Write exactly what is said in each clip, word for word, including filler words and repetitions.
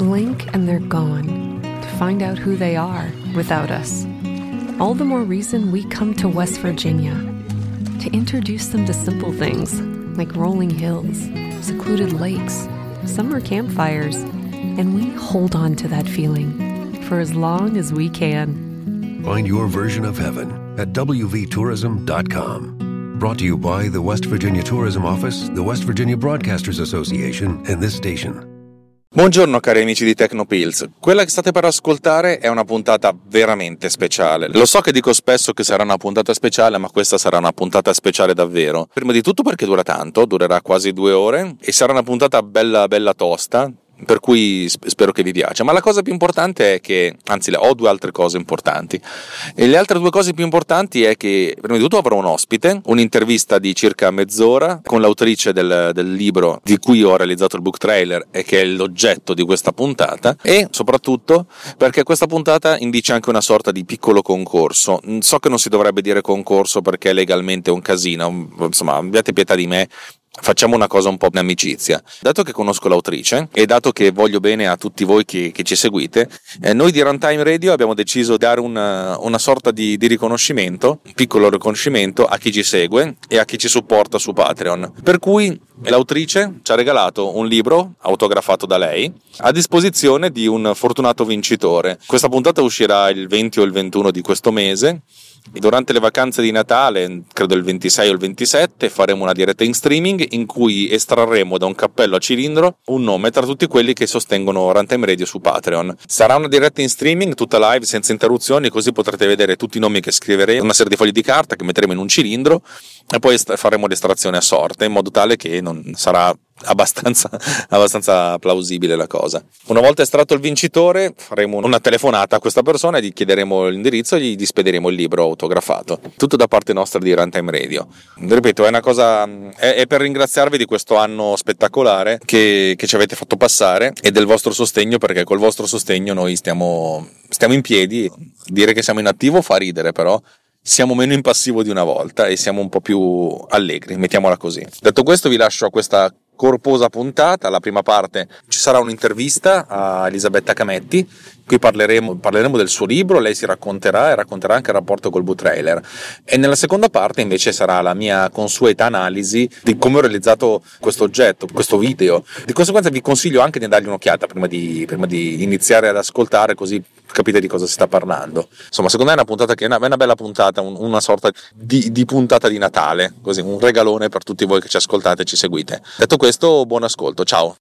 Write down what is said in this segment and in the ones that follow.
Blink and they're gone, to find out who they are without us. All the more reason we come to West Virginia, to introduce them to simple things like rolling hills, secluded lakes, summer campfires, and we hold on to that feeling for as long as we can. Find your version of heaven at w v tourism dot com. Brought to you by the West Virginia Tourism Office, the West Virginia Broadcasters Association, and this station. Buongiorno cari amici di Tecnopills, quella che state per ascoltare è una puntata veramente speciale. Lo so che dico spesso che sarà una puntata speciale, ma questa sarà una puntata speciale davvero. Prima di tutto perché dura tanto, durerà quasi due ore e sarà una puntata bella bella tosta, per cui spero che vi piaccia. Ma la cosa più importante è che, anzi ho due altre cose importanti, e le altre due cose più importanti è che prima di tutto avrò un ospite, un'intervista di circa mezz'ora con l'autrice del, del libro di cui ho realizzato il book trailer e che è l'oggetto di questa puntata, e soprattutto perché questa puntata indice anche una sorta di piccolo concorso. So che non si dovrebbe dire concorso perché è legalmente un casino, insomma abbiate pietà di me. Facciamo una cosa un po' in amicizia. Dato che conosco l'autrice e dato che voglio bene a tutti voi che, che ci seguite, eh, noi di Runtime Radio abbiamo deciso di dare una, una sorta di, di riconoscimento, un piccolo riconoscimento a chi ci segue e a chi ci supporta su Patreon. Per cui l'autrice ci ha regalato un libro autografato da lei a disposizione di un fortunato vincitore. Questa puntata uscirà il venti o il ventuno di questo mese. Durante le vacanze di Natale, credo il ventisei o il ventisette, faremo una diretta in streaming in cui estrarremo da un cappello a cilindro un nome tra tutti quelli che sostengono Runtime Radio su Patreon. Sarà una diretta in streaming, tutta live, senza interruzioni, così potrete vedere tutti i nomi che scriveremo, una serie di fogli di carta che metteremo in un cilindro e poi faremo l'estrazione a sorte, in modo tale che non sarà abbastanza abbastanza plausibile la cosa. Una volta estratto il vincitore faremo una telefonata a questa persona e gli chiederemo l'indirizzo e gli spederemo il libro autografato, tutto da parte nostra di Runtime Radio. Ripeto, è una cosa è, è per ringraziarvi di questo anno spettacolare che, che ci avete fatto passare e del vostro sostegno, perché col vostro sostegno noi stiamo stiamo in piedi. Dire che siamo in attivo fa ridere, però siamo meno in passivo di una volta e siamo un po' più allegri, mettiamola così. Detto questo, vi lascio a questa corposa puntata. La prima parte ci sarà un'intervista a Elisabetta Cametti, qui parleremo, parleremo del suo libro, lei si racconterà e racconterà anche il rapporto col book trailer, e nella seconda parte invece sarà la mia consueta analisi di come ho realizzato questo oggetto, questo video. Di conseguenza vi consiglio anche di dargli un'occhiata prima di, prima di iniziare ad ascoltare, così capite di cosa si sta parlando. Insomma, secondo me è una puntata che è una, è una bella puntata, un, una sorta di, di puntata di Natale, così un regalone per tutti voi che ci ascoltate e ci seguite. Detto questo, buon ascolto, ciao.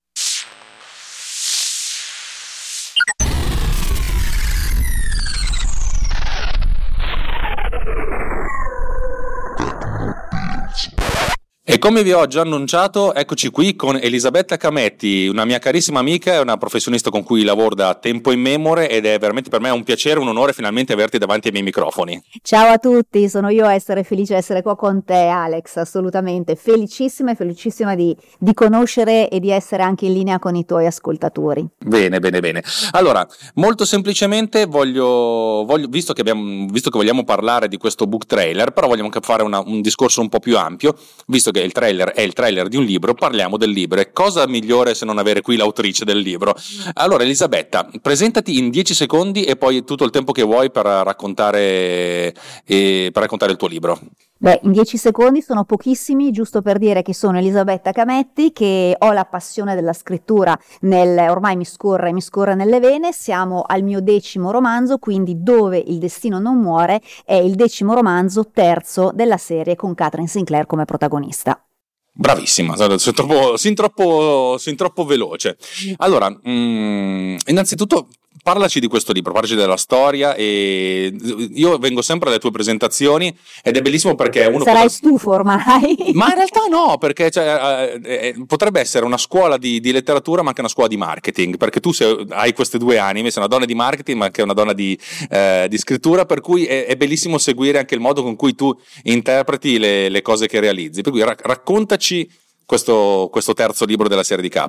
E come vi ho già annunciato, eccoci qui con Elisabetta Cametti, una mia carissima amica e una professionista con cui lavoro da tempo immemore, ed è veramente per me un piacere, un onore finalmente averti davanti ai miei microfoni. Ciao a tutti, sono io a essere felice di essere qua con te, Alex, assolutamente, felicissima e felicissima di, di conoscere e di essere anche in linea con i tuoi ascoltatori. Bene, bene, bene. Allora, molto semplicemente voglio, voglio visto che abbiamo, visto che vogliamo parlare di questo book trailer, però vogliamo fare una, un discorso un po' più ampio, visto che il trailer è il trailer di un libro, parliamo del libro. E cosa migliore se non avere qui l'autrice del libro? Allora Elisabetta, presentati in dieci secondi e poi tutto il tempo che vuoi per raccontare, eh, per raccontare il tuo libro. Beh, in dieci secondi sono pochissimi, giusto per dire che sono Elisabetta Cametti, che ho la passione della scrittura, nel, ormai mi scorre, mi scorre nelle vene. Siamo al mio decimo romanzo, quindi Dove il destino non muore è il decimo romanzo, terzo della serie, con Catherine Sinclair come protagonista. Bravissima, sei troppo, sei troppo, sei troppo veloce. Allora, mh, innanzitutto parlaci di questo libro, parlaci della storia. E io vengo sempre alle tue presentazioni ed è bellissimo perché uno sarai potrebbe... stufo ormai. Ma in realtà no, perché cioè, eh, potrebbe essere una scuola di, di letteratura ma anche una scuola di marketing, perché tu sei, hai queste due anime, sei una donna di marketing ma anche una donna di, eh, di scrittura, per cui è, è bellissimo seguire anche il modo con cui tu interpreti le, le cose che realizzi. Per cui ra- raccontaci questo, questo terzo libro della serie di K.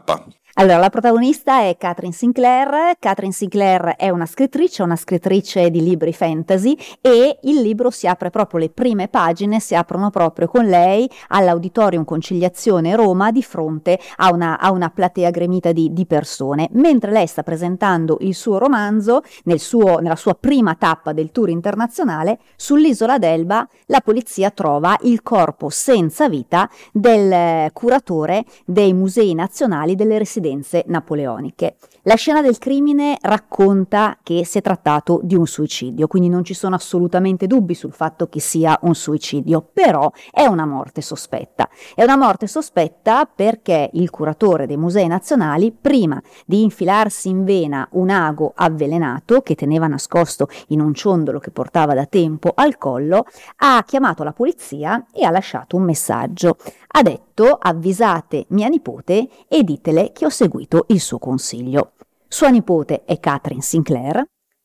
Allora, la protagonista è Catherine Sinclair. Catherine Sinclair è una scrittrice, una scrittrice di libri fantasy, e il libro si apre proprio, le prime pagine si aprono proprio con lei all'Auditorium Conciliazione Roma di fronte a una, a una platea gremita di, di persone. Mentre lei sta presentando il suo romanzo, nel suo, nella sua prima tappa del tour internazionale, sull'isola d'Elba la polizia trova il corpo senza vita del curatore dei musei nazionali delle residenze napoleoniche. La scena del crimine racconta che si è trattato di un suicidio, quindi non ci sono assolutamente dubbi sul fatto che sia un suicidio, però è una morte sospetta. È una morte sospetta perché il curatore dei musei nazionali, prima di infilarsi in vena un ago avvelenato che teneva nascosto in un ciondolo che portava da tempo al collo, ha chiamato la polizia e ha lasciato un messaggio. Ha detto: avvisate mia nipote e ditele che ho seguito il suo consiglio. Sua nipote è Catherine Sinclair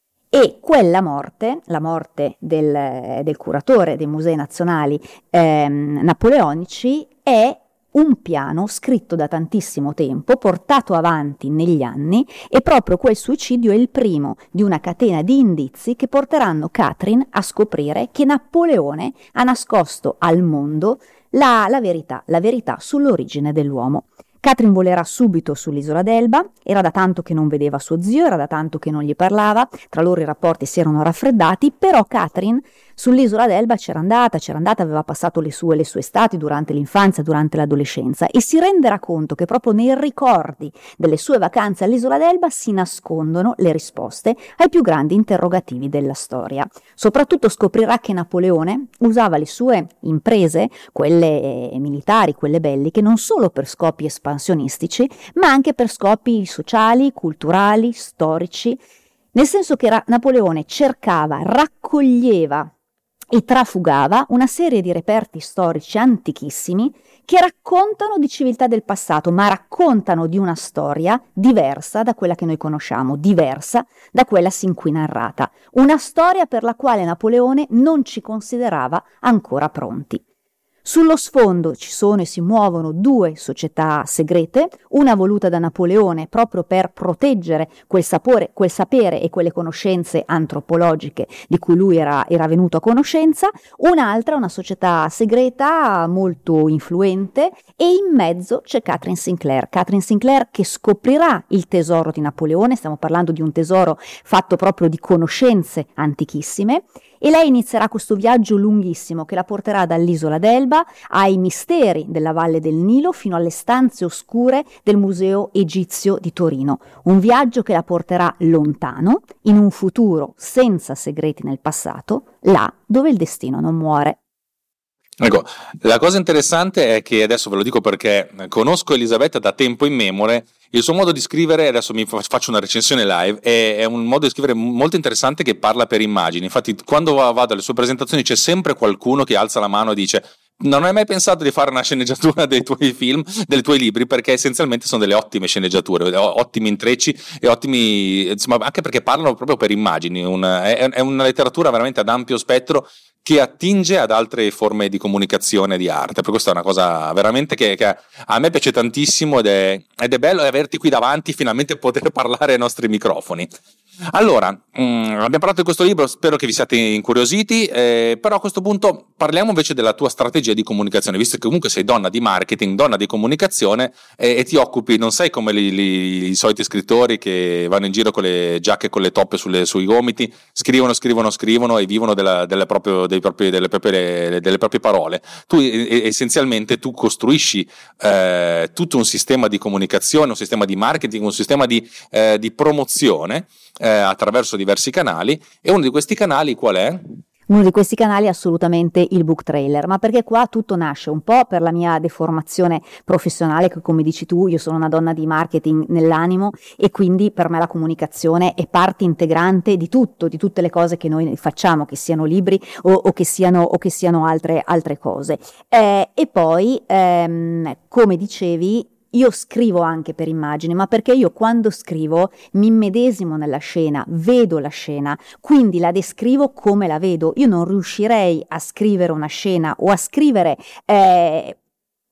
e quella morte, la morte del, del curatore dei musei nazionali ehm, napoleonici, è un piano scritto da tantissimo tempo, portato avanti negli anni, e proprio quel suicidio è il primo di una catena di indizi che porteranno Catherine a scoprire che Napoleone ha nascosto al mondo la, la verità, la verità sull'origine dell'uomo. Catherine volerà subito sull'isola d'Elba, era da tanto che non vedeva suo zio, era da tanto che non gli parlava, tra loro i rapporti si erano raffreddati, però Catherine sull'isola d'Elba c'era andata, c'era andata, aveva passato le sue, le sue estati durante l'infanzia, durante l'adolescenza, e si renderà conto che proprio nei ricordi delle sue vacanze all'isola d'Elba si nascondono le risposte ai più grandi interrogativi della storia. Soprattutto scoprirà che Napoleone usava le sue imprese, quelle militari, quelle belliche, non solo per scopi espansionistici, ma anche per scopi sociali, culturali, storici, nel senso che Napoleone cercava, raccoglieva e trafugava una serie di reperti storici antichissimi che raccontano di civiltà del passato, ma raccontano di una storia diversa da quella che noi conosciamo, diversa da quella sin qui narrata, una storia per la quale Napoleone non ci considerava ancora pronti. Sullo sfondo ci sono e si muovono due società segrete, una voluta da Napoleone proprio per proteggere quel sapore, quel sapere e quelle conoscenze antropologiche di cui lui era, era venuto a conoscenza, un'altra, una società segreta molto influente, e in mezzo c'è Catherine Sinclair. Catherine Sinclair che scoprirà il tesoro di Napoleone, stiamo parlando di un tesoro fatto proprio di conoscenze antichissime, e lei inizierà questo viaggio lunghissimo che la porterà dall'isola d'Elba ai misteri della Valle del Nilo fino alle stanze oscure del Museo Egizio di Torino. Un viaggio che la porterà lontano, in un futuro senza segreti nel passato, là dove il destino non muore. Ecco, la cosa interessante è che, adesso ve lo dico perché conosco Elisabetta da tempo immemore, il suo modo di scrivere, adesso mi faccio una recensione live, è, è un modo di scrivere molto interessante che parla per immagini. Infatti quando vado alle sue presentazioni c'è sempre qualcuno che alza la mano e dice: non hai mai pensato di fare una sceneggiatura dei tuoi film, dei tuoi libri? Perché essenzialmente sono delle ottime sceneggiature, ottimi intrecci e ottimi, insomma, anche perché parlano proprio per immagini. Un, è, è una letteratura veramente ad ampio spettro che attinge ad altre forme di comunicazione e di arte. Per questo è una cosa veramente che, che a me piace tantissimo, ed è, ed è bello averti qui davanti, finalmente poter parlare ai nostri microfoni. Allora, mh, abbiamo parlato di questo libro, spero che vi siate incuriositi, eh, però a questo punto parliamo invece della tua strategia di comunicazione, visto che comunque sei donna di marketing, donna di comunicazione, eh, e ti occupi, non sei come li, li, i soliti scrittori che vanno in giro con le giacche con le toppe sulle, sui gomiti, scrivono, scrivono, scrivono e vivono della, della proprio, dei propri, delle, proprie, delle proprie parole. Tu essenzialmente tu costruisci eh, tutto un sistema di comunicazione, un sistema di marketing, un sistema di, eh, di promozione Eh, attraverso diversi canali, e uno di questi canali qual è? Uno di questi canali è assolutamente il book trailer, ma perché qua tutto nasce un po' per la mia deformazione professionale, che come dici tu io sono una donna di marketing nell'animo, e quindi per me la comunicazione è parte integrante di tutto, di tutte le cose che noi facciamo, che siano libri o, o che siano o che siano altre, altre cose. Eh, e poi ehm, come dicevi, io scrivo anche per immagini, ma perché io quando scrivo mi immedesimo nella scena, vedo la scena, quindi la descrivo come la vedo. Io non riuscirei a scrivere una scena o a scrivere eh,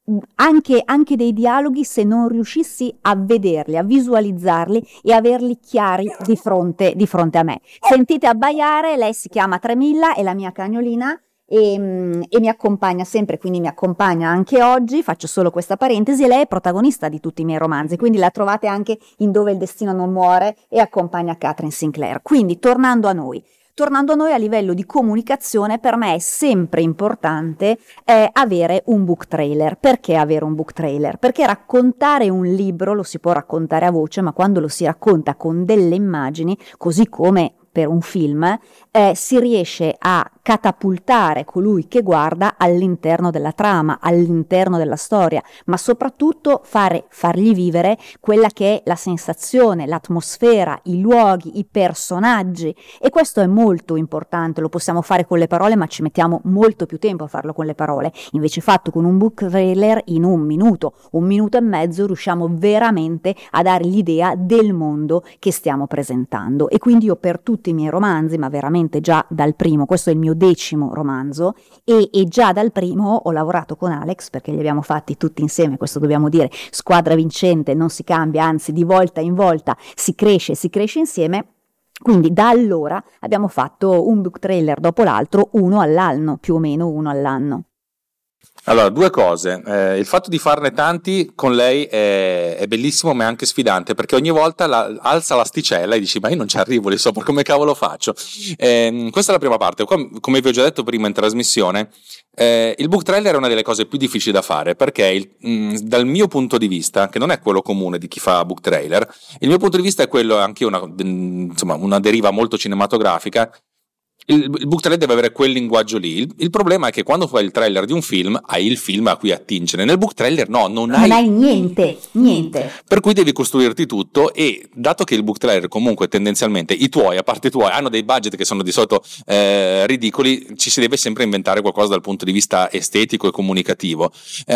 anche, anche dei dialoghi se non riuscissi a vederli, a visualizzarli e averli chiari di fronte, di fronte a me. Sentite abbaiare, lei si chiama Tremilla, è la mia cagnolina e, e mi accompagna sempre, quindi mi accompagna anche oggi, faccio solo questa parentesi, e lei è protagonista di tutti i miei romanzi, quindi la trovate anche in Dove il destino non muore e accompagna Catherine Sinclair. Quindi tornando a noi, Tornando a noi a livello di comunicazione, per me è sempre importante eh, avere un book trailer. Perché avere un book trailer? Perché raccontare un libro lo si può raccontare a voce, ma quando lo si racconta con delle immagini, così come per un film, eh, si riesce a catapultare colui che guarda all'interno della trama, all'interno della storia, ma soprattutto fare, fargli vivere quella che è la sensazione, l'atmosfera, i luoghi, i personaggi, e questo è molto importante. Lo possiamo fare con le parole, ma ci mettiamo molto più tempo a farlo con le parole. Invece fatto con un book trailer, in un minuto, un minuto e mezzo, riusciamo veramente a dare l'idea del mondo che stiamo presentando. E quindi io per tutti i miei romanzi, ma veramente già dal primo, questo è il mio decimo romanzo, e, e già dal primo ho lavorato con Alex, perché li abbiamo fatti tutti insieme, questo dobbiamo dire, squadra vincente, non si cambia, anzi di volta in volta si cresce, si cresce insieme. Quindi da allora abbiamo fatto un book trailer dopo l'altro, uno all'anno, più o meno uno all'anno. Allora, due cose. Eh, il fatto di farne tanti con lei è, è bellissimo, ma è anche sfidante, perché ogni volta la, alza l'asticella e dici: ma io non ci arrivo lì sopra, come cavolo faccio? Eh, questa è la prima parte. Come vi ho già detto prima in trasmissione, eh, il book trailer è una delle cose più difficili da fare, perché il, mh, dal mio punto di vista, che non è quello comune di chi fa book trailer, il mio punto di vista è quello, anche una, insomma, una deriva molto cinematografica. Il, il book trailer deve avere quel linguaggio lì. Il, il problema è che quando fai il trailer di un film hai il film a cui attingere. Nel book trailer no, non, non hai, hai niente, niente. Per cui devi costruirti tutto, e dato che il book trailer comunque tendenzialmente i tuoi, a parte i tuoi, hanno dei budget che sono di solito eh, ridicoli, ci si deve sempre inventare qualcosa dal punto di vista estetico e comunicativo.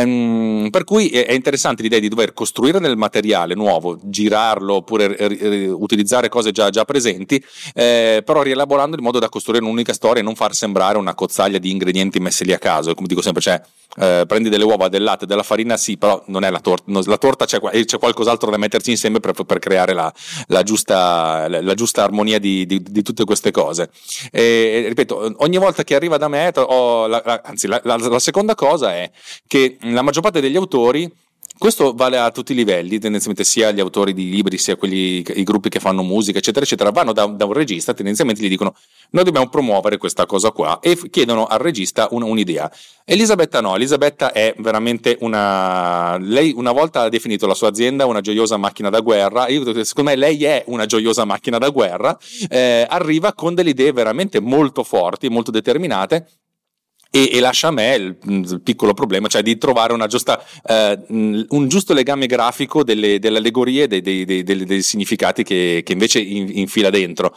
Ehm, per cui è, è interessante l'idea di dover costruire del materiale nuovo, girarlo oppure eh, utilizzare cose già, già presenti, eh, però rielaborando in modo da costruire un'unica storia e non far sembrare una cozzaglia di ingredienti messi lì a caso. Come dico sempre, cioè eh, prendi delle uova, del latte, della farina, sì, però non è la torta, no, la torta c'è, c'è qualcos'altro da metterci insieme per, per creare la, la, giusta, la, la giusta armonia di, di, di tutte queste cose. E, ripeto, ogni volta che arriva da me, ho la, la, anzi la, la, la seconda cosa è che la maggior parte degli autori, questo vale a tutti i livelli, tendenzialmente sia gli autori di libri sia quelli, i gruppi che fanno musica eccetera eccetera, vanno da, da un regista, tendenzialmente gli dicono: noi dobbiamo promuovere questa cosa qua, e f- chiedono al regista un, un'idea. Elisabetta no, Elisabetta è veramente una, lei una volta ha definito la sua azienda una gioiosa macchina da guerra. Io, secondo me lei è una gioiosa macchina da guerra, eh, arriva con delle idee veramente molto forti, molto determinate, E, e lascia a me il, il piccolo problema, cioè di trovare una giusta, eh, un giusto legame grafico delle, delle allegorie, dei, dei, dei, dei, dei significati che, che invece in, infila dentro.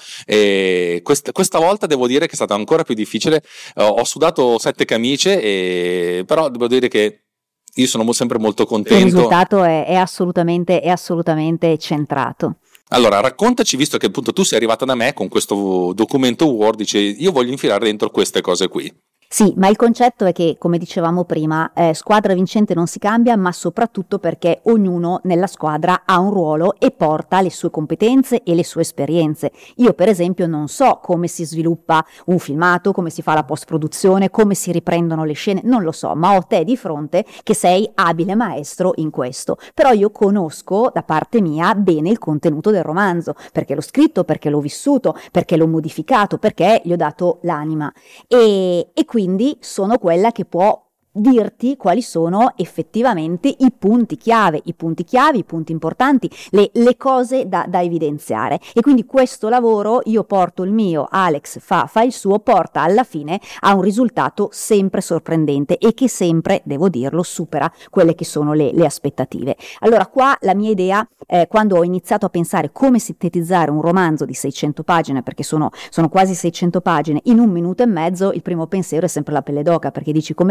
E quest, questa volta devo dire che è stata ancora più difficile. Ho, ho sudato sette camicie, e, però devo dire che io sono sempre molto contento. Il risultato è, è assolutamente, è assolutamente centrato. Allora, raccontaci, visto che appunto tu sei arrivata da me con questo documento Word, dice: io voglio infilare dentro queste cose qui. Sì, ma il concetto è che, come dicevamo prima, eh, squadra vincente non si cambia, ma soprattutto perché ognuno nella squadra ha un ruolo e porta le sue competenze e le sue esperienze. Io, per esempio, non so come si sviluppa un filmato, come si fa la post-produzione, come si riprendono le scene, non lo so, ma ho te di fronte che sei abile maestro in questo. Però io conosco da parte mia bene il contenuto del romanzo, perché l'ho scritto, perché l'ho vissuto, perché l'ho modificato, perché gli ho dato l'anima. E, e quindi Quindi sono quella che può dirti quali sono effettivamente i punti chiave, i punti chiave, i punti importanti, le, le cose da, da evidenziare. E quindi questo lavoro, io porto il mio, Alex fa, fa il suo, porta alla fine a un risultato sempre sorprendente e che sempre, devo dirlo, supera quelle che sono le, le aspettative. Allora qua la mia idea, eh, quando ho iniziato a pensare come sintetizzare un romanzo di seicento pagine, perché sono, sono quasi seicento pagine, in un minuto e mezzo, il primo pensiero è sempre la pelle d'oca, perché dici: come faccio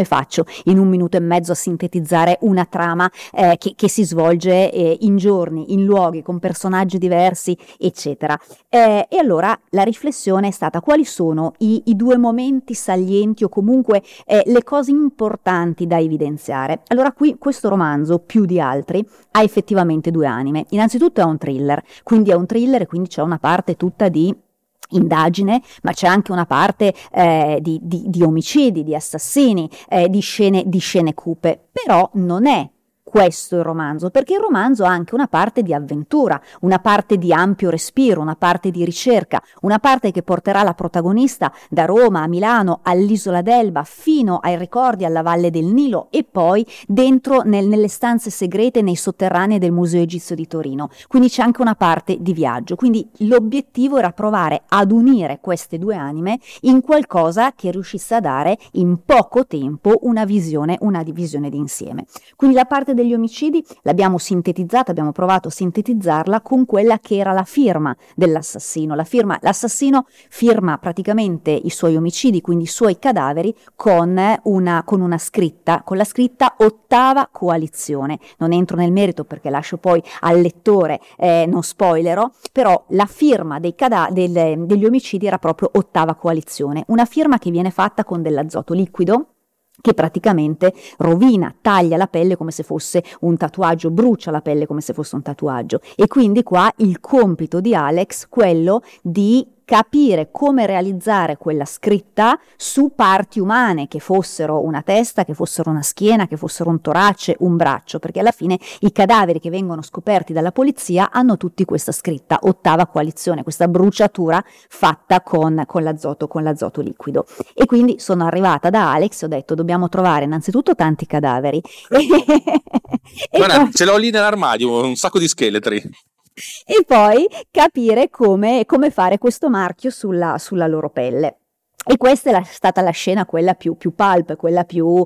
in un minuto e mezzo a sintetizzare una trama eh, che, che si svolge eh, in giorni, in luoghi, con personaggi diversi, eccetera. Eh, e allora la riflessione è stata: quali sono i, i due momenti salienti o comunque eh, le cose importanti da evidenziare? Allora qui questo romanzo, più di altri, ha effettivamente due anime. Innanzitutto è un thriller, quindi è un thriller e quindi c'è una parte tutta di indagine, ma c'è anche una parte eh, di, di, di omicidi, di assassini, eh, di scene, di scene cupe, però non è questo il romanzo, perché il romanzo ha anche una parte di avventura, una parte di ampio respiro, una parte di ricerca, una parte che porterà la protagonista da Roma a Milano, all'isola d'Elba, fino ai ricordi alla Valle del Nilo e poi dentro nel, nelle stanze segrete, nei sotterranei del Museo Egizio di Torino. Quindi c'è anche una parte di viaggio, quindi l'obiettivo era provare ad unire queste due anime in qualcosa che riuscisse a dare in poco tempo una visione, una visione d'insieme. Quindi la parte degli omicidi l'abbiamo sintetizzata, abbiamo provato a sintetizzarla con quella che era la firma dell'assassino. La firma, l'assassino firma praticamente i suoi omicidi, quindi i suoi cadaveri, con una, con una scritta, con la scritta ottava coalizione. Non entro nel merito perché lascio poi al lettore, eh, non spoilerò, però la firma dei cada- del, degli omicidi era proprio ottava coalizione, una firma che viene fatta con dell'azoto liquido, che praticamente rovina, taglia la pelle come se fosse un tatuaggio, brucia la pelle come se fosse un tatuaggio. E quindi qua il compito di Alex, quello di capire come realizzare quella scritta su parti umane, che fossero una testa, che fossero una schiena, che fossero un torace, un braccio, perché alla fine i cadaveri che vengono scoperti dalla polizia hanno tutti questa scritta, ottava coalizione, questa bruciatura fatta con, con l'azoto, con l'azoto liquido. E quindi sono arrivata da Alex e ho detto: dobbiamo trovare innanzitutto tanti cadaveri. Guarda, poi... ce l'ho lì nell'armadio, un sacco di scheletri. E poi capire come, come fare questo marchio sulla, sulla loro pelle. E questa è la, stata la scena quella più, più pulp, quella più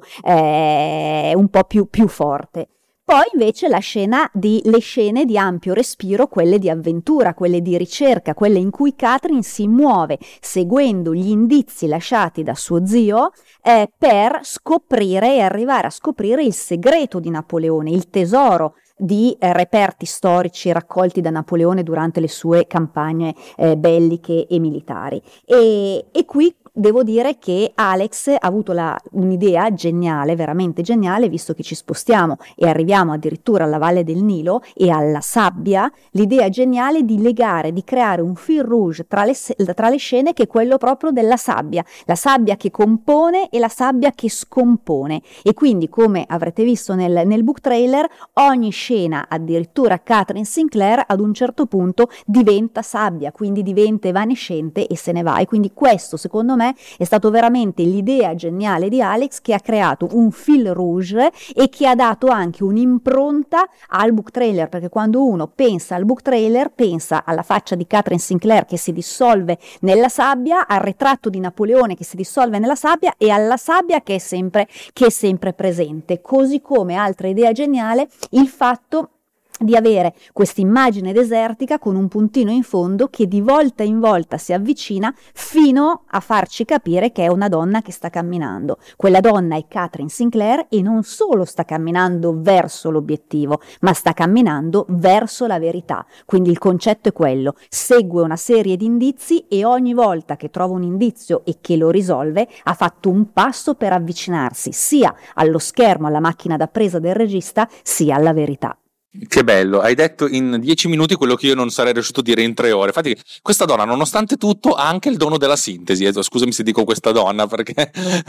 eh, un po' più, più forte. Poi invece la scena di, le scene di ampio respiro, quelle di avventura, quelle di ricerca, quelle in cui Katherine si muove seguendo gli indizi lasciati da suo zio eh, per scoprire e arrivare a scoprire il segreto di Napoleone, il tesoro di eh, reperti storici raccolti da Napoleone durante le sue campagne eh, belliche e militari. E, e qui devo dire che Alex ha avuto la, un'idea geniale, veramente geniale, visto che ci spostiamo e arriviamo addirittura alla Valle del Nilo e alla sabbia, l'idea geniale di legare, di creare un fil rouge tra le, tra le scene, che è quello proprio della sabbia, la sabbia che compone e la sabbia che scompone. E quindi, come avrete visto nel, nel book trailer, ogni scena, addirittura Katherine Sinclair, ad un certo punto diventa sabbia, quindi diventa evanescente e se ne va. E quindi questo, secondo me, è stato veramente l'idea geniale di Alex, che ha creato un fil rouge e che ha dato anche un'impronta al book trailer, perché quando uno pensa al book trailer pensa alla faccia di Katherine Sinclair che si dissolve nella sabbia, al ritratto di Napoleone che si dissolve nella sabbia e alla sabbia che è sempre, che è sempre presente. Così come altra idea geniale, il fatto di avere questa immagine desertica con un puntino in fondo che di volta in volta si avvicina fino a farci capire che è una donna che sta camminando. Quella donna è Katherine Sinclair e non solo sta camminando verso l'obiettivo, ma sta camminando verso la verità. Quindi il concetto è quello: segue una serie di indizi e ogni volta che trova un indizio e che lo risolve ha fatto un passo per avvicinarsi sia allo schermo, alla macchina da presa del regista, sia alla verità. Che bello, hai detto in dieci minuti quello che io non sarei riuscito a dire in tre ore. Infatti questa donna, nonostante tutto, ha anche il dono della sintesi. Scusami se dico questa donna, perché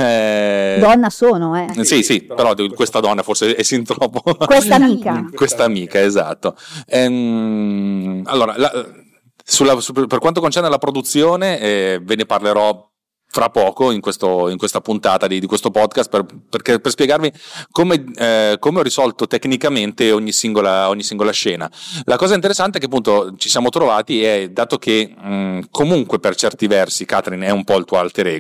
eh... donna sono, eh sì sì, però questa donna forse è sin troppo questa amica questa amica, esatto. Ehm, allora la, sulla, su, per quanto concerne la produzione, eh, ve ne parlerò fra poco in, questo, in questa puntata di, di questo podcast per, perché, per spiegarvi come, eh, come ho risolto tecnicamente ogni singola, ogni singola scena. La cosa interessante è che appunto ci siamo trovati, e dato che mh, comunque per certi versi Katherine è un po' il tuo alter ego,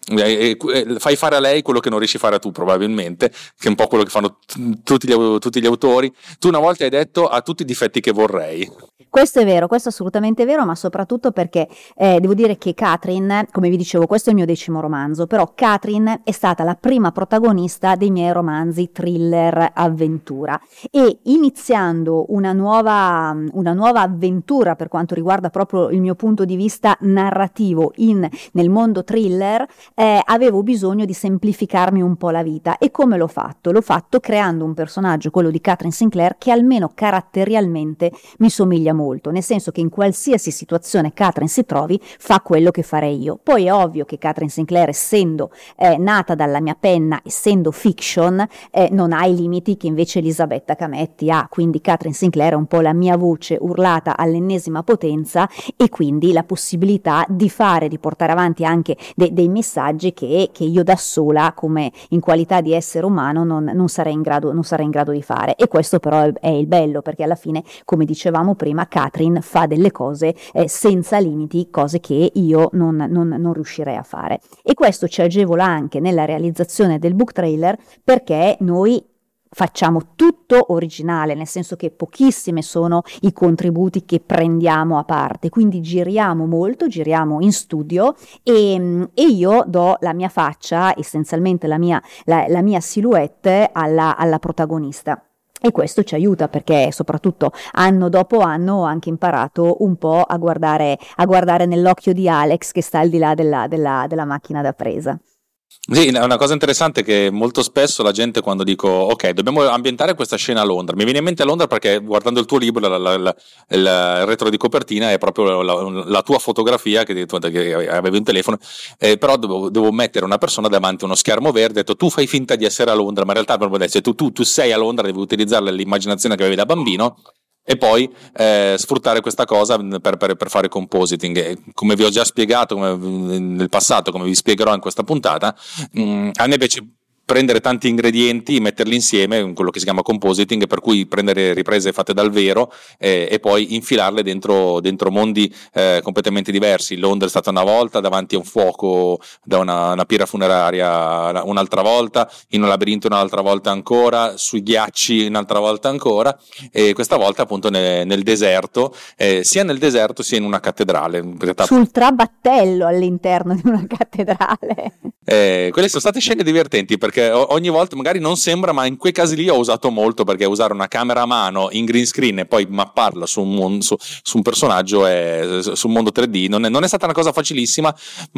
E, e, fai fare a lei quello che non riesci a fare a tu, probabilmente, che è un po' quello che fanno t- tutti, gli, tutti gli autori. Tu una volta hai detto: ha tutti i difetti che vorrei. Questo è vero, questo è assolutamente vero, ma soprattutto perché eh, devo dire che Katherine, come vi dicevo, questo è il mio decimo romanzo, però Katherine è stata la prima protagonista dei miei romanzi thriller avventura, e iniziando una nuova, una nuova avventura per quanto riguarda proprio il mio punto di vista narrativo in, nel mondo thriller, eh, avevo bisogno di semplificarmi un po' la vita. E come l'ho fatto? L'ho fatto creando un personaggio, quello di Katherine Sinclair, che almeno caratterialmente mi somiglia molto. molto, nel senso che in qualsiasi situazione Katherine si trovi fa quello che farei io. Poi è ovvio che Katherine Sinclair, essendo eh, nata dalla mia penna, essendo fiction, eh, non ha i limiti che invece Elisabetta Cametti ha, quindi Katherine Sinclair è un po' la mia voce urlata all'ennesima potenza, e quindi la possibilità di fare, di portare avanti anche de- dei messaggi che, che io da sola, come in qualità di essere umano, non, non sarei in grado, non sarei in grado di fare. E questo però è, è il bello, perché alla fine, come dicevamo prima, Katherine fa delle cose eh, senza limiti, cose che io non, non, non riuscirei a fare. E questo ci agevola anche nella realizzazione del book trailer, perché noi facciamo tutto originale, nel senso che pochissime sono i contributi che prendiamo a parte, quindi giriamo molto, giriamo in studio, e, e io do la mia faccia, essenzialmente la mia, la, la mia silhouette alla, alla protagonista. E questo ci aiuta, perché soprattutto anno dopo anno ho anche imparato un po' a guardare, a guardare nell'occhio di Alex, che sta al di là della, della, della macchina da presa. Sì, è una cosa interessante che molto spesso la gente, quando dico ok, dobbiamo ambientare questa scena a Londra, mi viene in mente a Londra perché guardando il tuo libro la, la, la, il retro di copertina è proprio la, la tua fotografia che, che avevi un telefono, eh, però devo, devo mettere una persona davanti a uno schermo verde, ho detto tu fai finta di essere a Londra, ma in realtà proprio adesso tu, tu, tu sei a Londra, devi utilizzare l'immaginazione che avevi da bambino e poi eh, sfruttare questa cosa per, per, per fare compositing. E come vi ho già spiegato come, nel passato, come vi spiegherò in questa puntata, mh, a me piace prendere tanti ingredienti, metterli insieme, quello che si chiama compositing, per cui prendere riprese fatte dal vero eh, e poi infilarle dentro, dentro mondi eh, completamente diversi. Londra è stata una volta davanti a un fuoco da una, una pira funeraria un'altra volta, in un labirinto un'altra volta ancora, sui ghiacci un'altra volta ancora, e questa volta appunto nel, nel deserto, eh, sia nel deserto sia in una cattedrale. Sul trabattello all'interno di una cattedrale. Eh, quelle sono state scene divertenti, perché ogni volta magari non sembra, ma in quei casi lì ho usato molto, perché usare una camera a mano in green screen e poi mapparla su un, su, su un personaggio è, su un mondo tre D non è, non è stata una cosa facilissima,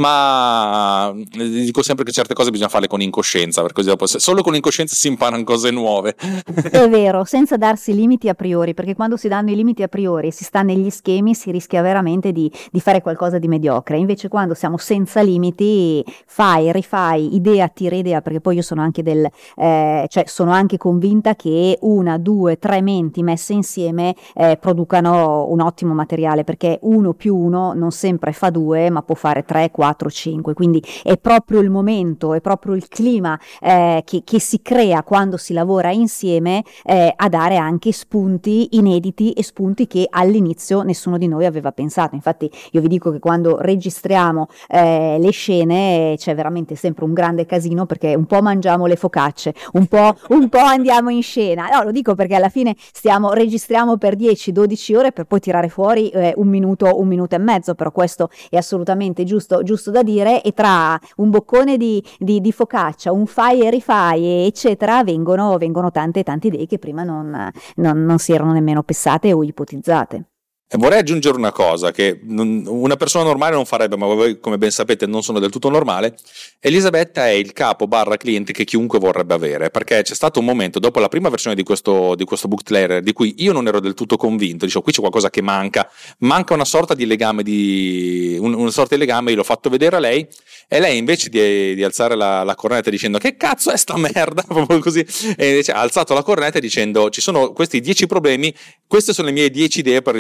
ma dico sempre che certe cose bisogna farle con incoscienza, perché così dopo, solo con incoscienza si imparano cose nuove. È vero, senza darsi limiti a priori, perché quando si danno i limiti a priori e si sta negli schemi si rischia veramente di, di fare qualcosa di mediocre. Invece quando siamo senza limiti, fai, rifai, idea, tira idea, perché poi io sono anche del eh, cioè sono anche convinta che una, due, tre menti messe insieme eh, producano un ottimo materiale, perché uno più uno non sempre fa due, ma può fare tre, quattro, cinque. Quindi è proprio il momento, è proprio il clima eh, che, che si crea quando si lavora insieme eh, a dare anche spunti inediti e spunti che all'inizio nessuno di noi aveva pensato. Infatti io vi dico che quando registriamo eh, le scene c'è veramente sempre un grande casino, perché un po' mangiamo le focacce, un po', un po' andiamo in scena. No, lo dico perché alla fine stiamo, registriamo per dieci dodici ore per poi tirare fuori eh, un minuto, un minuto e mezzo, però questo è assolutamente giusto, giusto da dire, e tra un boccone di, di, di focaccia, un fai e rifai, eccetera, vengono, vengono tante tante idee che prima non, non, non si erano nemmeno pensate o ipotizzate. Vorrei aggiungere una cosa che una persona normale non farebbe, ma voi come ben sapete non sono del tutto normale. Elisabetta è il capo barra cliente che chiunque vorrebbe avere, perché c'è stato un momento dopo la prima versione di questo, di questo book trailer di cui io non ero del tutto convinto, dicevo qui c'è qualcosa che manca, manca una sorta di legame, di, un, una sorta di legame, io l'ho fatto vedere a lei e lei invece di, di alzare la, la cornetta dicendo che cazzo è sta merda, proprio così, e invece ha alzato la cornetta dicendo ci sono questi dieci problemi, queste sono le mie dieci idee per risolverli.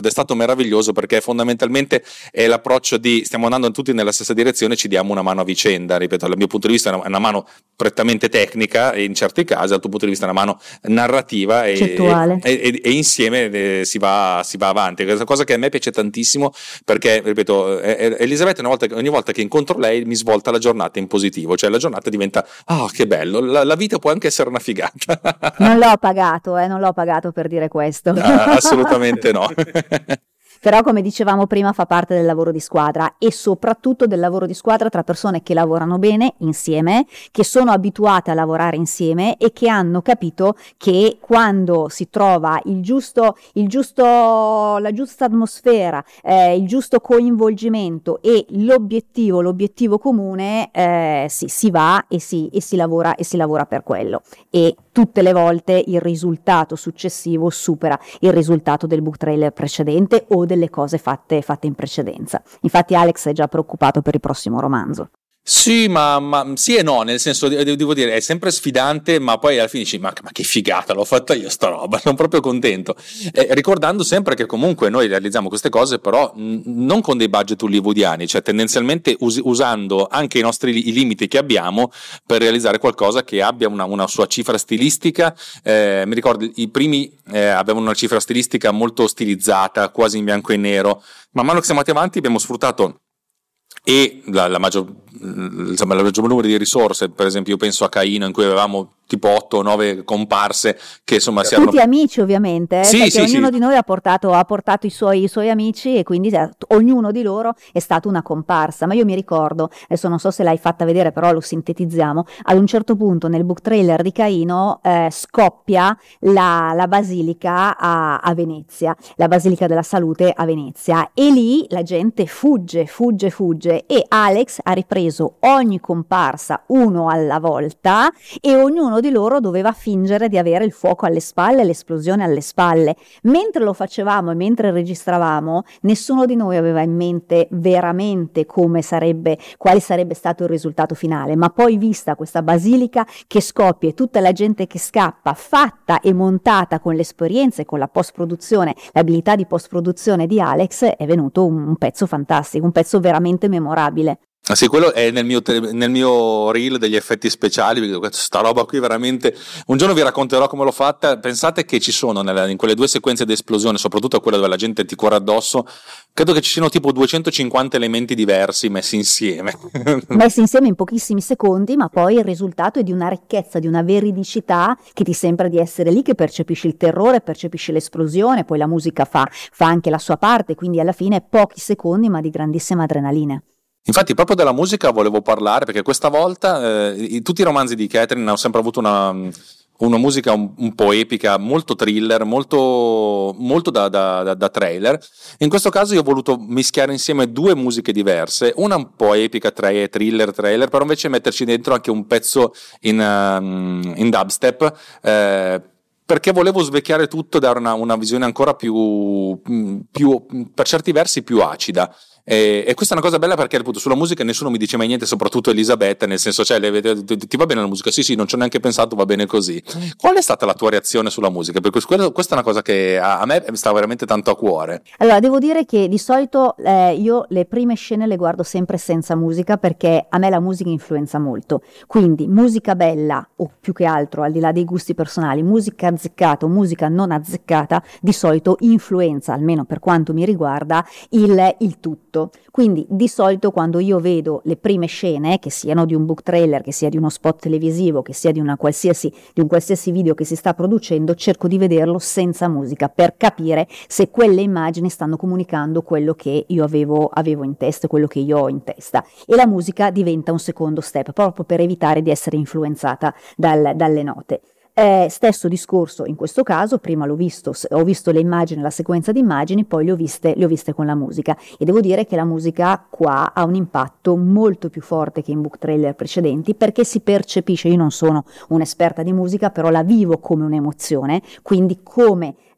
ed è stato meraviglioso perché fondamentalmente è l'approccio di stiamo andando tutti nella stessa direzione, ci diamo una mano a vicenda, ripeto, dal mio punto di vista è una, una mano prettamente tecnica e in certi casi dal tuo punto di vista è una mano narrativa e, e, e, e insieme eh, si, va, si va avanti. Questa cosa che a me piace tantissimo perché, ripeto, eh, Elisabetta una volta, ogni volta che incontro lei mi svolta la giornata in positivo, cioè la giornata diventa ah oh, che bello, la, la vita può anche essere una figata. Non l'ho pagato, eh, non l'ho pagato per dire questo. Ah, assolutamente no. Però come dicevamo prima fa parte del lavoro di squadra e soprattutto del lavoro di squadra tra persone che lavorano bene insieme, che sono abituate a lavorare insieme e che hanno capito che quando si trova il giusto, il giusto, la giusta atmosfera, eh, il giusto coinvolgimento e l'obiettivo, l'obiettivo comune, eh, sì, si va e si, e si lavora e si lavora per quello. E tutte le volte il risultato successivo supera il risultato del book trailer precedente o delle cose fatte, fatte in precedenza. Infatti Alex è già preoccupato per il prossimo romanzo. Sì, ma, ma sì e no, nel senso, devo dire, è sempre sfidante, ma poi alla fine dici, ma, ma che figata, l'ho fatta io sta roba, sono proprio contento. Eh, ricordando sempre che comunque noi realizziamo queste cose, però mh, non con dei budget hollywoodiani, cioè tendenzialmente us- usando anche i nostri i limiti che abbiamo per realizzare qualcosa che abbia una, una sua cifra stilistica. Eh, mi ricordo, i primi eh, avevano una cifra stilistica molto stilizzata, quasi in bianco e nero. Man mano che siamo andati avanti abbiamo sfruttato e la, la maggior insomma il maggior numero di risorse, per esempio io penso a Caino in cui avevamo tipo otto o nove comparse che insomma si tutti erano... amici ovviamente eh, sì, perché sì, ognuno sì. di noi ha portato, ha portato i, suoi, i suoi amici e quindi eh, ognuno di loro è stato una comparsa. Ma io mi ricordo, adesso non so se l'hai fatta vedere però lo sintetizziamo, ad un certo punto nel book trailer di Caino eh, scoppia la, la basilica a, a Venezia, la basilica della salute a Venezia, e lì la gente fugge fugge fugge e Alex ha ripreso ogni comparsa uno alla volta e ognuno di loro doveva fingere di avere il fuoco alle spalle, l'esplosione alle spalle. Mentre lo facevamo e mentre registravamo, nessuno di noi aveva in mente veramente come sarebbe, quale sarebbe stato il risultato finale, ma poi vista questa basilica che scoppia e tutta la gente che scappa, fatta e montata con l'esperienza e con la post-produzione, l'abilità di post-produzione di Alex, è venuto un, un pezzo fantastico, un pezzo veramente memorabile. Ah, sì, quello è nel mio, nel mio reel degli effetti speciali, sta roba qui veramente, un giorno vi racconterò come l'ho fatta. Pensate che ci sono nella, in quelle due sequenze di esplosione, soprattutto quella dove la gente ti corre addosso, credo che ci siano tipo duecentocinquanta elementi diversi messi insieme messi insieme in pochissimi secondi, ma poi il risultato è di una ricchezza, di una veridicità che ti sembra di essere lì, che percepisci il terrore, percepisci l'esplosione, poi la musica fa, fa anche la sua parte, quindi alla fine pochi secondi ma di grandissima adrenalina. Infatti proprio della musica volevo parlare, perché questa volta eh, tutti i romanzi di Catherine hanno sempre avuto una, una musica un, un po' epica, molto thriller, molto, molto da, da, da trailer. In questo caso io ho voluto mischiare insieme due musiche diverse, una un po' epica, tra, thriller, trailer, però invece metterci dentro anche un pezzo in, um, in dubstep, eh, perché volevo svecchiare tutto e dare una, una visione ancora più, più, per certi versi più acida. E, e questa è una cosa bella perché appunto sulla musica nessuno mi dice mai niente, soprattutto Elisabetta, nel senso, cioè, le, ti, ti va bene la musica? Sì sì, non ci ho neanche pensato, va bene così. Qual è stata la tua reazione sulla musica? Perché questa è una cosa che a, a me sta veramente tanto a cuore. Allora devo dire che di solito eh, io le prime scene le guardo sempre senza musica, perché a me la musica influenza molto, quindi musica bella o più che altro, al di là dei gusti personali, musica azzeccata o musica non azzeccata di solito influenza, almeno per quanto mi riguarda, il, il tutto. Quindi di solito quando io vedo le prime scene, che siano di un book trailer, che sia di uno spot televisivo, che sia di una qualsiasi di un qualsiasi video che si sta producendo, cerco di vederlo senza musica per capire se quelle immagini stanno comunicando quello che io avevo, avevo in testa, quello che io ho in testa, e la musica diventa un secondo step proprio per evitare di essere influenzata dal, dalle note. Eh, stesso discorso in questo caso, prima l'ho visto, ho visto le immagini, la sequenza di immagini, poi le ho viste, le ho viste con la musica, e devo dire che la musica qua ha un impatto molto più forte che in book trailer precedenti, perché si percepisce, io non sono un'esperta di musica, però la vivo come un'emozione, quindi come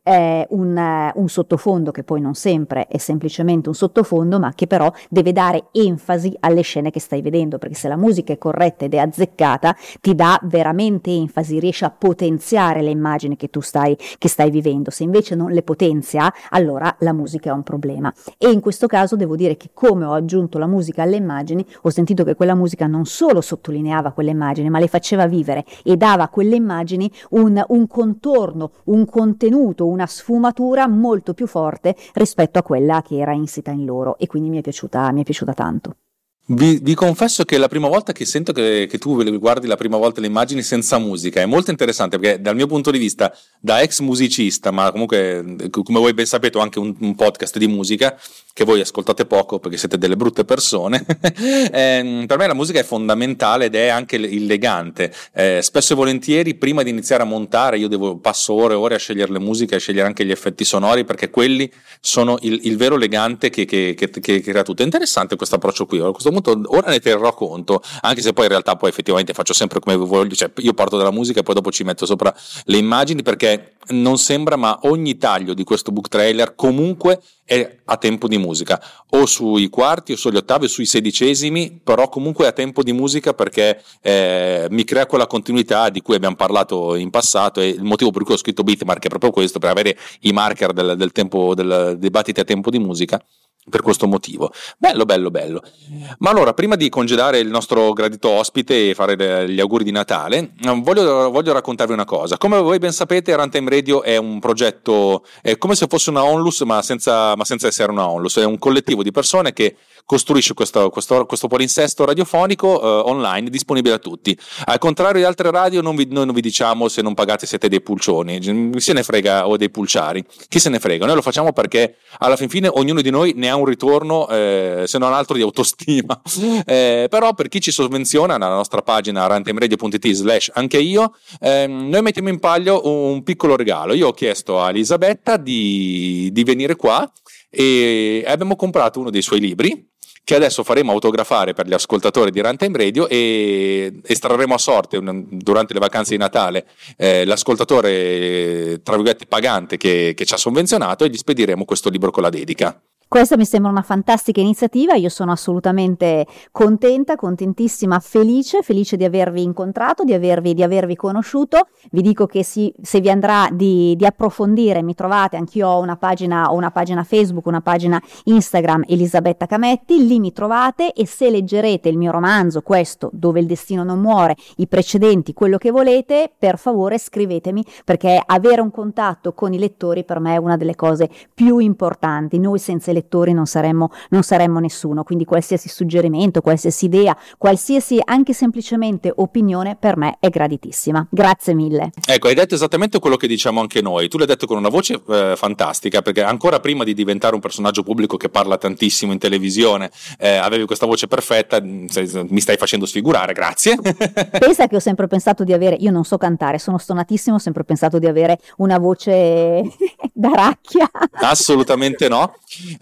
eh, un, eh, un sottofondo che poi non sempre è semplicemente un sottofondo, ma che però deve dare enfasi alle scene che stai vedendo, perché se la musica è corretta ed è azzeccata ti dà veramente enfasi, riesce a potenziare le immagini che tu stai, che stai vivendo. Se invece non le potenzia, allora la musica è un problema. E in questo caso devo dire che come ho aggiunto la musica alle immagini, ho sentito che quella musica non solo sottolineava quelle immagini, ma le faceva vivere e dava a quelle immagini un, un contorno, un contenuto, una sfumatura molto più forte rispetto a quella che era insita in loro, e quindi mi è piaciuta, mi è piaciuta tanto. Vi, vi confesso che è la prima volta che sento che, che tu guardi la prima volta le immagini senza musica, è molto interessante, perché dal mio punto di vista, da ex musicista, ma comunque come voi ben sapete ho anche un, un podcast di musica che voi ascoltate poco perché siete delle brutte persone, eh, per me la musica è fondamentale ed è anche il legante. Eh, spesso e volentieri prima di iniziare a montare io devo passo ore e ore a scegliere le musiche, a scegliere anche gli effetti sonori, perché quelli sono il, il vero legante che, che, che, che crea tutto. È interessante questo approccio qui, a questo punto ora ne terrò conto, anche se poi in realtà poi effettivamente faccio sempre come voglio, cioè io parto dalla musica e poi dopo ci metto sopra le immagini, perché non sembra, ma ogni taglio di questo book trailer comunque è a tempo di musica, o sui quarti o sugli ottavi o sui sedicesimi, però comunque è a tempo di musica, perché eh, mi crea quella continuità di cui abbiamo parlato in passato, e il motivo per cui ho scritto Beatmark è proprio questo, per avere i marker del, del tempo del, dei battiti a tempo di musica. Per questo motivo, bello bello bello. Ma allora, prima di congedare il nostro gradito ospite e fare gli auguri di Natale, voglio, voglio raccontarvi una cosa. Come voi ben sapete, Runtime Radio è un progetto, è come se fosse una onlus, ma senza, ma senza essere una onlus. È un collettivo di persone che costruisce questo, questo, questo palinsesto radiofonico eh, online, disponibile a tutti. Al contrario di altre radio, non vi, noi non vi diciamo se non pagate siete dei pulcioni, chi se ne frega, o dei pulciari, chi se ne frega. Noi lo facciamo perché alla fin fine ognuno di noi ne ha un ritorno, eh, se non altro di autostima. Eh, però per chi ci sovvenziona, nella nostra pagina runtimeradio punto it slash anche io, eh, noi mettiamo in palio un piccolo regalo. Io ho chiesto a Elisabetta di, di venire qua e abbiamo comprato uno dei suoi libri, che adesso faremo autografare per gli ascoltatori di Runtime Radio, e estrarremo a sorte durante le vacanze di Natale eh, l'ascoltatore tra virgolette pagante che, che ci ha sovvenzionato, e gli spediremo questo libro con la dedica. Questa mi sembra una fantastica iniziativa, io sono assolutamente contenta, contentissima, felice, felice di avervi incontrato, di avervi, di avervi conosciuto. Vi dico che si, se vi andrà di, di approfondire, mi trovate, anch'io ho una pagina, ho una pagina Facebook, una pagina Instagram, Elisabetta Cametti, lì mi trovate, e se leggerete il mio romanzo, questo, Dove il destino non muore, i precedenti, quello che volete, per favore scrivetemi, perché avere un contatto con i lettori per me è una delle cose più importanti. Noi senza lettori non saremmo, non saremmo nessuno, quindi qualsiasi suggerimento, qualsiasi idea, qualsiasi anche semplicemente opinione per me è graditissima. Grazie mille. Ecco, hai detto esattamente quello che diciamo anche noi. Tu l'hai detto con una voce eh, fantastica, perché ancora prima di diventare un personaggio pubblico che parla tantissimo in televisione eh, avevi questa voce perfetta. Mi stai facendo sfigurare, grazie. Pensa che ho sempre pensato di avere, io non so cantare, sono stonatissimo, ho sempre pensato di avere una voce da racchia. Assolutamente no.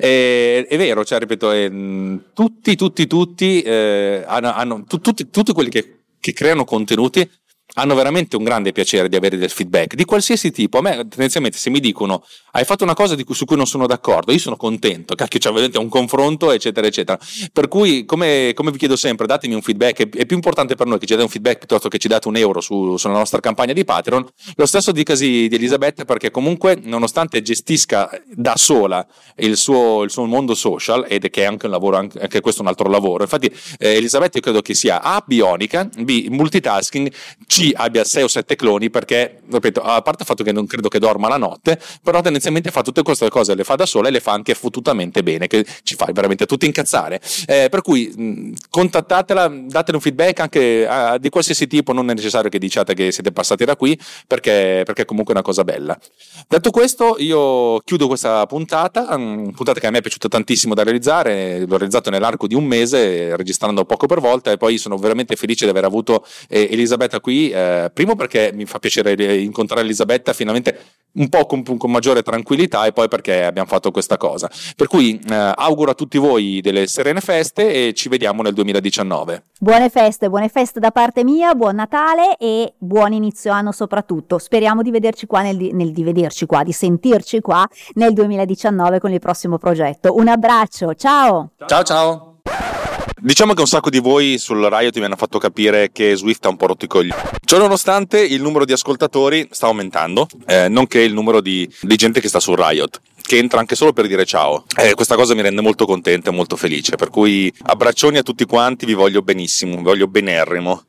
Eh, è vero, cioè ripeto, eh, tutti, tutti, tutti, eh, hanno, hanno tu, tutti, tutti quelli che, che creano contenuti hanno veramente un grande piacere di avere del feedback di qualsiasi tipo. A me tendenzialmente se mi dicono hai fatto una cosa di cui, su cui non sono d'accordo, io sono contento, cacchio, cioè vedete, un confronto eccetera eccetera, per cui come, come vi chiedo sempre, datemi un feedback. È, è più importante per noi che ci date un feedback piuttosto che ci date un euro su, sulla nostra campagna di Patreon. Lo stesso dicasi di Elisabetta, perché comunque nonostante gestisca da sola il suo, il suo mondo social, ed è che è anche un lavoro, anche, anche questo è un altro lavoro, infatti eh, Elisabetta io credo che sia A, bionica, B, multitasking, C, abbia sei o sette cloni, perché ripeto, a parte il fatto che non credo che dorma la notte, però tendenzialmente fa tutte queste cose, le fa da sola e le fa anche fottutamente bene, che ci fa veramente tutti incazzare, eh, per cui mh, contattatela, datele un feedback anche a, di qualsiasi tipo, non è necessario che diciate che siete passati da qui, perché, perché comunque è una cosa bella. Detto questo, io chiudo questa puntata, mh, puntata che a me è piaciuta tantissimo da realizzare, l'ho realizzato nell'arco di un mese registrando poco per volta, e poi sono veramente felice di aver avuto eh, Elisabetta qui eh, primo perché mi fa piacere incontrare Elisabetta finalmente un po' con, con maggiore tranquillità, e poi perché abbiamo fatto questa cosa. Per cui eh, auguro a tutti voi delle serene feste e ci vediamo nel duemiladiciannove. Buone feste, buone feste da parte mia, buon Natale e buon inizio anno soprattutto. Speriamo di vederci qua nel, nel di vederci qua, di sentirci qua nel duemiladiciannove con il prossimo progetto. Un abbraccio, ciao! Ciao ciao! Diciamo che un sacco di voi sul Riot mi hanno fatto capire che Swift ha un po' rotto i coglioni. Ciò nonostante, il numero di ascoltatori sta aumentando, eh, nonché il numero di, di gente che sta sul Riot, che entra anche solo per dire ciao. Eh, questa cosa mi rende molto contento e molto felice, per cui abbraccioni a tutti quanti, vi voglio benissimo, vi voglio benerrimo.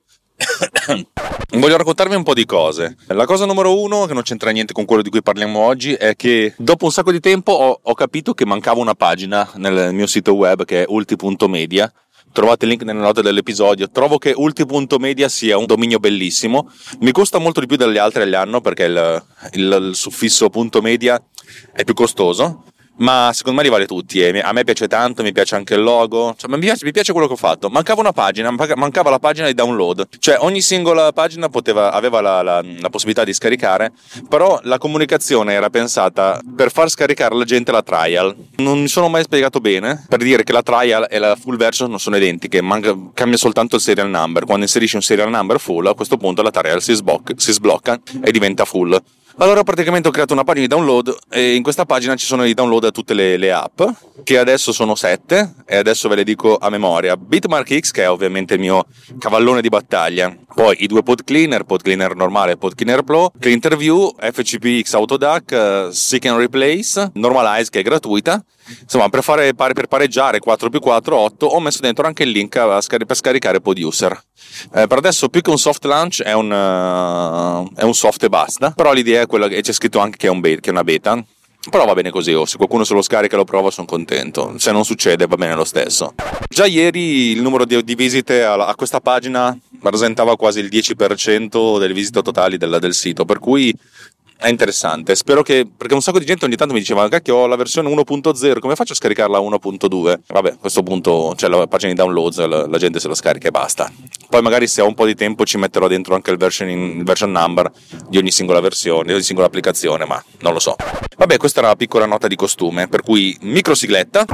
Voglio raccontarvi un po' di cose. La cosa numero uno, che non c'entra niente con quello di cui parliamo oggi, è che dopo un sacco di tempo ho, ho capito che mancava una pagina nel mio sito web, che è ulti punto media. Trovate il link nelle note dell'episodio. Trovo che ulti punto media sia un dominio bellissimo. Mi costa molto di più delle altre all'anno, perché il, il, il suffisso punto media è più costoso, ma secondo me li vale tutti, e a me piace tanto, mi piace anche il logo, cioè, mi, piace, mi piace quello che ho fatto. Mancava una pagina, mancava la pagina di download, cioè ogni singola pagina poteva, aveva la, la, la possibilità di scaricare, però la comunicazione era pensata per far scaricare alla gente la trial. Non mi sono mai spiegato bene, per dire che la trial e la full version non sono identiche, manca, cambia soltanto il serial number. Quando inserisci un serial number full, a questo punto la trial si, sbloc- si sblocca e diventa full. Allora praticamente ho creato una pagina di download, e in questa pagina ci sono i download a tutte le, le app, che adesso sono sette, e adesso ve le dico a memoria. Bitmark X, che è ovviamente il mio cavallone di battaglia, poi i due pod cleaner, pod cleaner normale e pod cleaner pro, CleanTerview, F C P X Autodac, uh, Seek and Replace, Normalize, che è gratuita. Insomma, per, fare, per pareggiare quattro più quattro, otto, ho messo dentro anche il link a scar- per scaricare Poduser. Eh, per adesso più che un soft launch è un, uh, è un soft e basta, però l'idea è quella che c'è scritto anche che è, un be- che è una beta. Però va bene così, oh. Se qualcuno se lo scarica e lo prova sono contento, se non succede va bene lo stesso. Già ieri il numero di, di visite a, a questa pagina rappresentava quasi il dieci per cento delle visite totali del, del sito, per cui è interessante. Spero che, perché un sacco di gente ogni tanto mi diceva cacchio, ho la versione uno punto zero, come faccio a scaricarla a uno punto due? Vabbè, a questo punto c'è la pagina di downloads, la, la gente se la scarica e basta. Poi magari se ho un po' di tempo ci metterò dentro anche il version, in, il version number di ogni singola versione, di ogni singola applicazione, ma non lo so. Vabbè, questa era una piccola nota di costume, per cui microsigletta.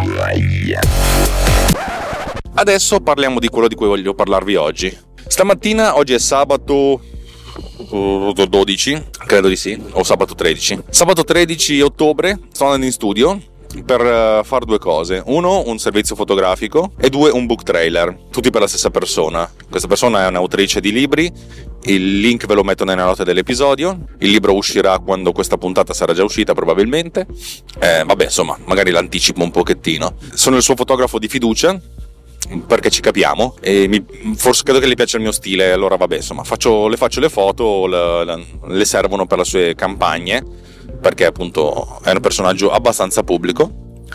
Adesso parliamo di quello di cui voglio parlarvi oggi. Stamattina, oggi è sabato dodici, credo di sì, o sabato tredici. Sabato tredici ottobre sto andando in studio per uh, fare due cose: uno, un servizio fotografico, e due, un book trailer, tutti per la stessa persona. Questa persona è un'autrice di libri, il link ve lo metto nelle note dell'episodio. Il libro uscirà quando questa puntata sarà già uscita probabilmente, eh, vabbè insomma magari l'anticipo un pochettino. Sono il suo fotografo di fiducia, perché ci capiamo, e mi, forse credo che gli piace il mio stile, allora vabbè insomma faccio, le faccio le foto, le, le, le servono per le sue campagne, perché appunto è un personaggio abbastanza pubblico,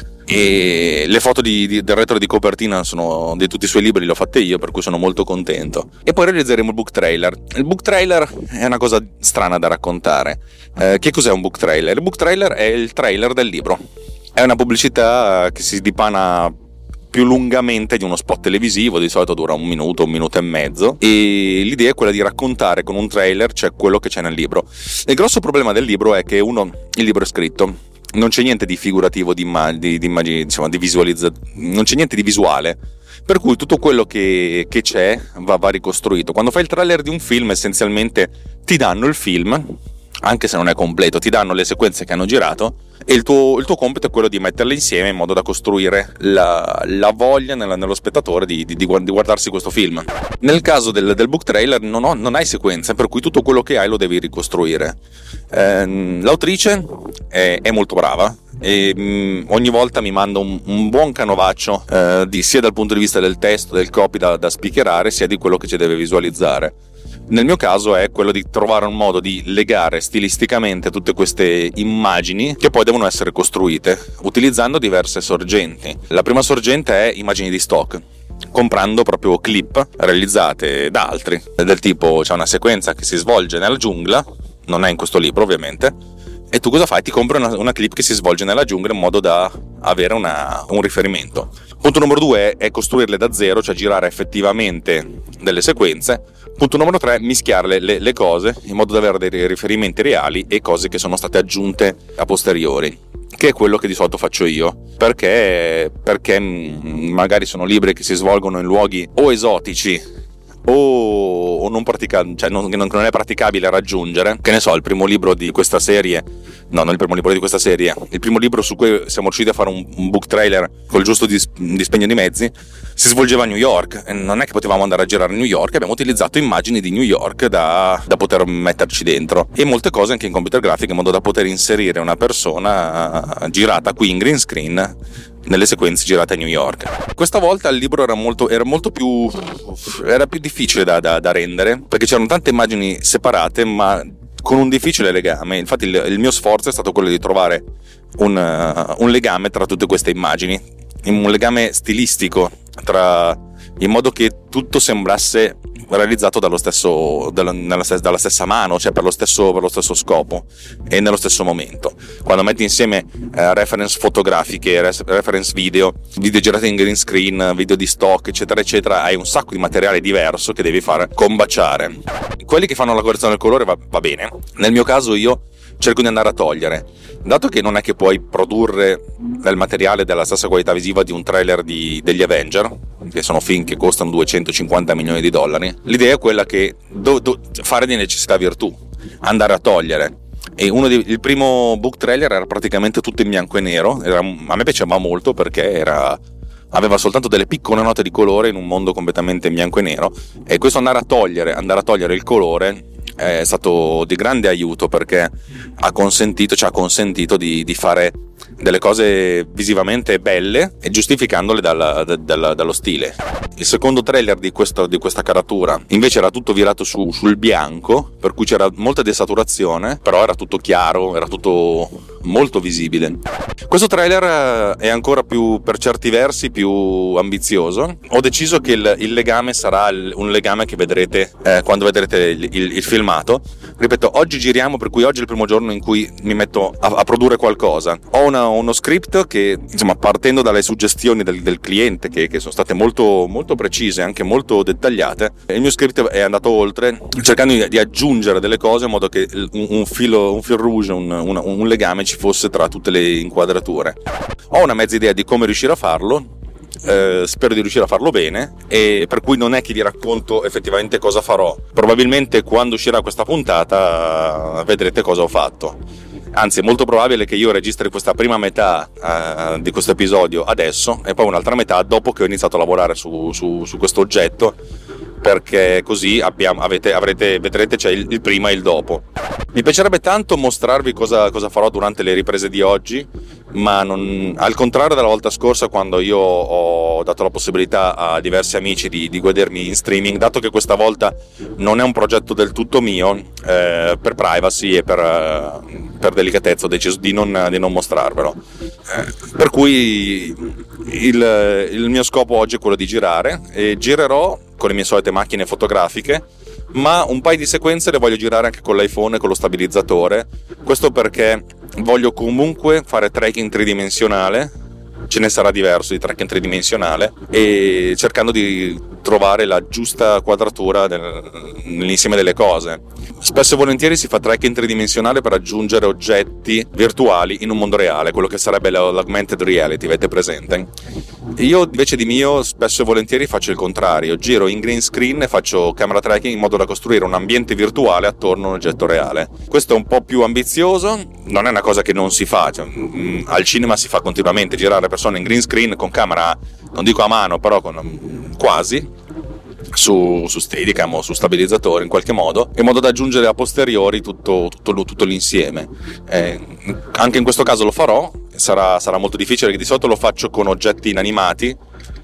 e le foto di, di, del retro di copertina sono di tutti i suoi libri, le ho fatte io, per cui sono molto contento. E poi realizzeremo il book trailer. Il book trailer è una cosa strana da raccontare. Eh, che cos'è un book trailer? Il book trailer è il trailer del libro, è una pubblicità che si dipana più lungamente di uno spot televisivo, di solito dura un minuto, un minuto e mezzo, e l'idea è quella di raccontare con un trailer, cioè quello che c'è nel libro. Il grosso problema del libro è che uno, il libro è scritto, non c'è niente di figurativo, di immagini, di, immagini, insomma, di visualizzazione, non c'è niente di visuale, per cui tutto quello che, che c'è va, va ricostruito. Quando fai il trailer di un film, essenzialmente ti danno il film, anche se non è completo, ti danno le sequenze che hanno girato, e il tuo, il tuo compito è quello di metterle insieme in modo da costruire la, la voglia nella, nello spettatore di, di, di guardarsi questo film. Nel caso del, del book trailer non, ho, non hai sequenze, per cui tutto quello che hai lo devi ricostruire. Eh, l'autrice è, è molto brava, e mh, ogni volta mi manda un, un buon canovaccio, eh, di, sia dal punto di vista del testo, del copy da, da speakerare, sia di quello che ci deve visualizzare. Nel mio caso è quello di trovare un modo di legare stilisticamente tutte queste immagini, che poi devono essere costruite utilizzando diverse sorgenti. La prima sorgente è immagini di stock, comprando proprio clip realizzate da altri, del tipo c'è una sequenza che si svolge nella giungla, non è in questo libro ovviamente, e tu cosa fai? Ti compri una, una clip che si svolge nella giungla in modo da avere una, un riferimento. Punto numero due è costruirle da zero, cioè girare effettivamente delle sequenze Punto numero tre, mischiare le, le cose in modo da avere dei riferimenti reali e cose che sono state aggiunte a posteriori, che è quello che di solito faccio io, perché, perché magari sono libri che si svolgono in luoghi o esotici o, o non, pratica- cioè non, non è praticabile raggiungere. Che ne so, il primo libro di questa serie, no non il primo libro di questa serie, il primo libro su cui siamo riusciti a fare un, un book trailer col giusto dis- dispendio di mezzi, si svolgeva a New York, e non è che potevamo andare a girare a New York, abbiamo utilizzato immagini di New York da, da poter metterci dentro, e molte cose anche in computer grafica, in modo da poter inserire una persona girata qui in green screen nelle sequenze girate a New York. Questa volta il libro era molto, era molto più era più difficile da, da, da rendere, perché c'erano tante immagini separate ma con un difficile legame. Infatti il, il mio sforzo è stato quello di trovare un, uh, un legame tra tutte queste immagini, un legame stilistico tra, in modo che tutto sembrasse realizzato dallo stesso, dalla, nella, dalla stessa mano, cioè per lo stesso, per lo stesso scopo e nello stesso momento. Quando metti insieme eh, reference fotografiche, reference video, video girati in green screen, video di stock, eccetera eccetera, hai un sacco di materiale diverso che devi far combaciare. Quelli che fanno la correzione del colore va, va bene. Nel mio caso io cerco di andare a togliere, dato che non è che puoi produrre del materiale della stessa qualità visiva di un trailer di, degli Avenger, che sono film che costano duecentocinquanta milioni di dollari. L'idea è quella che do, do, fare di necessità virtù, andare a togliere. E uno di, il primo book trailer era praticamente tutto in bianco e nero, era, a me piaceva molto perché era aveva soltanto delle piccole note di colore in un mondo completamente in bianco e nero, e questo andare a togliere andare a togliere il colore è stato di grande aiuto, perché ha consentito, ci ha consentito di, di fare delle cose visivamente belle e giustificandole dalla, dalla, dallo stile. Il secondo trailer di, questo, di questa caratura invece era tutto virato su, sul bianco, per cui c'era molta desaturazione, però era tutto chiaro, era tutto molto visibile. Questo trailer è ancora più, per certi versi, più ambizioso. Ho deciso che il, il legame sarà il, un legame che vedrete eh, quando vedrete il, il, il filmato. Ripeto, oggi giriamo, per cui oggi è il primo giorno in cui mi metto a, a produrre qualcosa. Ho una, uno script che, insomma, partendo dalle suggestioni del, del cliente, che, che sono state molto, molto precise, anche molto dettagliate, il mio script è andato oltre, cercando di, di aggiungere delle cose in modo che un, un filo, un fil rouge, un, un, un legame ci fosse tra tutte le inquadrature. Ho una mezza idea di come riuscire a farlo. Eh, spero di riuscire a farlo bene, e per cui non è che vi racconto effettivamente cosa farò. Probabilmente quando uscirà questa puntata vedrete cosa ho fatto. Anzi, è molto probabile che io registri questa prima metà uh, di questo episodio adesso e poi un'altra metà dopo che ho iniziato a lavorare su, su, su questo oggetto, perché così abbiamo, avete, avrete, vedrete c'è il, il prima e il dopo. Mi piacerebbe tanto mostrarvi cosa, cosa farò durante le riprese di oggi, ma non, al contrario della volta scorsa, quando io ho dato la possibilità a diversi amici di, di godermi in streaming, dato che questa volta non è un progetto del tutto mio, eh, per privacy e per, eh, per delicatezza ho deciso di non, di non mostrarvelo. Eh, per cui il, il mio scopo oggi è quello di girare, e girerò con le mie solite macchine fotografiche, ma un paio di sequenze le voglio girare anche con l'iPhone e con lo stabilizzatore. Questo perché voglio comunque fare tracking tridimensionale, ce ne sarà diverso di tracking tridimensionale, e cercando di trovare la giusta quadratura nel, nell'insieme delle cose. Spesso e volentieri si fa tracking tridimensionale per aggiungere oggetti virtuali in un mondo reale, quello che sarebbe l'augmented reality, avete presente? Io invece di mio spesso e volentieri faccio il contrario, giro in green screen e faccio camera tracking in modo da costruire un ambiente virtuale attorno a un oggetto reale. Questo è un po' più ambizioso, non è una cosa che non si fa, cioè, mh, al cinema si fa continuamente, girare persone in green screen con camera, non dico a mano, però con, mh, quasi, su, su Steadicam o su stabilizzatore in qualche modo, in modo da aggiungere a posteriori tutto, tutto, tutto l'insieme. Eh, anche in questo caso lo farò, sarà, sarà molto difficile, perché di solito lo faccio con oggetti inanimati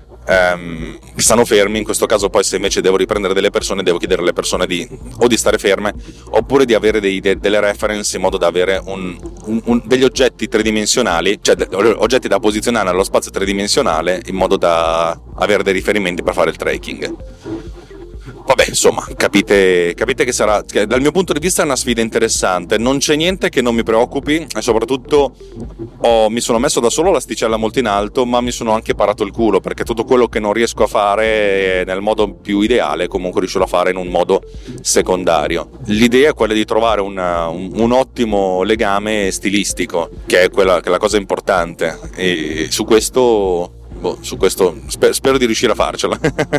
ehm, che stanno fermi. In questo caso poi, se invece devo riprendere delle persone, devo chiedere alle persone di o di stare ferme oppure di avere dei, de, delle reference, in modo da avere un, un, un, degli oggetti tridimensionali, cioè de, oggetti da posizionare nello spazio tridimensionale, in modo da avere dei riferimenti per fare il tracking. Vabbè, insomma, capite, capite che sarà, che dal mio punto di vista è una sfida interessante. Non c'è niente che non mi preoccupi e soprattutto ho, mi sono messo da solo l'asticella molto in alto, ma mi sono anche parato il culo, perché tutto quello che non riesco a fare nel modo più ideale comunque riuscirò a fare in un modo secondario. L'idea è quella di trovare una, un, un ottimo legame stilistico, che è quella che è la cosa importante, e su questo Boh, su questo sper- spero di riuscire a farcela.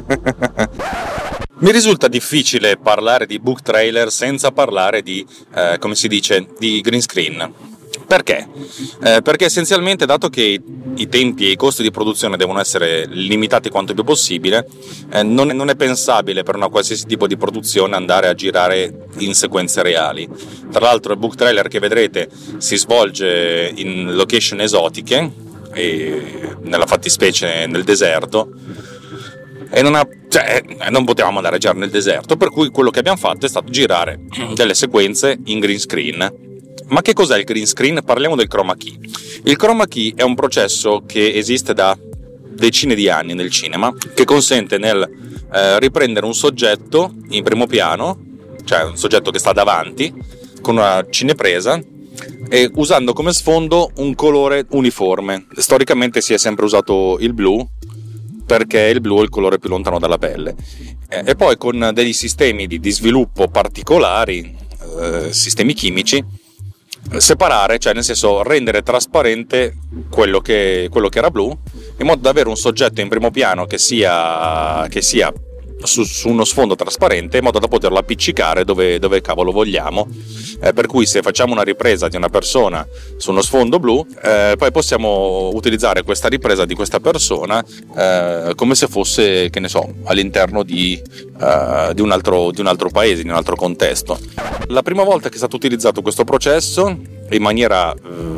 Mi risulta difficile parlare di book trailer senza parlare di, eh, come si dice, di green screen. Perché? Eh, perché essenzialmente, dato che i tempi e i costi di produzione devono essere limitati quanto più possibile, eh, non, è, non è pensabile per una qualsiasi tipo di produzione andare a girare in sequenze reali. Tra l'altro il book trailer che vedrete si svolge in location esotiche, e nella fattispecie nel deserto, e non, ha, cioè, non potevamo andare a girare nel deserto, per cui quello che abbiamo fatto è stato girare delle sequenze in green screen. Ma che cos'è il green screen? Parliamo del chroma key. Il chroma key è un processo che esiste da decine di anni nel cinema, che consente nel eh, riprendere un soggetto in primo piano, cioè un soggetto che sta davanti con una cinepresa, e usando come sfondo un colore uniforme. Storicamente si è sempre usato il blu, perché il blu è il colore più lontano dalla pelle, e poi con degli sistemi di, di sviluppo particolari, eh, sistemi chimici, separare, cioè nel senso rendere trasparente quello che, quello che era blu, in modo da avere un soggetto in primo piano che sia, che sia Su, su uno sfondo trasparente, in modo da poterlo appiccicare dove, dove cavolo vogliamo, eh, per cui se facciamo una ripresa di una persona su uno sfondo blu, eh, poi possiamo utilizzare questa ripresa di questa persona eh, come se fosse, che ne so, all'interno di, eh, di, un altro, di un altro paese, di un altro contesto. La prima volta che è stato utilizzato questo processo in maniera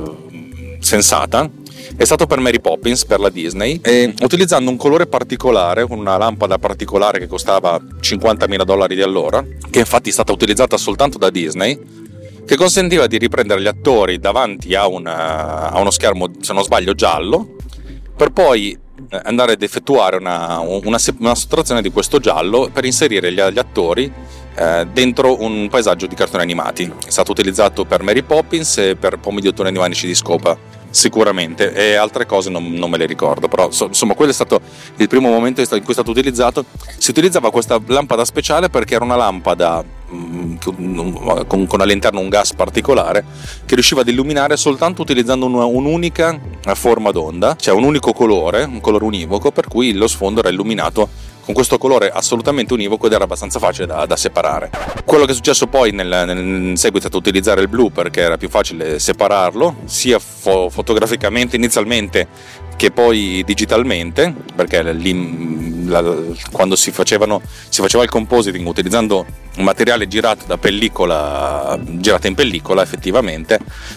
eh, sensata è stato per Mary Poppins, per la Disney, e utilizzando un colore particolare, con una lampada particolare che costava cinquantamila dollari di allora, che infatti è stata utilizzata soltanto da Disney, che consentiva di riprendere gli attori davanti a, una, a uno schermo, se non sbaglio, giallo, per poi andare ad effettuare una, una, una sottrazione di questo giallo per inserire gli, gli attori eh, dentro un paesaggio di cartoni animati. È stato utilizzato per Mary Poppins e per Pomi di Ottone e Manici di Scopa, sicuramente, e altre cose non, non me le ricordo, però insomma quello è stato il primo momento in cui è stato utilizzato. Si utilizzava questa lampada speciale perché era una lampada mh, con, con all'interno un gas particolare che riusciva ad illuminare soltanto utilizzando una, un'unica forma d'onda, cioè un unico colore, un colore univoco, per cui lo sfondo era illuminato con questo colore assolutamente univoco ed era abbastanza facile da, da separare. Quello che è successo poi nel, nel in seguito è stato utilizzare il blu, perché era più facile separarlo sia fo- fotograficamente inizialmente che poi digitalmente, perché lì, la, quando si facevano si faceva il compositing utilizzando un materiale girato da pellicola, girata in pellicola effettivamente,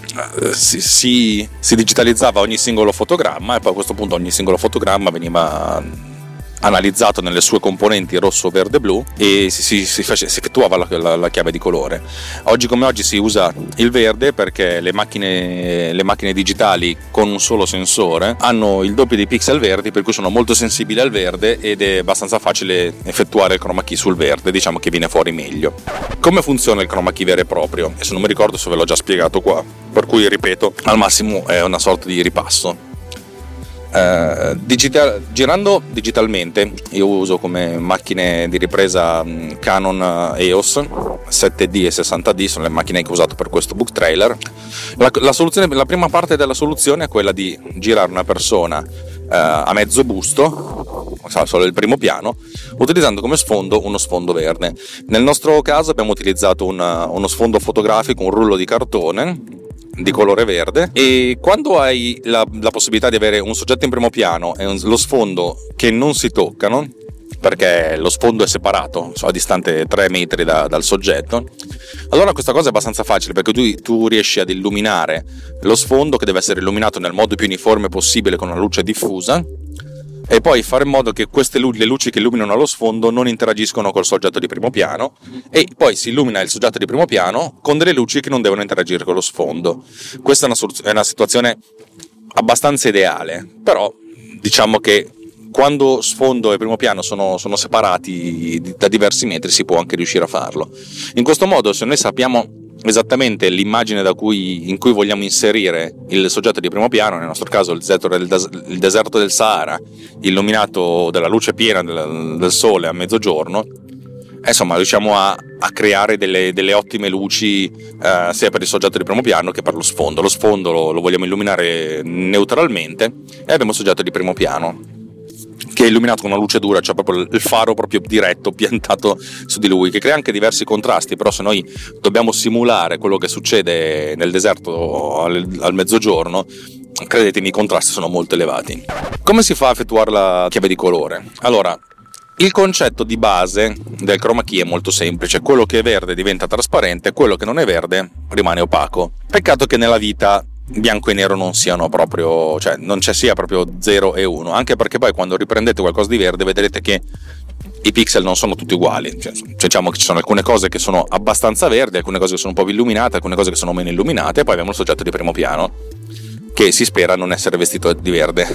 si, si, si digitalizzava ogni singolo fotogramma, e poi a questo punto ogni singolo fotogramma veniva analizzato nelle sue componenti rosso, verde, blu, e si, si, si, face, si effettuava la, la, la chiave di colore. Oggi come oggi si usa il verde perché le macchine, le macchine digitali con un solo sensore hanno il doppio dei pixel verdi, per cui sono molto sensibili al verde ed è abbastanza facile effettuare il chroma key sul verde, diciamo che viene fuori meglio. Come funziona il chroma key vero e proprio? E se non mi ricordo se ve l'ho già spiegato qua, per cui ripeto, al massimo è una sorta di ripasso. Uh, digital, girando digitalmente, io uso come macchine di ripresa um, Canon E O S sette D e sessanta D, sono le macchine che ho usato per questo book trailer. La, la, soluzione, la prima parte della soluzione è quella di girare una persona uh, a mezzo busto, solo il primo piano, utilizzando come sfondo uno sfondo verde. Nel nostro caso abbiamo utilizzato una, uno sfondo fotografico, un rullo di cartone di colore verde, e quando hai la, la possibilità di avere un soggetto in primo piano e un, lo sfondo che non si toccano, perché lo sfondo è separato, so, a distante tre metri da, dal soggetto, allora questa cosa è abbastanza facile, perché tu, tu riesci ad illuminare lo sfondo, che deve essere illuminato nel modo più uniforme possibile con una luce diffusa, e poi fare in modo che queste lu- le luci che illuminano lo sfondo non interagiscono col soggetto di primo piano, e poi si illumina il soggetto di primo piano con delle luci che non devono interagire con lo sfondo. Questa è una, soluz- è una situazione abbastanza ideale, però diciamo che quando sfondo e primo piano sono, sono separati da diversi metri si può anche riuscire a farlo. In questo modo, se noi sappiamo esattamente l'immagine da cui, in cui vogliamo inserire il soggetto di primo piano, nel nostro caso il deserto del, il deserto del Sahara, illuminato dalla luce piena del, del sole a mezzogiorno, eh, insomma riusciamo a, a creare delle, delle ottime luci eh, sia per il soggetto di primo piano che per lo sfondo. Lo sfondo lo, lo vogliamo illuminare neutralmente e abbiamo il soggetto di primo piano che è illuminato con una luce dura, cioè proprio il faro proprio diretto piantato su di lui, che crea anche diversi contrasti. Però se noi dobbiamo simulare quello che succede nel deserto al, al mezzogiorno, credetemi, i contrasti sono molto elevati. Come si fa a effettuare la chiave di colore? Allora, il concetto di base del chroma key è molto semplice: quello che è verde diventa trasparente, quello che non è verde rimane opaco. Peccato che nella vita bianco e nero non siano proprio, cioè non c'è sia proprio zero e uno, anche perché poi quando riprendete qualcosa di verde vedrete che i pixel non sono tutti uguali, cioè, diciamo che ci sono alcune cose che sono abbastanza verdi, alcune cose che sono un po' più illuminate, alcune cose che sono meno illuminate, e poi abbiamo il soggetto di primo piano che si spera non essere vestito di verde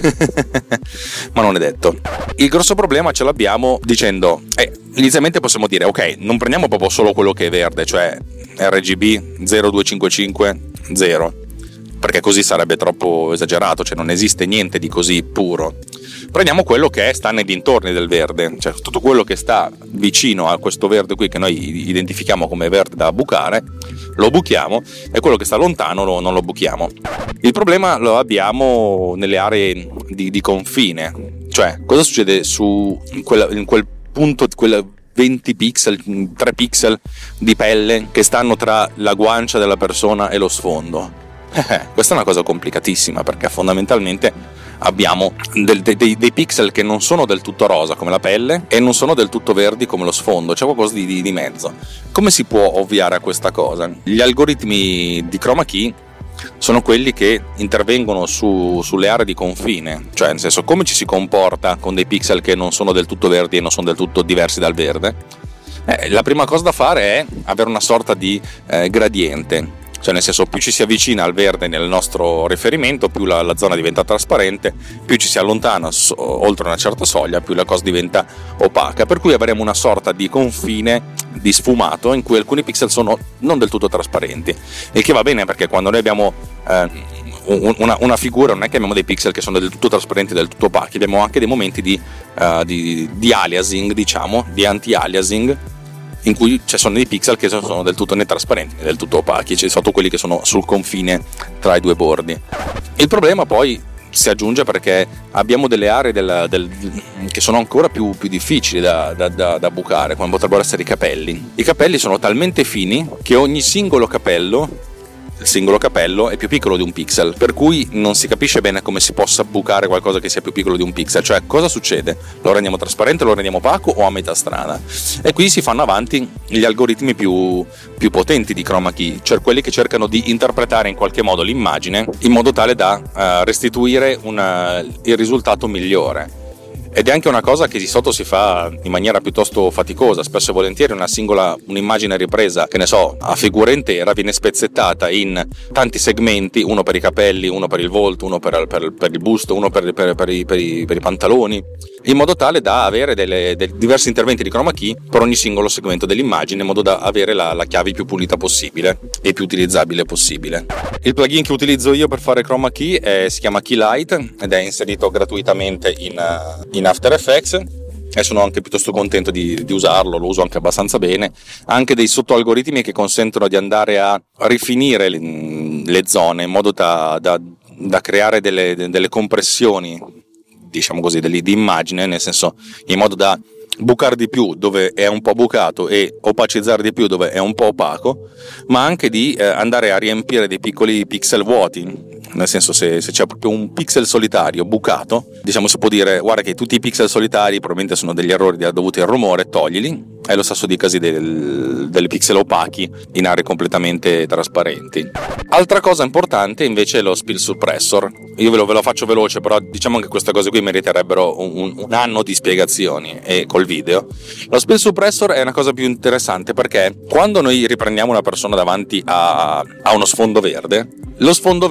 ma non è detto. Il grosso problema ce l'abbiamo dicendo, eh, inizialmente possiamo dire ok, non prendiamo proprio solo quello che è verde, cioè R G B zero due cinque cinque zero, perché così sarebbe troppo esagerato, cioè non esiste niente di così puro. Prendiamo quello che sta nei dintorni del verde, cioè tutto quello che sta vicino a questo verde qui che noi identifichiamo come verde da bucare, lo buchiamo, e quello che sta lontano lo, non lo buchiamo. Il problema lo abbiamo nelle aree di, di confine, cioè cosa succede su quella, in quel punto, quella venti pixel, tre pixel di pelle che stanno tra la guancia della persona e lo sfondo. Eh, questa è una cosa complicatissima, perché fondamentalmente abbiamo del, dei, dei pixel che non sono del tutto rosa come la pelle e non sono del tutto verdi come lo sfondo, c'è qualcosa di, di, di mezzo. Come si può ovviare a questa cosa? Gli algoritmi di chroma key sono quelli che intervengono su, sulle aree di confine, cioè nel senso come ci si comporta con dei pixel che non sono del tutto verdi e non sono del tutto diversi dal verde. Eh, la prima cosa da fare è avere una sorta di eh, gradiente. Cioè nel senso, più ci si avvicina al verde nel nostro riferimento, più la, la zona diventa trasparente, più ci si allontana so, oltre una certa soglia, più la cosa diventa opaca, per cui avremo una sorta di confine di sfumato in cui alcuni pixel sono non del tutto trasparenti, il che va bene perché quando noi abbiamo eh, una, una figura non è che abbiamo dei pixel che sono del tutto trasparenti, del tutto opachi, abbiamo anche dei momenti di, uh, di, di aliasing, diciamo, di anti-aliasing, in cui ci sono dei pixel che sono del tutto né trasparenti né del tutto opachi, ci sono quelli che sono sul confine tra i due bordi. Il problema poi si aggiunge perché abbiamo delle aree del, del, che sono ancora più, più difficili da, da, da, da bucare, come potrebbero essere i capelli. I capelli sono talmente fini che ogni singolo capello il singolo capello è più piccolo di un pixel, per cui non si capisce bene come si possa bucare qualcosa che sia più piccolo di un pixel, cioè cosa succede? Lo rendiamo trasparente, lo rendiamo opaco o a metà strada? E qui si fanno avanti gli algoritmi più, più potenti di chroma key, cioè quelli che cercano di interpretare in qualche modo l'immagine in modo tale da uh, restituire una, il risultato migliore. Ed è anche una cosa che di sotto si fa in maniera piuttosto faticosa, spesso e volentieri una singola un'immagine ripresa, che ne so, a figura intera viene spezzettata in tanti segmenti, uno per i capelli, uno per il volto, uno per, per, per il busto, uno per, per, per, i, per, i, per i pantaloni, in modo tale da avere delle, dei diversi interventi di chroma key per ogni singolo segmento dell'immagine, in modo da avere la, la chiave più pulita possibile e più utilizzabile possibile. Il plugin che utilizzo io per fare chroma key è, si chiama Keylight ed è inserito gratuitamente in, in in After Effects e sono anche piuttosto contento di, di usarlo, lo uso anche abbastanza bene. Ha anche dei sottoalgoritmi che consentono di andare a rifinire le, le zone in modo da, da, da creare delle, delle compressioni, diciamo così, di immagine, nel senso in modo da bucare di più dove è un po' bucato e opacizzare di più dove è un po' opaco, ma anche di eh, andare a riempire dei piccoli pixel vuoti. Nel senso, se, se c'è proprio un pixel solitario bucato, diciamo, si può dire guarda che tutti i pixel solitari probabilmente sono degli errori dovuti al rumore, toglili. È lo stesso dicasi del, delle pixel opachi in aree completamente trasparenti. Altra cosa importante invece è lo spill suppressor. Io ve lo, ve lo faccio veloce, però diciamo che queste cose qui meriterebbero un, un anno di spiegazioni e col video. Lo spill suppressor è una cosa più interessante perché quando noi riprendiamo una persona davanti a, a uno sfondo verde, lo sfondo verde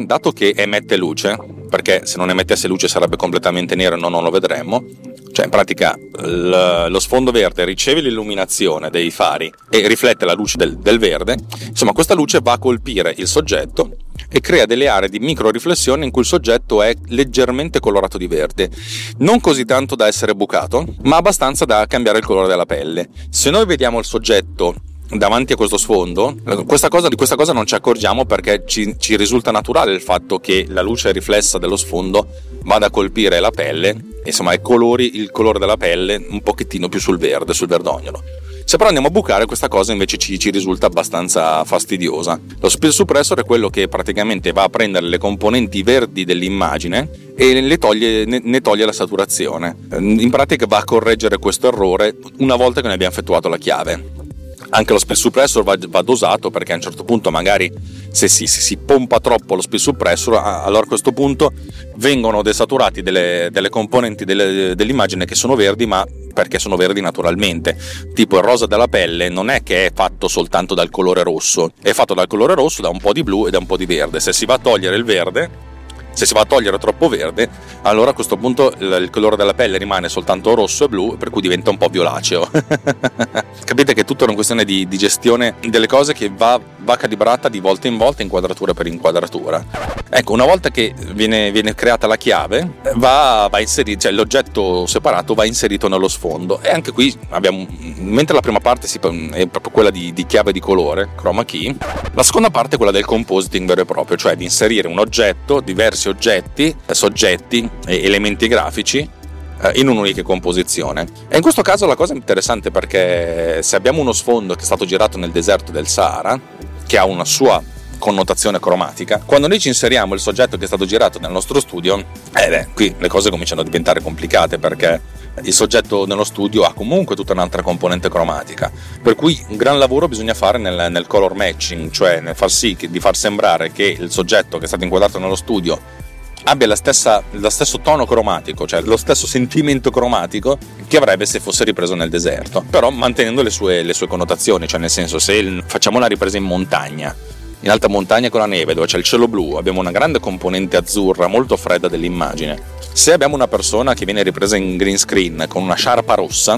dato che emette luce, perché se non emettesse luce sarebbe completamente nero e non, non lo vedremmo, cioè in pratica l- lo sfondo verde riceve l'illuminazione dei fari e riflette la luce del, del verde, insomma questa luce va a colpire il soggetto e crea delle aree di micro riflessione in cui il soggetto è leggermente colorato di verde, non così tanto da essere bucato, ma abbastanza da cambiare il colore della pelle. Se noi vediamo il soggetto davanti a questo sfondo, questa cosa, di questa cosa non ci accorgiamo perché ci, ci risulta naturale il fatto che la luce riflessa dello sfondo vada a colpire la pelle, insomma e colori il colore della pelle un pochettino più sul verde, sul verdognolo. Se però andiamo a bucare, questa cosa invece ci, ci risulta abbastanza fastidiosa. Lo speed suppressor è quello che praticamente va a prendere le componenti verdi dell'immagine e le toglie, ne, ne toglie la saturazione. In pratica va a correggere questo errore una volta che ne abbiamo effettuato la chiave. Anche lo speed suppressor va, va dosato, perché a un certo punto magari se si, se si pompa troppo lo speed suppressor, allora a questo punto vengono desaturati delle, delle componenti delle, dell'immagine che sono verdi, ma perché sono verdi naturalmente. Tipo il rosa della pelle non è che è fatto soltanto dal colore rosso, è fatto dal colore rosso, da un po' di blu e da un po' di verde. Se si va a togliere il verde, se si va a togliere troppo verde, allora a questo punto il, il colore della pelle rimane soltanto rosso e blu, per cui diventa un po' violaceo. Capite che è tutta una questione di, di gestione delle cose che va, va calibrata di volta in volta, inquadratura per inquadratura. Ecco, una volta che viene, viene creata la chiave, va, va inserito, cioè l'oggetto separato va inserito nello sfondo. E anche qui abbiamo, mentre la prima parte si, è proprio quella di, di chiave di colore, chroma key, la seconda parte è quella del compositing vero e proprio, cioè di inserire un oggetto, diversi oggetti, soggetti e elementi grafici in un'unica composizione. E in questo caso la cosa è interessante perché se abbiamo uno sfondo che è stato girato nel deserto del Sahara, che ha una sua connotazione cromatica, quando noi ci inseriamo il soggetto che è stato girato nel nostro studio, eh beh, qui le cose cominciano a diventare complicate, perché il soggetto nello studio ha comunque tutta un'altra componente cromatica, per cui un gran lavoro bisogna fare nel, nel color matching, cioè nel far sì che, di far sembrare che il soggetto che è stato inquadrato nello studio abbia la stessa, lo stesso tono cromatico, cioè lo stesso sentimento cromatico che avrebbe se fosse ripreso nel deserto, però mantenendo le sue, le sue connotazioni, cioè nel senso, se il, facciamo una ripresa in montagna, in alta montagna con la neve, dove c'è il cielo blu, abbiamo una grande componente azzurra molto fredda dell'immagine. Se abbiamo una persona che viene ripresa in green screen con una sciarpa rossa,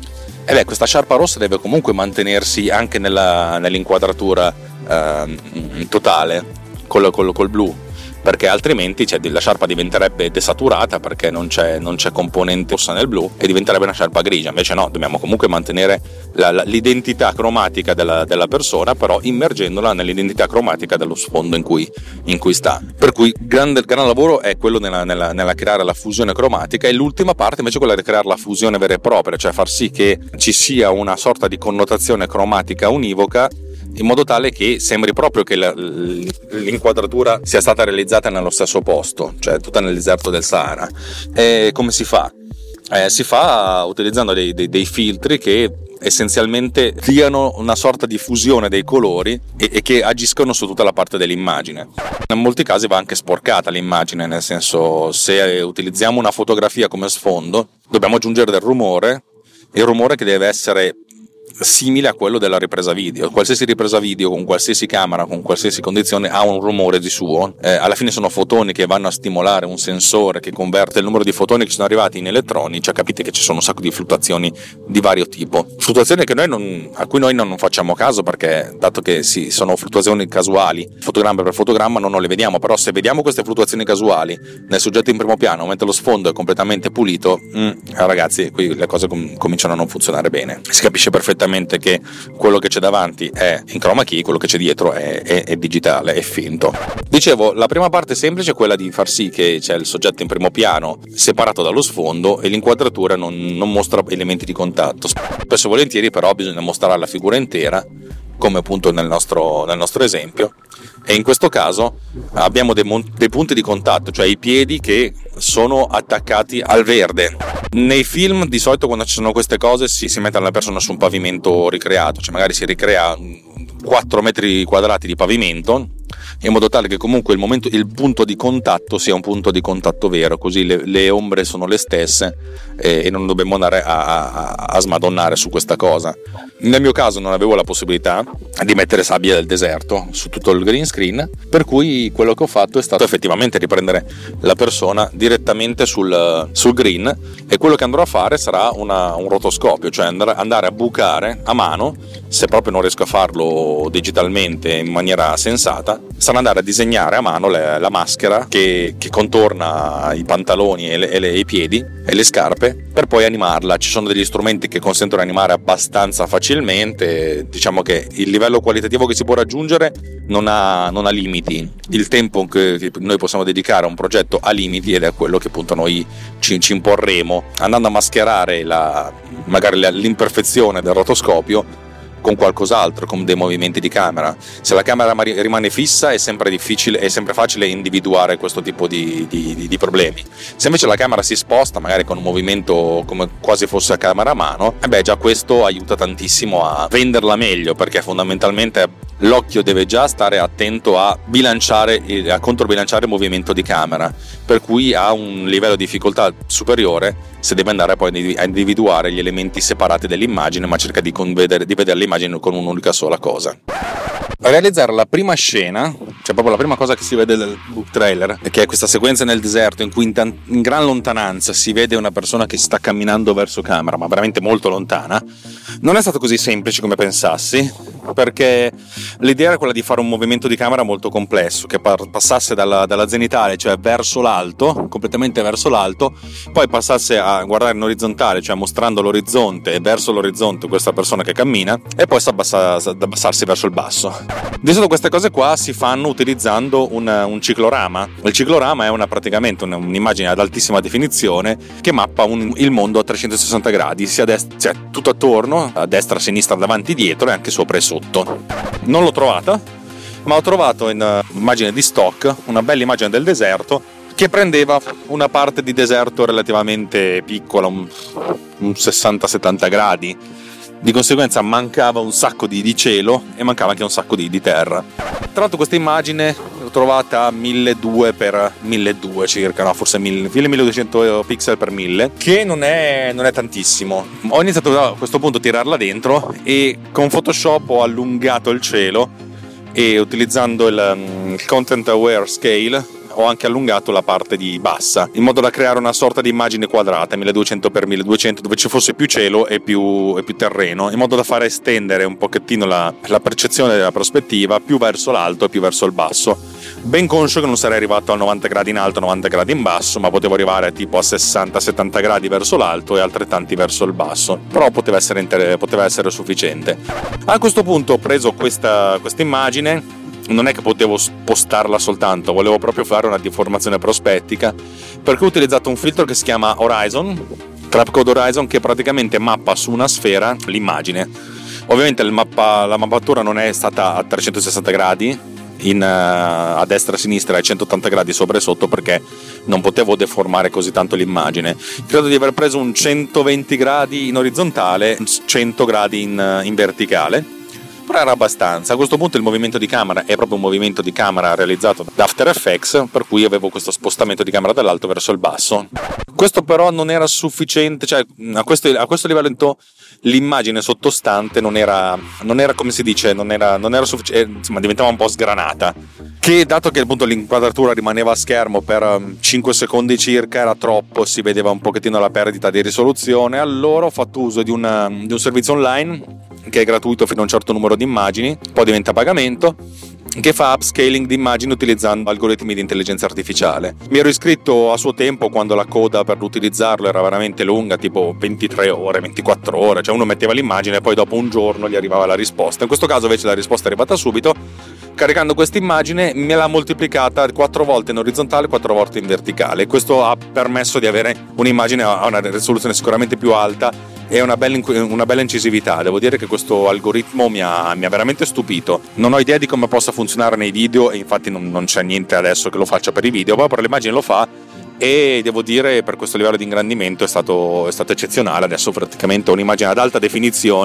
e beh, questa sciarpa rossa deve comunque mantenersi anche nella, nell'inquadratura eh, totale col, col, col blu, perché altrimenti cioè, la sciarpa diventerebbe desaturata perché non c'è, non c'è componente rossa nel blu e diventerebbe una sciarpa grigia. Invece no, dobbiamo comunque mantenere la, la, l'identità cromatica della, della persona, però immergendola nell'identità cromatica dello sfondo in cui, in cui sta. Per cui grande, il gran lavoro è quello nella, nella, nella creare la fusione cromatica, e l'ultima parte invece è quella di creare la fusione vera e propria, cioè far sì che ci sia una sorta di connotazione cromatica univoca, in modo tale che sembri proprio che la, l'inquadratura sia stata realizzata nello stesso posto, cioè tutta nel deserto del Sahara. E come si fa? Eh, si fa utilizzando dei, dei, dei filtri che essenzialmente diano una sorta di fusione dei colori e, e che agiscono su tutta la parte dell'immagine. In molti casi va anche sporcata l'immagine, nel senso, se utilizziamo una fotografia come sfondo dobbiamo aggiungere del rumore, il rumore che deve essere simile a quello della ripresa video. Qualsiasi ripresa video con qualsiasi camera, con qualsiasi condizione, ha un rumore di suo. Eh, alla fine sono fotoni che vanno a stimolare un sensore che converte il numero di fotoni che sono arrivati in elettroni. Cioè capite che ci sono un sacco di fluttuazioni di vario tipo, fluttuazioni che noi non, a cui noi non facciamo caso, perché dato che sì, sono fluttuazioni casuali, fotogramma per fotogramma non, non le vediamo. Però se vediamo queste fluttuazioni casuali nel soggetto in primo piano mentre lo sfondo è completamente pulito, mm, ragazzi, qui le cose com- cominciano a non funzionare bene. Si capisce perfettamente che quello che c'è davanti è in chroma key, quello che c'è dietro è, è, è digitale, è finto. Dicevo, la prima parte semplice è quella di far sì che c'è il soggetto in primo piano separato dallo sfondo e l'inquadratura non, non mostra elementi di contatto. Spesso e volentieri però bisogna mostrare la figura intera, come appunto nel nostro, nel nostro esempio, e in questo caso abbiamo dei, mon- dei punti di contatto, cioè i piedi che sono attaccati al verde. Nei film di solito quando ci sono queste cose si, si mette la persona su un pavimento ricreato, cioè magari si ricrea quattro metri quadrati di pavimento in modo tale che comunque il momento, il punto di contatto sia un punto di contatto vero, così le, le ombre sono le stesse e, e non dobbiamo andare a, a, a smadonnare su questa cosa. Nel mio caso non avevo la possibilità di mettere sabbia del deserto su tutto il green screen, per cui quello che ho fatto è stato effettivamente riprendere la persona direttamente sul, sul green, e quello che andrò a fare sarà una, un rotoscopio, cioè andare, andare a bucare a mano, se proprio non riesco a farlo digitalmente in maniera sensata, sarà andare a disegnare a mano le, la maschera che, che contorna i pantaloni e, le, e, le, e i piedi e le scarpe, per poi animarla. Ci sono degli strumenti che consentono di animare abbastanza facilmente, diciamo che il livello qualitativo che si può raggiungere non ha, non ha limiti, il tempo che, che noi possiamo dedicare a un progetto ha limiti, ed è quello che appunto noi ci, ci imporremo andando a mascherare la, magari l'imperfezione del rotoscopio con qualcos'altro, con dei movimenti di camera. Se la camera rimane fissa è sempre difficile, è sempre facile individuare questo tipo di, di, di problemi. Se invece la camera si sposta, magari con un movimento come quasi fosse a camera a mano, e beh, già questo aiuta tantissimo a venderla meglio, perché fondamentalmente l'occhio deve già stare attento a bilanciare, a controbilanciare il movimento di camera, per cui ha un livello di difficoltà superiore se deve andare poi a individuare gli elementi separati dell'immagine, ma cerca di, convedere, di vedere l'immagine con un'unica sola cosa. Realizzare la prima scena, cioè proprio la prima cosa che si vede nel book trailer, che è questa sequenza nel deserto in cui in, tan- in gran lontananza si vede una persona che sta camminando verso camera, ma veramente molto lontana. Non è stato così semplice come pensassi, perché l'idea era quella di fare un movimento di camera molto complesso, che par- passasse dalla, dalla zenitale, cioè verso l'alto, completamente verso l'alto, poi passasse a guardare in orizzontale, cioè mostrando l'orizzonte e verso l'orizzonte questa persona che cammina, e poi s'abbassa, ad abbassarsi verso il basso. Di solito queste cose qua si fanno utilizzando un, un ciclorama. Il ciclorama è una, praticamente un, un'immagine ad altissima definizione che mappa un, il mondo a trecentosessanta gradi, sia dest- cioè tutto attorno, a destra, a sinistra, davanti, dietro, e anche sopra e sotto. Non l'ho trovata, ma ho trovato in uh, immagine di stock una bella immagine del deserto che prendeva una parte di deserto relativamente piccola, un, un sessanta settanta gradi. Di conseguenza mancava un sacco di, di cielo e mancava anche un sacco di, di terra. Tra l'altro questa immagine l'ho trovata a milleduecento per milleduecento circa, no, forse milleduecento pixel per mille, che non è, non è tantissimo. Ho iniziato a questo punto a tirarla dentro e con Photoshop ho allungato il cielo, e utilizzando il, il Content Aware Scale ho anche allungato la parte di bassa, in modo da creare una sorta di immagine quadrata milleduecento per milleduecento, dove ci fosse più cielo e più, e più terreno, in modo da fare estendere un pochettino la, la percezione della prospettiva più verso l'alto e più verso il basso. Ben conscio che non sarei arrivato a novanta gradi in alto, novanta gradi in basso, ma potevo arrivare tipo a sessanta settanta gradi verso l'alto e altrettanti verso il basso, però poteva essere, inter- poteva essere sufficiente. A questo punto ho preso questa, questa immagine. Non è che potevo spostarla soltanto, volevo proprio fare una deformazione prospettica, per cui ho utilizzato un filtro che si chiama Horizon, Trapcode Horizon, che praticamente mappa su una sfera l'immagine. Ovviamente il mappa, la mappatura non è stata a trecentosessanta gradi, in, uh, a destra e a sinistra e centottanta gradi sopra e sotto, perché non potevo deformare così tanto l'immagine. Credo di aver preso un centoventi gradi in orizzontale, cento gradi in, in verticale, però era abbastanza. A questo punto il movimento di camera è proprio un movimento di camera realizzato da After Effects, per cui avevo questo spostamento di camera dall'alto verso il basso. Questo però non era sufficiente, cioè a questo, a questo livello l'immagine sottostante non era, non era come si dice, non era, non era sufficiente, insomma diventava un po' sgranata, che dato che appunto l'inquadratura rimaneva a schermo per cinque secondi circa era troppo, si vedeva un pochettino la perdita di risoluzione. Allora ho fatto uso di, una, di un servizio online che è gratuito fino a un certo numero di immagini, poi diventa a pagamento, che fa upscaling di immagini utilizzando algoritmi di intelligenza artificiale. Mi ero iscritto a suo tempo quando la coda per utilizzarlo era veramente lunga, tipo ventitré ore, ventiquattro ore, cioè uno metteva l'immagine e poi dopo un giorno gli arrivava la risposta. In questo caso invece la risposta è arrivata subito. Caricando questa immagine me l'ha moltiplicata quattro volte in orizzontale, quattro volte in verticale. Questo ha permesso di avere un'immagine a una risoluzione sicuramente più alta e una bella, una bella incisività. Devo dire che questo algoritmo mi ha, mi ha veramente stupito. Non ho idea di come possa funzionare nei video e infatti non, non c'è niente adesso che lo faccia per i video, però per le immagini lo fa, e devo dire per questo livello di ingrandimento è stato, è stato eccezionale. Adesso praticamente ho un'immagine ad alta definizione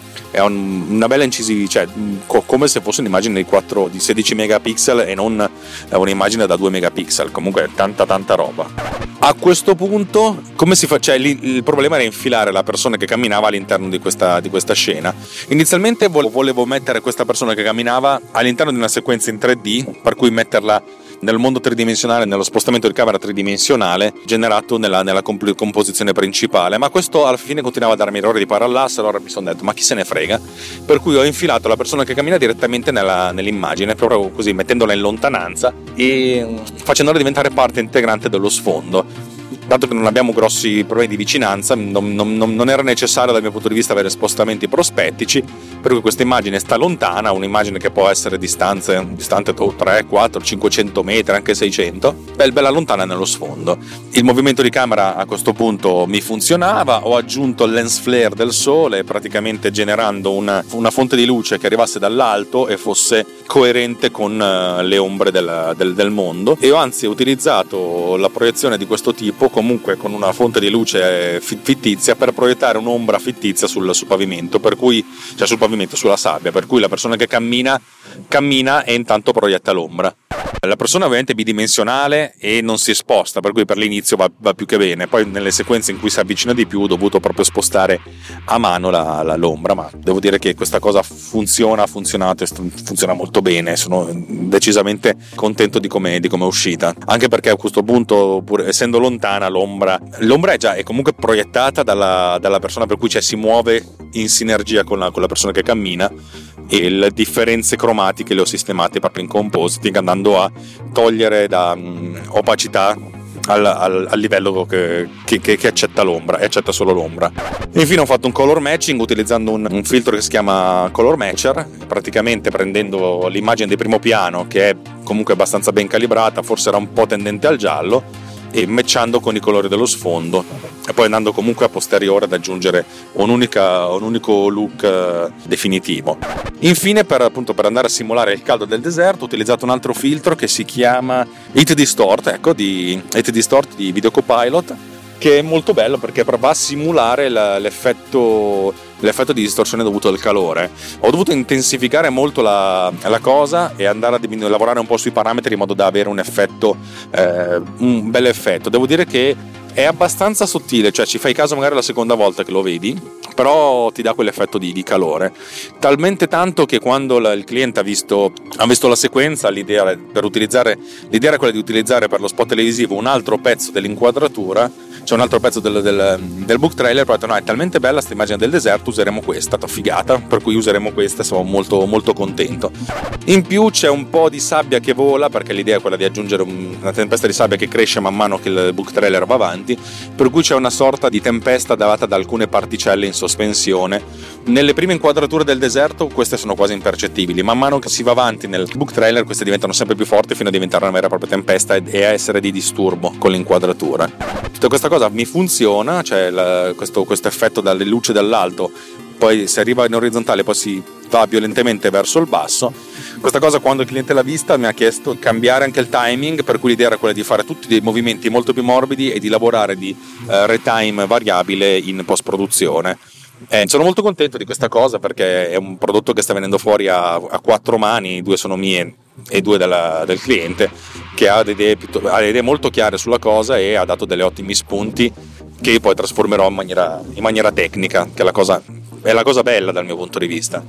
è un, una bella incisiva, cioè co- come se fosse un'immagine di, quattro, di sedici megapixel e non un'immagine da due megapixel, comunque è tanta tanta roba. A questo punto come si fa? Cioè, lì, il problema era infilare la persona che camminava all'interno di questa, di questa scena. Inizialmente volevo mettere questa persona che camminava all'interno di una sequenza in tre D, per cui metterla nel mondo tridimensionale, nello spostamento di camera tridimensionale generato nella, nella comp- composizione principale, ma questo alla fine continuava a darmi errori di parallasse. Allora mi sono detto, ma chi se ne frega, per cui ho infilato la persona che cammina direttamente nella, nell'immagine, proprio così, mettendola in lontananza e facendola diventare parte integrante dello sfondo. Dato che non abbiamo grossi problemi di vicinanza, non, non, non era necessario dal mio punto di vista avere spostamenti prospettici, per cui questa immagine sta lontana, un'immagine che può essere distanze, distante tre, quattro, cinquecento metri, anche seicento, bella, bella lontana nello sfondo. Il movimento di camera a questo punto mi funzionava, ho aggiunto il lens flare del sole, praticamente generando una, una fonte di luce che arrivasse dall'alto e fosse coerente con uh, le ombre del, del, del mondo, e ho anzi utilizzato la proiezione di questo tipo comunque con una fonte di luce fittizia per proiettare un'ombra fittizia sul, sul pavimento, per cui, cioè sul pavimento, sulla sabbia, per cui la persona che cammina cammina e intanto proietta l'ombra. La persona ovviamente è bidimensionale e non si sposta, per cui per l'inizio va, va più che bene. Poi nelle sequenze in cui si avvicina di più ho dovuto proprio spostare a mano la, la, l'ombra, ma devo dire che questa cosa funziona, ha funzionato e funziona molto bene. Sono decisamente contento di come, di come è uscita, anche perché a questo punto, pur essendo lontana, l'ombra l'ombra è già è comunque proiettata dalla, dalla persona, per cui cioè, si muove in sinergia con la, con la persona che cammina, e le differenze cromatiche le ho sistemate proprio in compositing, andando a togliere da um, opacità al, al, al livello che, che, che accetta l'ombra, e accetta solo l'ombra. E infine ho fatto un color matching utilizzando un, un filtro che si chiama Color Matcher, praticamente prendendo l'immagine di primo piano, che è comunque abbastanza ben calibrata, forse era un po' tendente al giallo, e matchando con i colori dello sfondo, e poi andando comunque a posteriore ad aggiungere un'unica, un unico look uh, definitivo. Infine, per, appunto, per andare a simulare il caldo del deserto, ho utilizzato un altro filtro che si chiama Heat Distort, ecco, di Heat Distort di Video Copilot, che è molto bello perché va a simulare la, l'effetto, l'effetto di distorsione dovuto al calore. Ho dovuto intensificare molto la, la cosa e andare a diminuire, lavorare un po' sui parametri in modo da avere un effetto, eh, un bel effetto. Devo dire che è abbastanza sottile, cioè ci fai caso magari la seconda volta che lo vedi, però ti dà quell'effetto di, di calore, talmente tanto che quando la, il cliente ha visto, ha visto la sequenza, l'idea, per utilizzare, l'idea era quella di utilizzare per lo spot televisivo un altro pezzo dell'inquadratura, c'è un altro pezzo del, del, del book trailer, però ho detto no, è talmente bella questa immagine del deserto, useremo questa, è stata figata, per cui useremo questa, sono molto molto contento. In più c'è un po' di sabbia che vola, perché l'idea è quella di aggiungere una tempesta di sabbia che cresce man mano che il book trailer va avanti, per cui c'è una sorta di tempesta data da alcune particelle in sospensione. Nelle prime inquadrature del deserto queste sono quasi impercettibili, man mano che si va avanti nel book trailer queste diventano sempre più forti fino a diventare una vera e propria tempesta e a essere di disturbo con l'inquadratura. Tutta questa cosa mi funziona, cioè la, questo, questo effetto dalle luci dall'alto, poi si arriva in orizzontale, poi si va violentemente verso il basso. Questa cosa, quando il cliente l'ha vista, mi ha chiesto di cambiare anche il timing, per cui l'idea era quella di fare tutti dei movimenti molto più morbidi e di lavorare di uh, retime variabile in post produzione. Eh, sono molto contento di questa cosa perché è un prodotto che sta venendo fuori a, a quattro mani, due sono mie e due della, del cliente, che ha delle idee, ha delle idee molto chiare sulla cosa e ha dato degli ottimi spunti che io poi trasformerò in maniera, in maniera tecnica, che è la cosa, è la cosa bella dal mio punto di vista.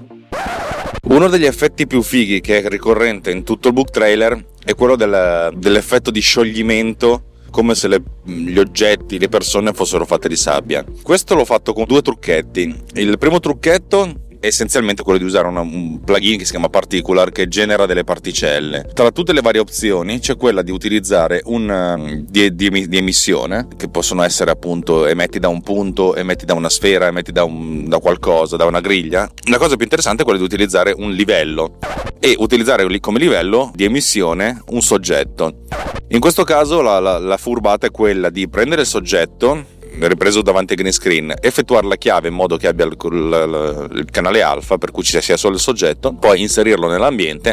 Uno degli effetti più fighi che è ricorrente in tutto il book trailer è quello del, dell'effetto di scioglimento, come se le, gli oggetti, le persone fossero fatte di sabbia. Questo l'ho fatto con due trucchetti. Il primo trucchetto è essenzialmente quello di usare una, un plugin che si chiama Particular, che genera delle particelle. Tra tutte le varie opzioni c'è quella di utilizzare un di, di, di emissione, che possono essere appunto emetti da un punto, emetti da una sfera, emetti da, un, da qualcosa, da una griglia. La cosa più interessante è quella di utilizzare un livello e utilizzare come livello di emissione un soggetto. In questo caso la, la, la furbata è quella di prendere il soggetto ripreso davanti al green screen, effettuare la chiave in modo che abbia il, il, il canale alfa, per cui ci sia solo il soggetto, poi inserirlo nell'ambiente,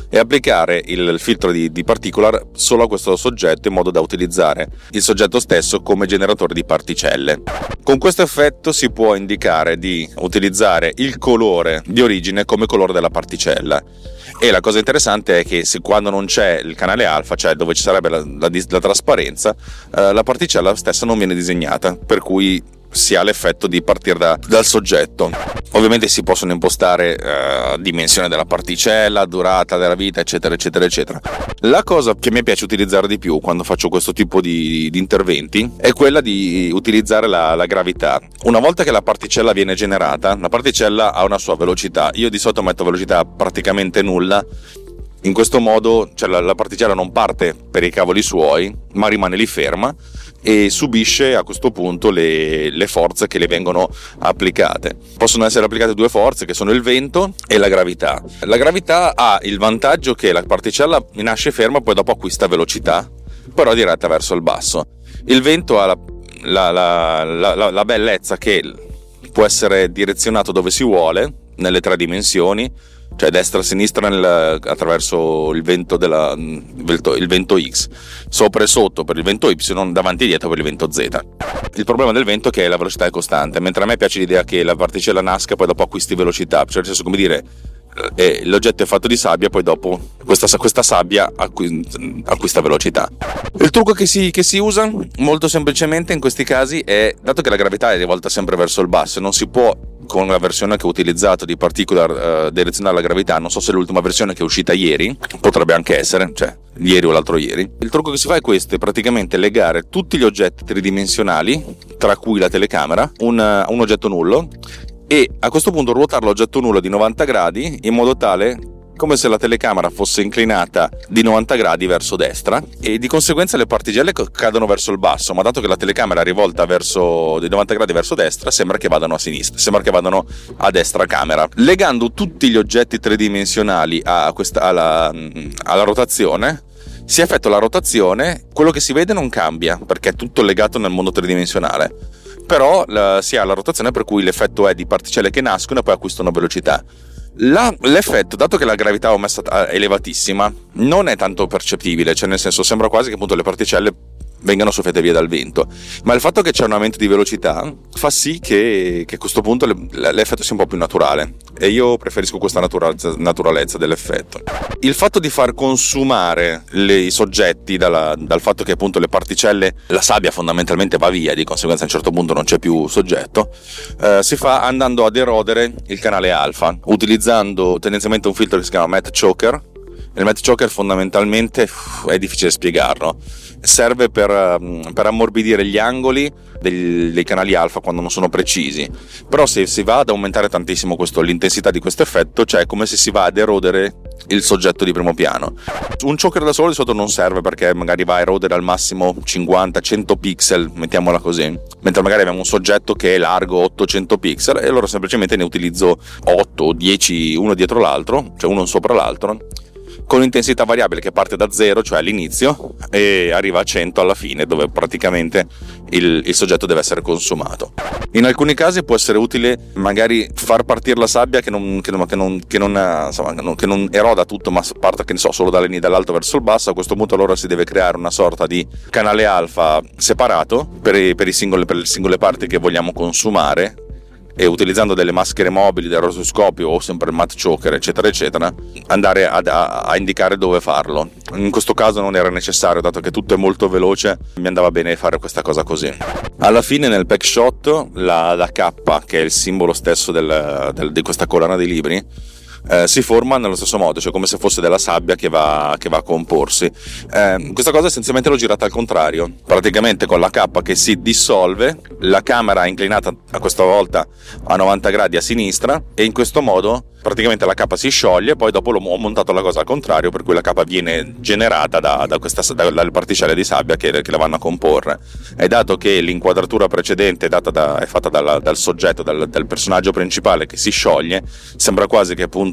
e applicare il filtro di, di particular solo a questo soggetto in modo da utilizzare il soggetto stesso come generatore di particelle. Con questo effetto si può indicare di utilizzare il colore di origine come colore della particella. E la cosa interessante è che se, quando non c'è il canale alfa, cioè dove ci sarebbe la, la, la trasparenza, eh, la particella stessa non viene disegnata, per cui si ha l'effetto di partire da, dal soggetto. Ovviamente si possono impostare eh, dimensione della particella, durata della vita, eccetera eccetera eccetera. La cosa che mi piace utilizzare di più quando faccio questo tipo di, di interventi è quella di utilizzare la, la gravità. Una volta che la particella viene generata, la particella ha una sua velocità. Io di solito metto velocità praticamente nulla. In questo modo, cioè, la, la particella non parte per i cavoli suoi, ma rimane lì ferma e subisce a questo punto le, le forze che le vengono applicate. Possono essere applicate due forze, che sono il vento e la gravità. La gravità ha il vantaggio che la particella nasce ferma, poi dopo acquista velocità, però diretta verso il basso. Il vento ha la, la, la, la, la, la bellezza che può essere direzionato dove si vuole, nelle tre dimensioni, cioè destra e sinistra nel, attraverso il vento, della, il vento X, sopra e sotto per il vento Y, davanti e dietro per il vento Z. Il problema del vento è che la velocità è costante, mentre a me piace l'idea che la particella nasca e poi dopo acquisti velocità, cioè nel senso, come dire, eh, l'oggetto è fatto di sabbia, poi dopo questa, questa sabbia acqu- acquista velocità. Il trucco che si, che si usa molto semplicemente in questi casi è, dato che la gravità è rivolta sempre verso il basso, non si può, con la versione che ho utilizzato di particular uh, direzionare la gravità, non so se è l'ultima versione che è uscita ieri, potrebbe anche essere, cioè ieri o l'altro ieri. Il trucco che si fa è questo, è praticamente legare tutti gli oggetti tridimensionali, tra cui la telecamera, un, uh, un oggetto nullo, e a questo punto ruotare l'oggetto nullo di novanta gradi in modo tale come se la telecamera fosse inclinata di novanta gradi verso destra, e di conseguenza le particelle cadono verso il basso, ma dato che la telecamera è rivolta verso di novanta gradi verso destra, sembra che vadano a sinistra, sembra che vadano a destra camera. Legando tutti gli oggetti tridimensionali a questa, alla, alla rotazione, si effettua la rotazione, quello che si vede non cambia perché è tutto legato nel mondo tridimensionale, però la, si ha la rotazione per cui l'effetto è di particelle che nascono e poi acquistano velocità. La, l'effetto, dato che la gravità ho messa elevatissima, non è tanto percettibile, cioè nel senso sembra quasi che appunto le particelle vengano soffiate via dal vento, ma il fatto che c'è un aumento di velocità fa sì che, che a questo punto le, l'effetto sia un po' più naturale, e io preferisco questa naturalezza, naturalezza dell'effetto. Il fatto di far consumare le, i soggetti dalla, dal fatto che appunto le particelle, la sabbia fondamentalmente va via, di conseguenza a un certo punto non c'è più soggetto, eh, si fa andando ad erodere il canale alfa, utilizzando tendenzialmente un filtro che si chiama Matte Choker. Il Matte Choker fondamentalmente uff, è difficile spiegarlo, serve per, per ammorbidire gli angoli dei, dei canali alfa quando non sono precisi, però se si va ad aumentare tantissimo questo, l'intensità di questo effetto, cioè è come se si va ad erodere il soggetto di primo piano. Un choker da solo di solito non serve perché magari va a erodere al massimo cinquanta cento pixel, mettiamola così, mentre magari abbiamo un soggetto che è largo ottocento pixel e allora semplicemente ne utilizzo otto o dieci uno dietro l'altro, cioè uno sopra l'altro, con intensità variabile che parte da zero, cioè all'inizio, e arriva a cento alla fine, dove praticamente il, il soggetto deve essere consumato. In alcuni casi può essere utile magari far partire la sabbia che non, che non, che non, che non, insomma, che non, che non eroda tutto, ma parta, che ne so, solo dall'alto verso il basso. A questo punto allora si deve creare una sorta di canale alfa separato per, i, per, i singole, per le singole parti che vogliamo consumare, e utilizzando delle maschere mobili, del rotoscopio o sempre il Matte Choker eccetera eccetera, andare a, a, a indicare dove farlo. In questo caso non era necessario, dato che tutto è molto veloce, mi andava bene fare questa cosa così. Alla fine nel pack shot la, la K, che è il simbolo stesso del, del, di questa collana di libri, Eh, si forma nello stesso modo, cioè come se fosse della sabbia che va, che va a comporsi. Eh, questa cosa essenzialmente l'ho girata al contrario, praticamente con la K che si dissolve, la camera è inclinata a questa volta a novanta gradi a sinistra, e in questo modo praticamente la K si scioglie. Poi dopo l'ho, ho montato la cosa al contrario, per cui la K viene generata da, da questa, da, dalle particelle di sabbia che, che la vanno a comporre. E dato che l'inquadratura precedente è, data da, è fatta dalla, dal soggetto, dal, dal personaggio principale che si scioglie, sembra quasi che appunto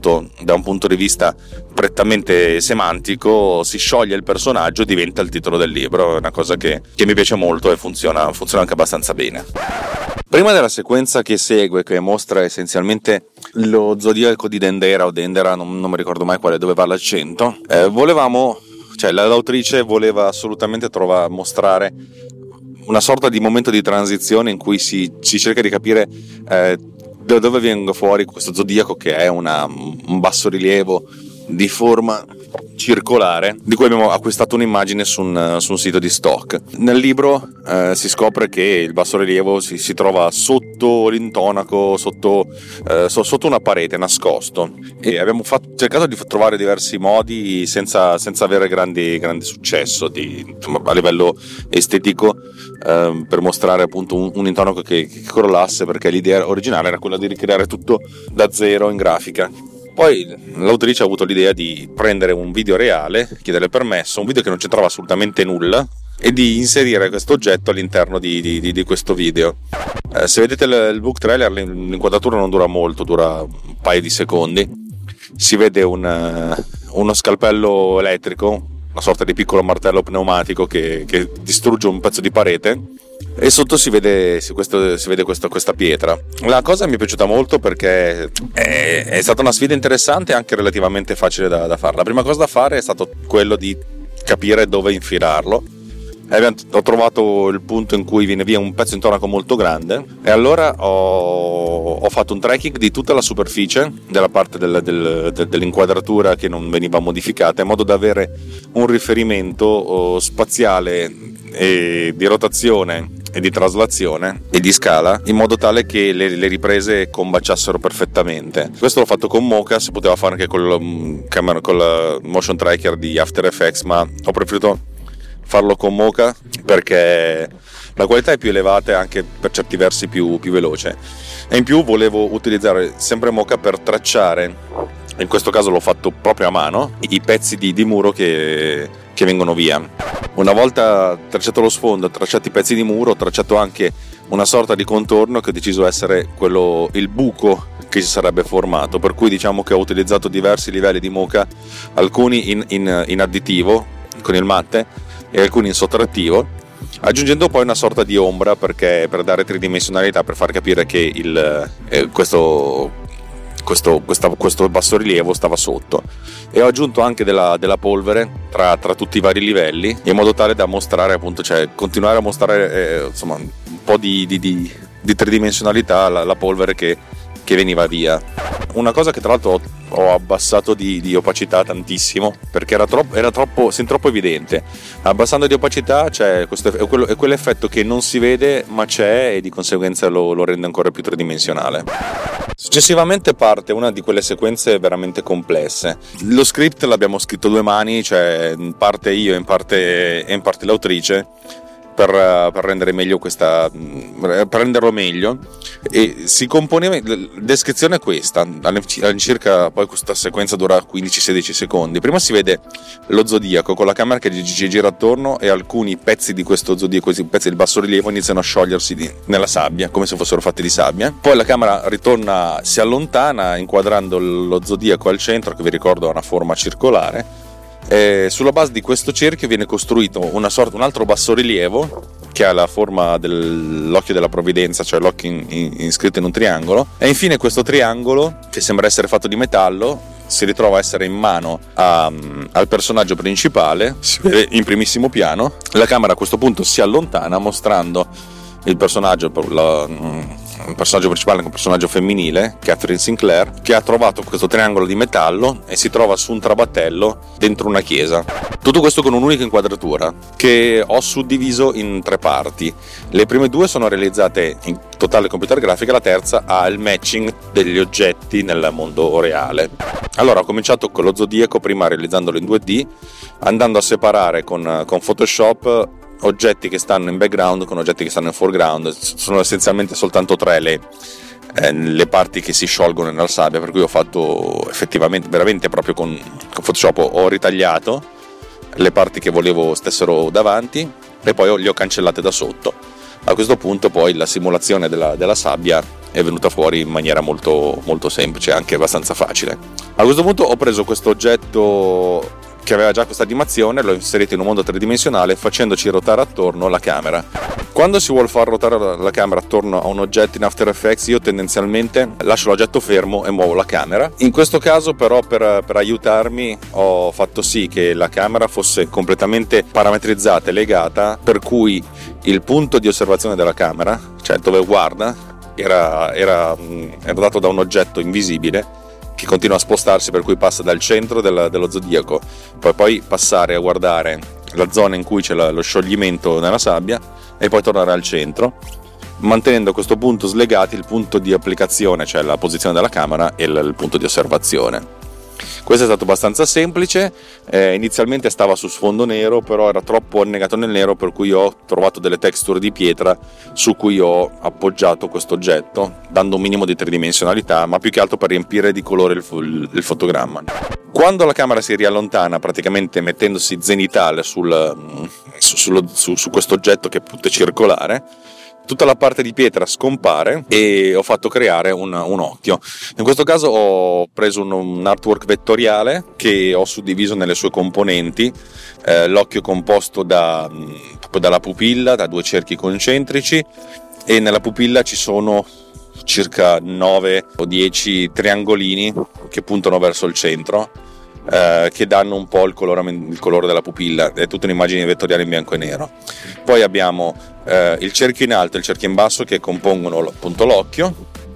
appunto da un punto di vista prettamente semantico si scioglie il personaggio e diventa il titolo del libro. È una cosa che, che mi piace molto e funziona, funziona anche abbastanza bene. Prima della sequenza che segue, che mostra essenzialmente lo zodiaco di Dendera o Dendera, non, non mi ricordo mai quale, dove va l'accento, eh, volevamo, cioè l'autrice voleva assolutamente trovare, mostrare una sorta di momento di transizione in cui si, si cerca di capire eh, da dove venga fuori questo zodiaco, che è una, un bassorilievo di forma circolare, di cui abbiamo acquistato un'immagine su un, su un sito di stock. Nel libro eh, si scopre che il bassorilievo si, si trova sotto l'intonaco, sotto, eh, sotto una parete, nascosto, e abbiamo fatto, cercato di trovare diversi modi senza, senza avere grandi, grande successo di, insomma, a livello estetico, eh, per mostrare appunto un, un intonaco che, che crollasse, perché l'idea originale era quella di ricreare tutto da zero in grafica. Poi l'autrice ha avuto l'idea di prendere un video reale, chiedere permesso, un video che non c'entrava assolutamente nulla, e di inserire questo oggetto all'interno di, di, di questo video. Eh, se vedete il, il book trailer, l'inquadratura non dura molto, dura un paio di secondi. Si vede un, uh, uno scalpello elettrico, una sorta di piccolo martello pneumatico che, che distrugge un pezzo di parete, e sotto si vede, si questo, si vede questo, questa pietra. La cosa mi è piaciuta molto perché è, è stata una sfida interessante e anche relativamente facile da, da fare. La prima cosa da fare è stato quello di capire dove infilarlo. Abbiamo, ho trovato il punto in cui viene via un pezzo intonaco molto grande, e allora ho, ho fatto un tracking di tutta la superficie della parte del, del, del, dell'inquadratura che non veniva modificata, in modo da avere un riferimento oh, spaziale e di rotazione e di traslazione e di scala, in modo tale che le, le riprese combaciassero perfettamente. Questo l'ho fatto con Mocha, si poteva fare anche col, camera, col motion tracker di After Effects, ma ho preferito farlo con Mocha perché la qualità è più elevata e anche per certi versi più, più veloce, e in più volevo utilizzare sempre Mocha per tracciare, in questo caso l'ho fatto proprio a mano, i pezzi di, di muro che, che vengono via. Una volta tracciato lo sfondo, tracciati i pezzi di muro, ho tracciato anche una sorta di contorno che ho deciso essere quello, il buco che si sarebbe formato, per cui diciamo che ho utilizzato diversi livelli di Mocha, alcuni in, in, in additivo con il matte e alcuni in sottrattivo, aggiungendo poi una sorta di ombra perché per dare tridimensionalità, per far capire che il, eh, questo, questo, questa, questo bassorilievo stava sotto. E ho aggiunto anche della, della polvere tra, tra tutti i vari livelli, in modo tale da mostrare appunto, cioè continuare a mostrare eh, insomma un po' di, di, di, di tridimensionalità alla, alla polvere che, che veniva via. Una cosa che tra l'altro ho, ho abbassato di, di opacità tantissimo, perché era troppo, era troppo, sin troppo evidente. Abbassando di opacità c'è questo, è, quello, è quell'effetto che non si vede ma c'è, e di conseguenza lo, lo rende ancora più tridimensionale. Successivamente parte una di quelle sequenze veramente complesse. Lo script l'abbiamo scritto due mani, cioè in parte io e in parte, e in parte l'autrice, Per, per rendere meglio questa per renderlo meglio, e si componeva. La descrizione è questa all'incirca, poi questa sequenza dura quindici sedici secondi. Prima si vede lo zodiaco con la camera che ci gira attorno, e alcuni pezzi di questo zodiaco, questi pezzi del bassorilievo, iniziano a sciogliersi di, nella sabbia, come se fossero fatti di sabbia. Poi la camera ritorna, si allontana inquadrando lo zodiaco al centro, che vi ricordo ha una forma circolare. E sulla base di questo cerchio viene costruito una sorta, un altro bassorilievo che ha la forma dell'occhio della provvidenza, cioè l'occhio in, in, inscritto in un triangolo, e infine questo triangolo, che sembra essere fatto di metallo, si ritrova a essere in mano a, al personaggio principale. Si vede in primissimo piano. La camera a questo punto si allontana, mostrando il personaggio, la, un personaggio principale, un personaggio femminile, Catherine Sinclair, che ha trovato questo triangolo di metallo e si trova su un trabattello dentro una chiesa. Tutto questo con un'unica inquadratura che ho suddiviso in tre parti. Le prime due sono realizzate in totale computer grafica, la terza ha il matching degli oggetti nel mondo reale. Allora ho cominciato con lo zodiaco, prima realizzandolo in due D, andando a separare con, con Photoshop oggetti che stanno in background con oggetti che stanno in foreground. Sono essenzialmente soltanto tre le, eh, le parti che si sciolgono nella sabbia, per cui ho fatto effettivamente veramente proprio con, con Photoshop ho ritagliato le parti che volevo stessero davanti e poi le ho cancellate da sotto. A questo punto poi la simulazione della, della sabbia è venuta fuori in maniera molto, molto semplice, anche abbastanza facile. A questo punto ho preso questo oggetto che aveva già questa animazione, l'ho inserito in un mondo tridimensionale facendoci ruotare attorno la camera. Quando si vuole far ruotare la camera attorno a un oggetto in After Effects, io tendenzialmente lascio l'oggetto fermo e muovo la camera. In questo caso però, per, per aiutarmi, ho fatto sì che la camera fosse completamente parametrizzata e legata, per cui il punto di osservazione della camera, cioè dove guarda, era, era, era dato da un oggetto invisibile che continua a spostarsi, per cui passa dal centro del, dello zodiaco, poi poi passare a guardare la zona in cui c'è la, lo scioglimento nella sabbia e poi tornare al centro, mantenendo a questo punto slegati il punto di applicazione, cioè la posizione della camera, e il, il punto di osservazione. Questo è stato abbastanza semplice, eh, inizialmente stava su sfondo nero, però era troppo annegato nel nero, per cui ho trovato delle texture di pietra su cui ho appoggiato questo oggetto, dando un minimo di tridimensionalità, ma più che altro per riempire di colore il, il, il fotogramma. Quando la camera si riallontana, praticamente mettendosi zenitale sul, su, su, su, su questo oggetto che è appunto circolare, tutta la parte di pietra scompare e ho fatto creare un, un occhio. In questo caso ho preso un, un artwork vettoriale che ho suddiviso nelle sue componenti, eh, l'occhio composto da, proprio dalla pupilla, da due cerchi concentrici, e nella pupilla ci sono circa nove o dieci triangolini che puntano verso il centro, eh, che danno un po' il colore, il colore della pupilla. È tutta un'immagine vettoriale in bianco e nero. Poi abbiamo eh, il cerchio in alto e il cerchio in basso che compongono appunto l'occhio,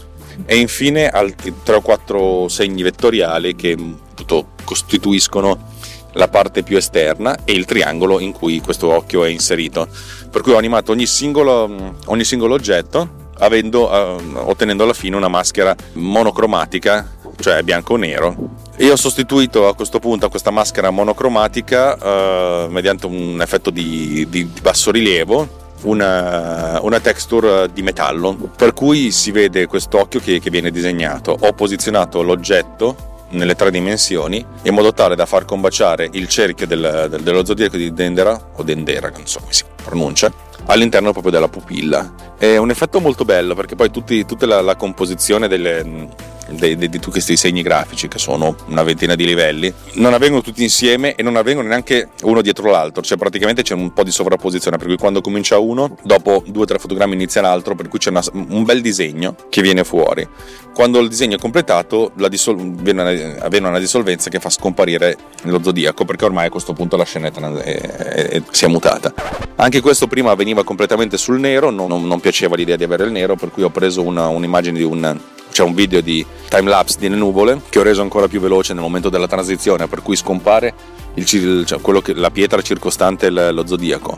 e infine altri tre o quattro segni vettoriali che appunto costituiscono la parte più esterna e il triangolo in cui questo occhio è inserito, per cui ho animato ogni singolo, ogni singolo oggetto, avendo, eh, ottenendo alla fine una maschera monocromatica, cioè bianco o nero. Io ho sostituito a questo punto a questa maschera monocromatica, eh, mediante un effetto di, di, di basso rilievo, una, una texture di metallo, per cui si vede questo occhio che, che viene disegnato. Ho posizionato l'oggetto nelle tre dimensioni in modo tale da far combaciare il cerchio del, del, dello zodiaco di Dendera, o Dendera, non so come si pronuncia, all'interno proprio della pupilla. È un effetto molto bello, perché poi tutti, tutta la, la composizione delle Di, di, di tutti questi segni grafici, che sono una ventina di livelli, non avvengono tutti insieme e non avvengono neanche uno dietro l'altro, cioè praticamente c'è un po' di sovrapposizione, per cui quando comincia uno, dopo due o tre fotogrammi inizia l'altro, per cui c'è una, un bel disegno che viene fuori. Quando il disegno è completato, la dissol- viene una, avviene una dissolvenza che fa scomparire lo zodiaco, perché ormai a questo punto la scena è, è, è, si è mutata. Anche questo prima avveniva completamente sul nero, non, non, non piaceva l'idea di avere il nero, per cui ho preso una, un'immagine di un c'è un video di time lapse di nuvole che ho reso ancora più veloce nel momento della transizione, per cui scompare il, cioè quello che, la pietra circostante il, lo zodiaco,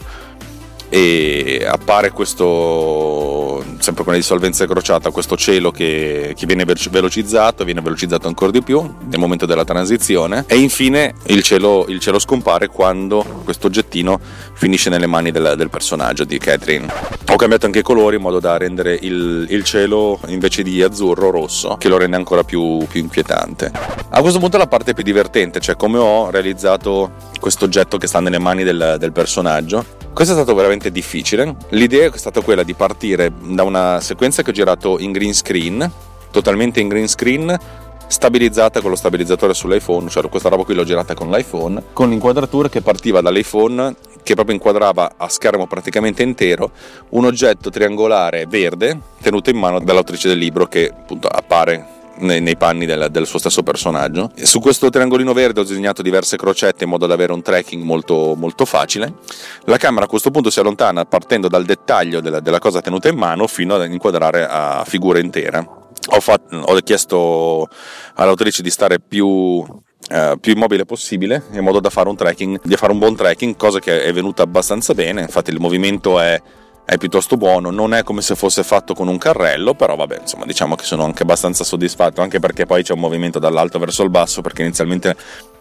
e appare questo, sempre con la dissolvenza crociata, questo cielo che, che viene velocizzato, viene velocizzato ancora di più nel momento della transizione, e infine il cielo, il cielo scompare quando questo oggettino finisce nelle mani del, del personaggio di Catherine. Ho cambiato anche i colori in modo da rendere il, il cielo, invece di azzurro, rosso, che lo rende ancora più, più inquietante. A questo punto la parte più divertente, cioè come ho realizzato questo oggetto che sta nelle mani del, del personaggio. Questo è stato veramente difficile. L'idea è stata quella di partire da una sequenza che ho girato in green screen, totalmente in green screen, stabilizzata con lo stabilizzatore sull'iPhone, cioè questa roba qui l'ho girata con l'iPhone, con l'inquadratura che partiva dall'iPhone, che proprio inquadrava a schermo praticamente intero un oggetto triangolare verde tenuto in mano dall'autrice del libro, che appunto appare nei, nei panni del, del suo stesso personaggio. E su questo triangolino verde ho disegnato diverse crocette in modo da avere un tracking molto, molto facile. La camera a questo punto si allontana partendo dal dettaglio della, della cosa tenuta in mano fino ad inquadrare a figura intera. Ho, fatto, ho chiesto all'autrice di stare più Uh, più immobile possibile, in modo da fare un tracking, di fare un buon tracking, cosa che è venuta abbastanza bene. Infatti il movimento è, è piuttosto buono, non è come se fosse fatto con un carrello, però vabbè, insomma, diciamo che sono anche abbastanza soddisfatto, anche perché poi c'è un movimento dall'alto verso il basso, perché inizialmente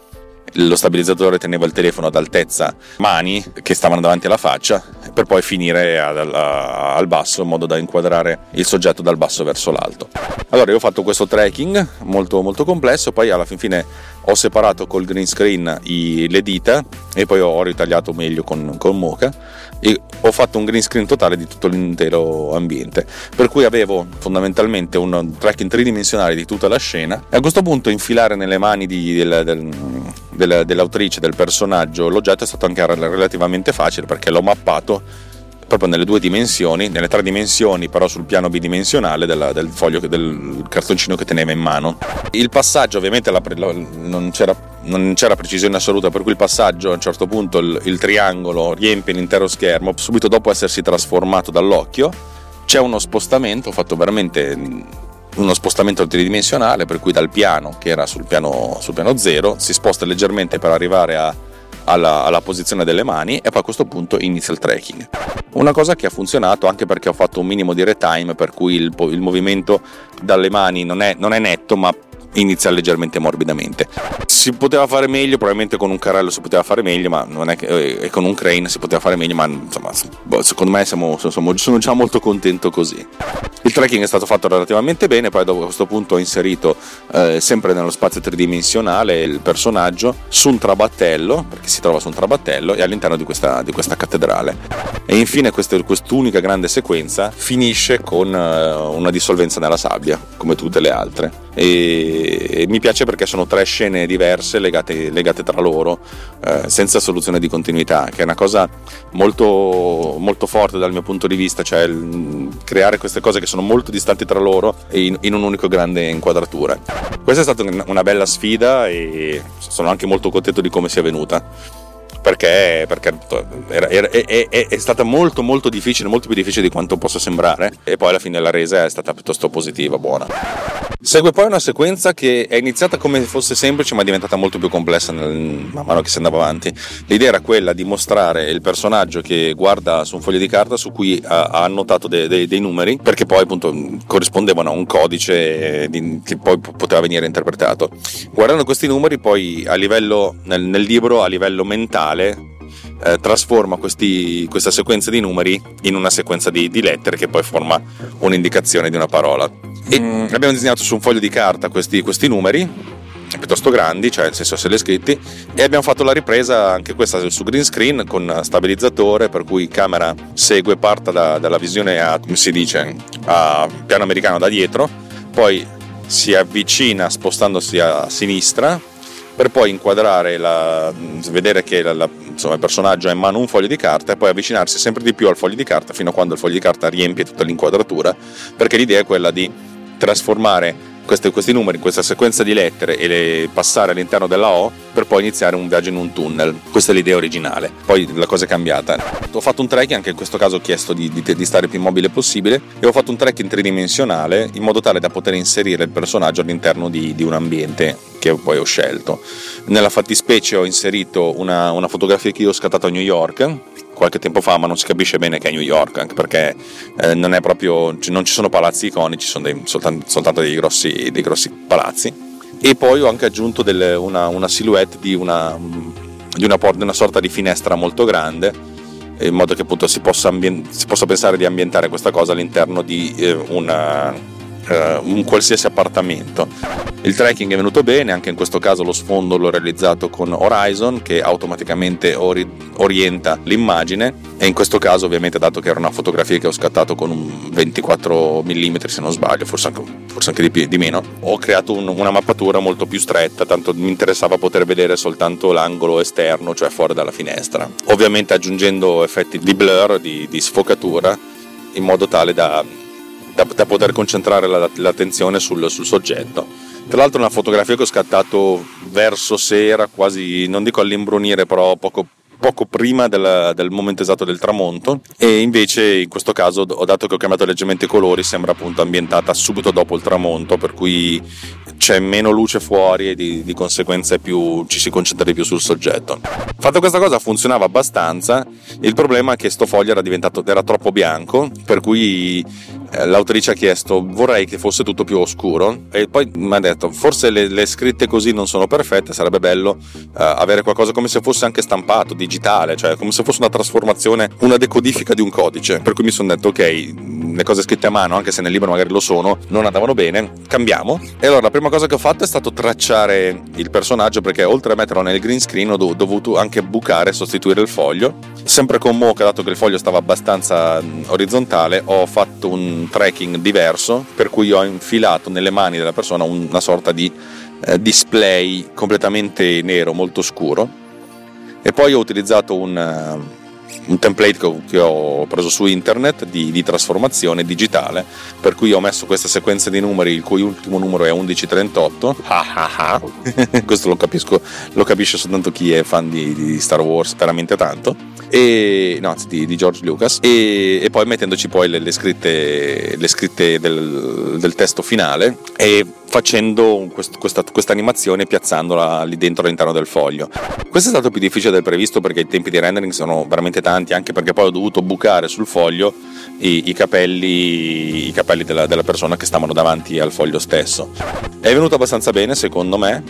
lo stabilizzatore teneva il telefono ad altezza mani che stavano davanti alla faccia, per poi finire ad, a, al basso, in modo da inquadrare il soggetto dal basso verso l'alto. Allora io ho fatto questo tracking molto molto complesso, poi alla fin fine ho separato col green screen i, le dita e poi ho ritagliato meglio con, con Mocha e ho fatto un green screen totale di tutto l'intero ambiente, per cui avevo fondamentalmente un tracking tridimensionale di tutta la scena, e a questo punto infilare nelle mani di, del, del, del, dell'autrice, del personaggio, l'oggetto è stato anche relativamente facile, perché l'ho mappato proprio nelle due dimensioni, nelle tre dimensioni, però sul piano bidimensionale della, del foglio, del cartoncino che teneva in mano. Il passaggio ovviamente la, la, non, c'era, non c'era precisione assoluta, per cui il passaggio a un certo punto il, il triangolo riempie l'intero schermo subito dopo essersi trasformato dall'occhio. C'è uno spostamento, ho fatto veramente uno spostamento tridimensionale, per cui dal piano, che era sul piano, sul piano zero, si sposta leggermente per arrivare a Alla, alla posizione delle mani, e poi a questo punto inizia il tracking. Una cosa che ha funzionato anche perché ho fatto un minimo di retime, per cui il, il movimento dalle mani non è, non è netto, ma inizia leggermente morbidamente. Si poteva fare meglio, probabilmente con un carrello si poteva fare meglio, ma non è che, e con un crane si poteva fare meglio, ma insomma secondo me siamo, sono, sono già molto contento così. Il tracking è stato fatto relativamente bene, poi dopo a questo punto ho inserito eh, sempre nello spazio tridimensionale il personaggio su un trabattello, perché si trova su un trabattello, e all'interno di questa, di questa cattedrale. E infine questa, quest'unica grande sequenza finisce con eh, una dissolvenza nella sabbia, come tutte le altre. E, e mi piace perché sono tre scene diverse legate, legate tra loro, eh, senza soluzione di continuità, che è una cosa molto, molto forte dal mio punto di vista, cioè il, creare queste cose che sono molto distanti tra loro in, in un'unica grande inquadratura. Questa è stata una bella sfida e sono anche molto contento di come sia venuta, perché, perché era, era, è, è, è stata molto molto difficile, molto più difficile di quanto possa sembrare, e poi alla fine la resa è stata piuttosto positiva, buona. Segue poi una sequenza che è iniziata come fosse semplice, ma è diventata molto più complessa nel, man mano che si andava avanti. L'idea era quella di mostrare il personaggio che guarda su un foglio di carta su cui ha, ha annotato dei, dei, dei numeri, perché poi appunto corrispondevano a un codice di, che poi poteva venire interpretato. Guardando questi numeri, poi a livello nel, nel libro, a livello mentale, eh, trasforma questi, questa sequenza di numeri in una sequenza di, di lettere che poi forma un'indicazione di una parola. E abbiamo disegnato su un foglio di carta questi, questi numeri piuttosto grandi, cioè nel senso se li scritti, e abbiamo fatto la ripresa anche questa su green screen con stabilizzatore, per cui camera segue, parta da, dalla visione a, come si dice, a piano americano da dietro, poi si avvicina spostandosi a sinistra per poi inquadrare, la, vedere che la, la, insomma, il personaggio ha in mano un foglio di carta, e poi avvicinarsi sempre di più al foglio di carta fino a quando il foglio di carta riempie tutta l'inquadratura, perché l'idea è quella di trasformare questi, questi numeri in questa sequenza di lettere e le passare all'interno della O per poi iniziare un viaggio in un tunnel. Questa è l'idea originale, poi la cosa è cambiata. Ho fatto un tracking, anche in questo caso ho chiesto di, di, di stare più immobile possibile, e ho fatto un tracking tridimensionale in modo tale da poter inserire il personaggio all'interno di, di un ambiente che poi ho scelto. Nella fattispecie ho inserito una, una fotografia che io ho scattato a New York qualche tempo fa, ma non si capisce bene che è New York, anche perché eh, non è proprio, cioè, non ci sono palazzi iconici, sono dei, soltanto, soltanto dei grossi, dei grossi palazzi. E poi ho anche aggiunto delle, una, una silhouette di una, di, una, di una sorta di finestra molto grande, in modo che appunto si possa, ambien- si possa pensare di ambientare questa cosa all'interno di eh, una, eh, un qualsiasi appartamento. Il tracking è venuto bene, anche in questo caso lo sfondo l'ho realizzato con Horizon, che automaticamente ori- orienta l'immagine, e in questo caso ovviamente, dato che era una fotografia che ho scattato con un ventiquattro millimetri se non sbaglio, forse anche, forse anche di, più, di meno, ho creato un, una mappatura molto più stretta, tanto mi interessava poter vedere soltanto l'angolo esterno, cioè fuori dalla finestra, ovviamente aggiungendo effetti di blur, di, di sfocatura, in modo tale da, da, da poter concentrare la, l'attenzione sul, sul soggetto. Tra l'altro una fotografia che ho scattato verso sera, quasi, non dico all'imbrunire, però poco, poco prima del, del momento esatto del tramonto, e invece in questo caso, dato che ho cambiato leggermente i colori, sembra appunto ambientata subito dopo il tramonto, per cui c'è meno luce fuori e di, di conseguenza è più, ci si concentra di più sul soggetto. Fatta questa cosa funzionava abbastanza, il problema è che sto foglio era diventato era troppo bianco, per cui eh, l'autrice ha chiesto vorrei che fosse tutto più oscuro, e poi mi ha detto forse le, le scritte così non sono perfette, sarebbe bello eh, avere qualcosa come se fosse anche stampato, digitale, cioè come se fosse una trasformazione, una decodifica di un codice. Per cui mi sono detto ok, le cose scritte a mano, anche se nel libro magari lo sono, non andavano bene, cambiamo. E allora la prima cosa che ho fatto è stato tracciare il personaggio, perché oltre a metterlo nel green screen ho dovuto anche bucare e sostituire il foglio. Sempre con Mocha, dato che il foglio stava abbastanza orizzontale, ho fatto un tracking diverso, per cui ho infilato nelle mani della persona una sorta di eh, display completamente nero, molto scuro, e poi ho utilizzato un un template che ho preso su internet di, di trasformazione digitale, per cui ho messo questa sequenza di numeri il cui ultimo numero è undici trentotto. Questo lo capisco, lo capisce soltanto chi è fan di, di Star Wars veramente tanto, e no, di, di George Lucas, e, e poi mettendoci poi le, le scritte le scritte del, del testo finale, e facendo quest, questa, questa animazione, piazzandola lì dentro all'interno del foglio. Questo è stato più difficile del previsto, perché i tempi di rendering sono veramente tanti, anche perché poi ho dovuto bucare sul foglio i, i capelli, i capelli della, della persona che stavano davanti al foglio stesso. È venuto abbastanza bene secondo me,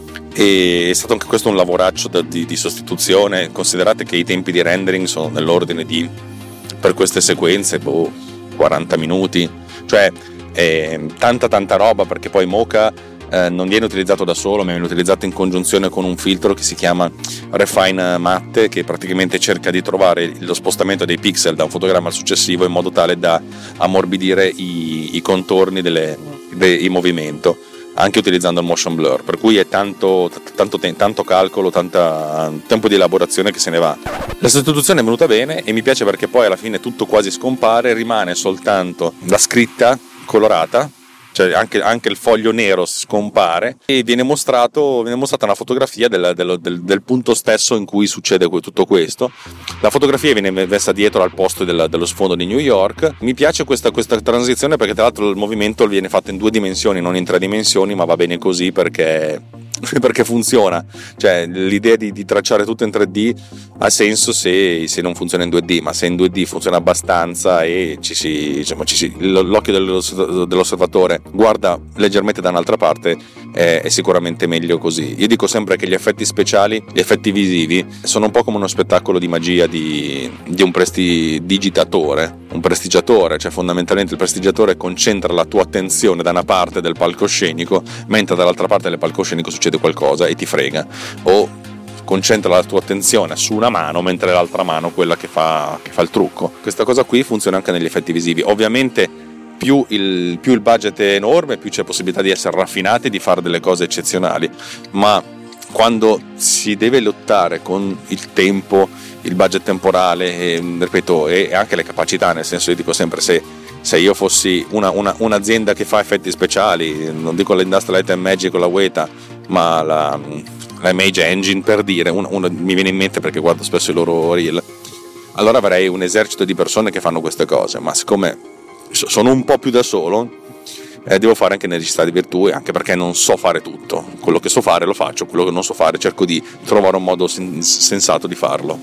e è stato anche questo un lavoraccio di, di sostituzione. Considerate che i tempi di rendering sono nell'ordine di, per queste sequenze, boh, quaranta minuti, cioè eh, tanta tanta roba, perché poi Mocha eh, non viene utilizzato da solo, ma viene utilizzato in congiunzione con un filtro che si chiama Refine Matte, che praticamente cerca di trovare lo spostamento dei pixel da un fotogramma al successivo in modo tale da ammorbidire i, i contorni delle, dei movimento, anche utilizzando il motion blur, per cui è tanto, tanto, tanto calcolo, tanto tempo di elaborazione che se ne va. La sostituzione è venuta bene, e mi piace perché poi alla fine tutto quasi scompare, rimane soltanto la scritta colorata, cioè anche, anche il foglio nero scompare, e viene mostrato viene mostrata una fotografia del, del, del, del punto stesso in cui succede tutto questo. La fotografia viene messa dietro al posto del, dello sfondo di New York. Mi piace questa, questa transizione, perché tra l'altro il movimento viene fatto in due dimensioni, non in tre dimensioni, ma va bene così perché perché funziona, cioè l'idea di, di tracciare tutto in tre D ha senso se, se non funziona in due D, ma se in due D funziona abbastanza e ci si, diciamo, ci si, l'occhio dell'osservatore guarda leggermente da un'altra parte, è, è sicuramente meglio così. Io dico sempre che gli effetti speciali, gli effetti visivi, sono un po' come uno spettacolo di magia di, di un prestidigitatore, un prestigiatore, cioè fondamentalmente il prestigiatore concentra la tua attenzione da una parte del palcoscenico, mentre dall'altra parte del palcoscenico succede qualcosa e ti frega, o concentra la tua attenzione su una mano mentre l'altra mano quella che fa, che fa il trucco. Questa cosa qui funziona anche negli effetti visivi. Ovviamente più il, più il budget è enorme, più c'è possibilità di essere raffinati e di fare delle cose eccezionali, ma quando si deve lottare con il tempo, il budget temporale e, ripeto, e anche le capacità, nel senso, io dico sempre, se se io fossi una, una, un'azienda che fa effetti speciali, non dico l'Industrial Light and Magic o la Weta, ma la, la Image Engine, per dire, uno, uno, mi viene in mente perché guardo spesso i loro reel, allora avrei un esercito di persone che fanno queste cose, ma siccome sono un po' più da solo, eh, devo fare anche necessità di virtù, e anche perché non so fare tutto. Quello che so fare lo faccio, quello che non so fare cerco di trovare un modo sen- sensato di farlo.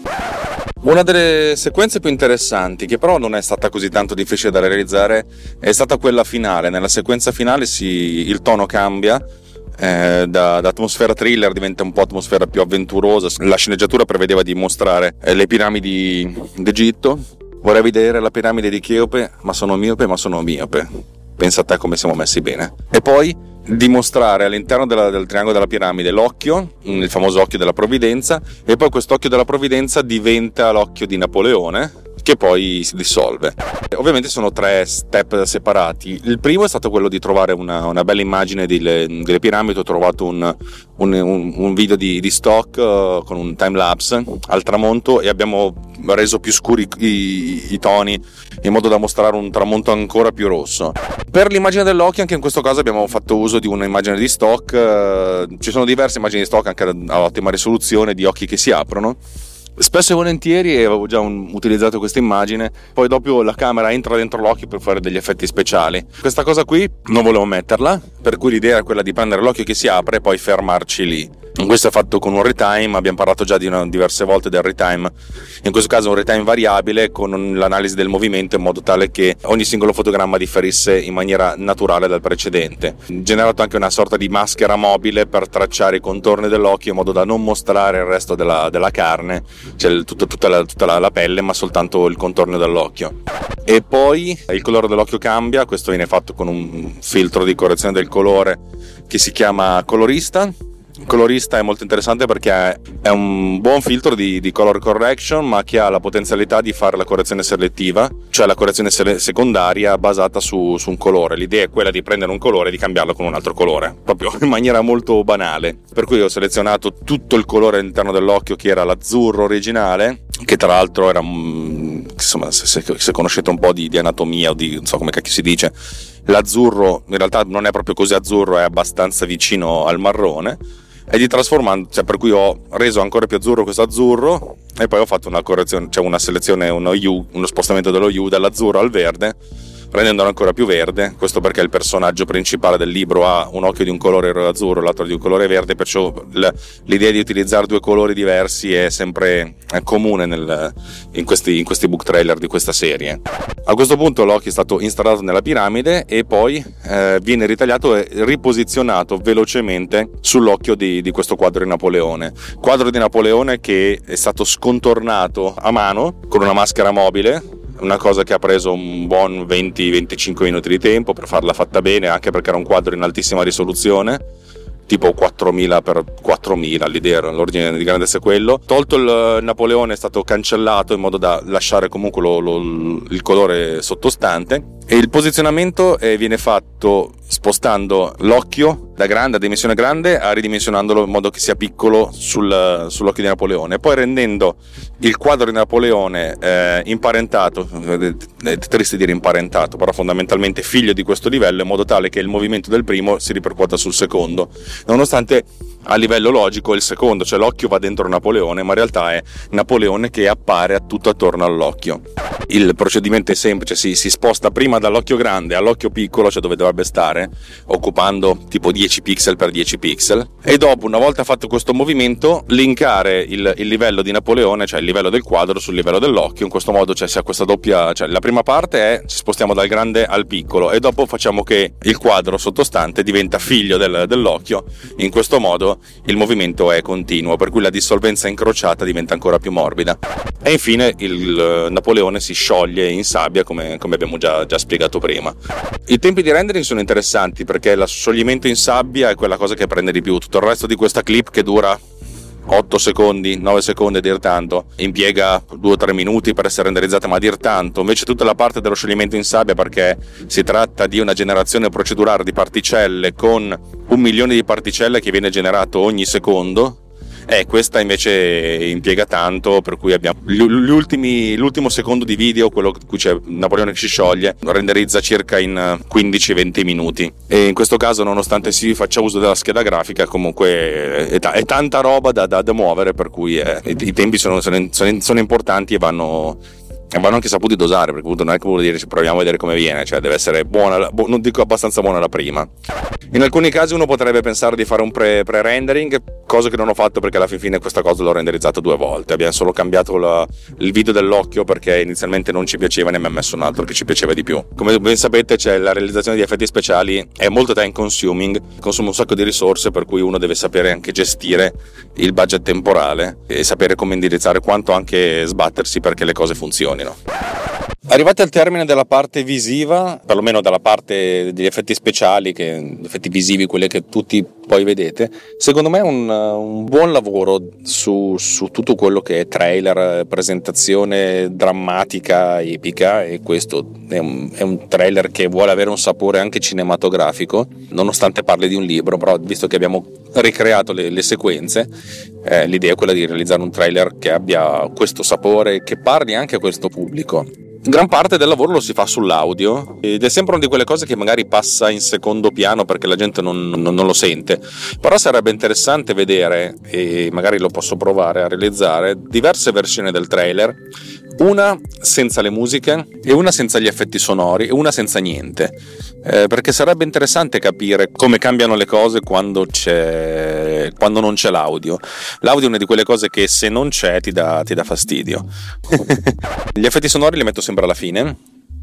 Una delle sequenze più interessanti, che però non è stata così tanto difficile da realizzare, è stata quella finale. Nella sequenza finale si, il tono cambia, eh, da, da atmosfera thriller diventa un po' atmosfera più avventurosa. La sceneggiatura prevedeva di mostrare eh, le piramidi d'Egitto. Vorrei vedere la piramide di Cheope, ma sono miope, ma sono miope. Pensa a te come siamo messi bene. E poi dimostrare all'interno della, del triangolo della piramide l'occhio, il famoso occhio della provvidenza, e poi quest'occhio della provvidenza diventa l'occhio di Napoleone, che poi si dissolve. Ovviamente sono tre step separati. Il primo è stato quello di trovare una, una bella immagine delle, delle piramidi. Ho trovato un, un, un, un video di, di stock uh, con un time lapse al tramonto, e abbiamo reso più scuri i, i, i toni in modo da mostrare un tramonto ancora più rosso. Per l'immagine dell'occhio, anche in questo caso abbiamo fatto uso di un'immagine di stock. Uh, ci sono diverse immagini di stock anche a ottima risoluzione di occhi che si aprono. Spesso e volentieri avevo già un, utilizzato questa immagine, poi dopo la camera entra dentro l'occhio per fare degli effetti speciali. Questa cosa qui non volevo metterla, per cui l'idea era quella di prendere l'occhio che si apre e poi fermarci lì. Questo è fatto con un retime, abbiamo parlato già di una, diverse volte del retime, in questo caso un retime variabile con l'analisi del movimento in modo tale che ogni singolo fotogramma differisse in maniera naturale dal precedente. Generato anche una sorta di maschera mobile per tracciare i contorni dell'occhio in modo da non mostrare il resto della, della carne, cioè tutta, tutta, la, tutta la, la pelle, ma soltanto il contorno dell'occhio. E poi il colore dell'occhio cambia, questo viene fatto con un filtro di correzione del colore che si chiama Colorista. Colorista è molto interessante perché è un buon filtro di, di color correction, ma che ha la potenzialità di fare la correzione selettiva, cioè la correzione sele- secondaria basata su, su un colore. L'idea è quella di prendere un colore e di cambiarlo con un altro colore, proprio in maniera molto banale. Per cui ho selezionato tutto il colore all'interno dell'occhio che era l'azzurro originale, che tra l'altro era, insomma, se, se, se conoscete un po' di, di anatomia o di, non so come cacchio si dice, l'azzurro in realtà non è proprio così azzurro, è abbastanza vicino al marrone, e di trasformando, cioè per cui ho reso ancora più azzurro questo azzurro e poi ho fatto una correzione, cioè una selezione, uno hue, uno spostamento dello hue dall'azzurro al verde, rendendolo ancora più verde. Questo perché il personaggio principale del libro ha un occhio di un colore azzurro e l'altro di un colore verde, perciò l'idea di utilizzare due colori diversi è sempre comune nel, in, questi, in questi book trailer di questa serie. A questo punto l'occhio è stato installato nella piramide e poi eh, viene ritagliato e riposizionato velocemente sull'occhio di, di questo quadro di Napoleone. Quadro di Napoleone che è stato scontornato a mano con una maschera mobile, una cosa che ha preso un buon venti venticinque minuti di tempo per farla fatta bene, anche perché era un quadro in altissima risoluzione, tipo quattromila per quattromila, l'idea, l'ordine di grandezza è quello. Tolto il Napoleone, è stato cancellato in modo da lasciare comunque lo, lo, il colore sottostante, e il posizionamento eh, viene fatto spostando l'occhio da grande a dimensione grande a ridimensionandolo in modo che sia piccolo sul, sull'occhio di Napoleone, poi rendendo il quadro di Napoleone eh, imparentato, è triste dire imparentato, però fondamentalmente figlio di questo livello, in modo tale che il movimento del primo si ripercuota sul secondo, nonostante a livello logico il secondo, cioè l'occhio va dentro Napoleone, ma in realtà è Napoleone che appare a tutto attorno all'occhio. Il procedimento è semplice, si, si sposta prima dall'occhio grande all'occhio piccolo, cioè dove dovrebbe stare, occupando tipo dieci pixel per dieci pixel, e dopo, una volta fatto questo movimento, linkare il, il livello di Napoleone, cioè il livello del quadro sul livello dell'occhio. In questo modo, cioè, si ha questa doppia, cioè la prima parte è ci spostiamo dal grande al piccolo e dopo facciamo che il quadro sottostante diventa figlio del, dell'occhio. In questo modo il movimento è continuo, per cui la dissolvenza incrociata diventa ancora più morbida, e infine il Napoleone si scioglie in sabbia, come, come abbiamo già, già spiegato prima. I tempi di rendering sono interessanti perché lo scioglimento in sabbia è quella cosa che prende di più. Tutto il resto di questa clip, che dura otto secondi, nove secondi a dir tanto, impiega due o tre minuti per essere renderizzata, ma a dir tanto. Invece tutta la parte dello scioglimento in sabbia, perché si tratta di una generazione procedurale di particelle con un milione di particelle che viene generato ogni secondo, e questa invece impiega tanto, per cui abbiamo gli ultimi, l'ultimo secondo di video, quello in cui c'è Napoleone che si scioglie, renderizza circa in quindici venti minuti, e in questo caso, nonostante si faccia uso della scheda grafica, comunque è, t- è tanta roba da, da, da muovere, per cui eh, i, i tempi sono, sono, sono importanti e vanno E vanno anche saputi dosare, perché non è che vuol dire ci proviamo a vedere come viene, cioè deve essere buona, non dico abbastanza buona la prima. In alcuni casi uno potrebbe pensare di fare un pre- pre-rendering, cosa che non ho fatto perché alla fin fine questa cosa l'ho renderizzato due volte. Abbiamo solo cambiato la, il video dell'occhio perché inizialmente non ci piaceva, ne abbiamo messo un altro che ci piaceva di più. Come ben sapete, c'è la realizzazione di effetti speciali è molto time consuming, consuma un sacco di risorse, per cui uno deve sapere anche gestire il budget temporale e sapere come indirizzare, quanto anche sbattersi perché le cose funzionino. Arrivati al termine della parte visiva, perlomeno dalla parte degli effetti speciali, che effetti visivi, quelli che tutti poi vedete, secondo me è un, un buon lavoro su, su tutto quello che è trailer, presentazione drammatica, epica, e questo è un, è un trailer che vuole avere un sapore anche cinematografico, nonostante parli di un libro, però visto che abbiamo ricreato le, le sequenze, eh, l'idea è quella di realizzare un trailer che abbia questo sapore, che parli anche a questo pubblico. Gran parte del lavoro lo si fa sull'audio ed è sempre una di quelle cose che magari passa in secondo piano perché la gente non, non, non lo sente, però sarebbe interessante vedere, e magari lo posso provare a realizzare, diverse versioni del trailer, una senza le musiche e una senza gli effetti sonori e una senza niente, eh, perché sarebbe interessante capire come cambiano le cose quando c'è quando non c'è l'audio. L'audio è una di quelle cose che se non c'è ti dà, ti dà fastidio. Gli effetti sonori li metto sempre alla fine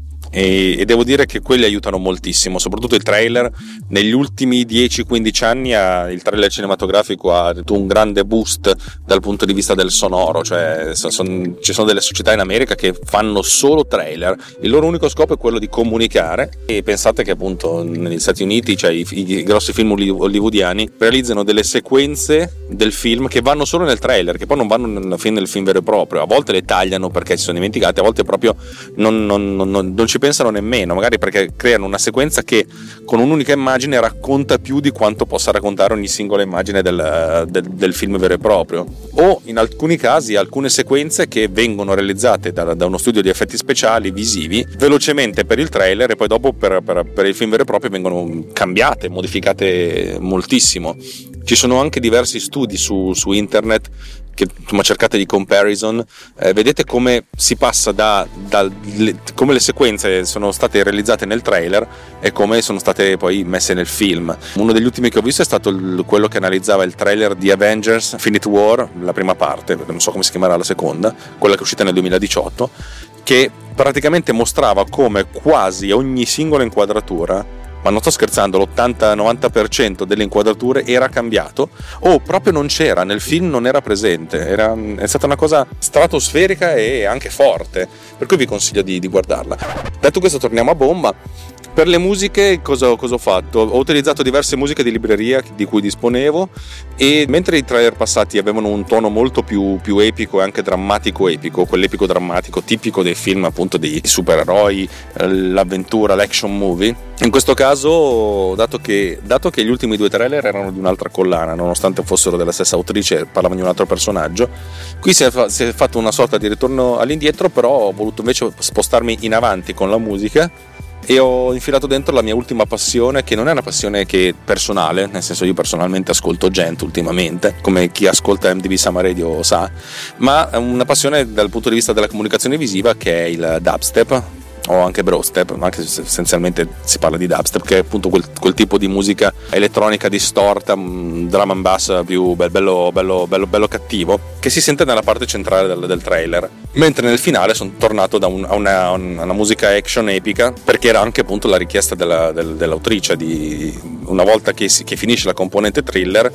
e, e devo dire che quelli aiutano moltissimo, soprattutto il trailer. Negli ultimi dieci quindici anni ha, il trailer cinematografico ha avuto un grande boost dal punto di vista del sonoro, cioè son, son, ci sono delle società in America che fanno solo trailer, il loro unico scopo è quello di comunicare, e pensate che appunto negli Stati Uniti, cioè i, i grossi film hollywoodiani realizzano delle sequenze del film che vanno solo nel trailer, che poi non vanno nella fine del film vero e proprio, a volte le tagliano perché si sono dimenticati, a volte proprio non, non, non, non, non ci pensano nemmeno, magari perché creano una sequenza che con un'unica immagine racconta più di quanto possa raccontare ogni singola immagine del, del, del film vero e proprio, o in alcuni casi alcune sequenze che vengono realizzate da, da uno studio di effetti speciali visivi velocemente per il trailer e poi dopo per, per, per il film vero e proprio vengono cambiate, modificate moltissimo. Ci sono anche diversi studi su, su internet che insomma, cercate di comparison, eh, vedete come si passa da, da le, come le sequenze sono state realizzate nel trailer e come sono state poi messe nel film. Uno degli ultimi che ho visto è stato il, quello che analizzava il trailer di Avengers Infinity War, la prima parte, non so come si chiamerà la seconda, quella che è uscita nel duemiladiciotto, che praticamente mostrava come quasi ogni singola inquadratura, ma non sto scherzando, l'ottanta novanta per cento delle inquadrature era cambiato o proprio non c'era, nel film non era presente, era, è stata una cosa stratosferica e anche forte, per cui vi consiglio di, di guardarla. Detto questo, torniamo a bomba. Per le musiche cosa, cosa ho fatto? Ho utilizzato diverse musiche di libreria di cui disponevo, e mentre i trailer passati avevano un tono molto più, più epico e anche drammatico epico, quell'epico drammatico tipico dei film appunto dei supereroi, l'avventura, l'action movie, in questo caso dato che, dato che gli ultimi due trailer erano di un'altra collana nonostante fossero della stessa autrice e parlavano di un altro personaggio, qui si è, fa, si è fatto una sorta di ritorno all'indietro, però ho voluto invece spostarmi in avanti con la musica e ho infilato dentro la mia ultima passione, che non è una passione che personale, nel senso io personalmente ascolto gente ultimamente, come chi ascolta M D B Summer Radio sa, ma è una passione dal punto di vista della comunicazione visiva, che è il dubstep o anche brostep, ma anche se essenzialmente si parla di dubstep, che è appunto quel, quel tipo di musica elettronica distorta, drum and bass più bello, bello, bello, bello cattivo, che si sente nella parte centrale del, del trailer, mentre nel finale sono tornato da un, a una, una musica action epica, perché era anche appunto la richiesta della, del, dell'autrice di una volta che, si, che finisce la componente thriller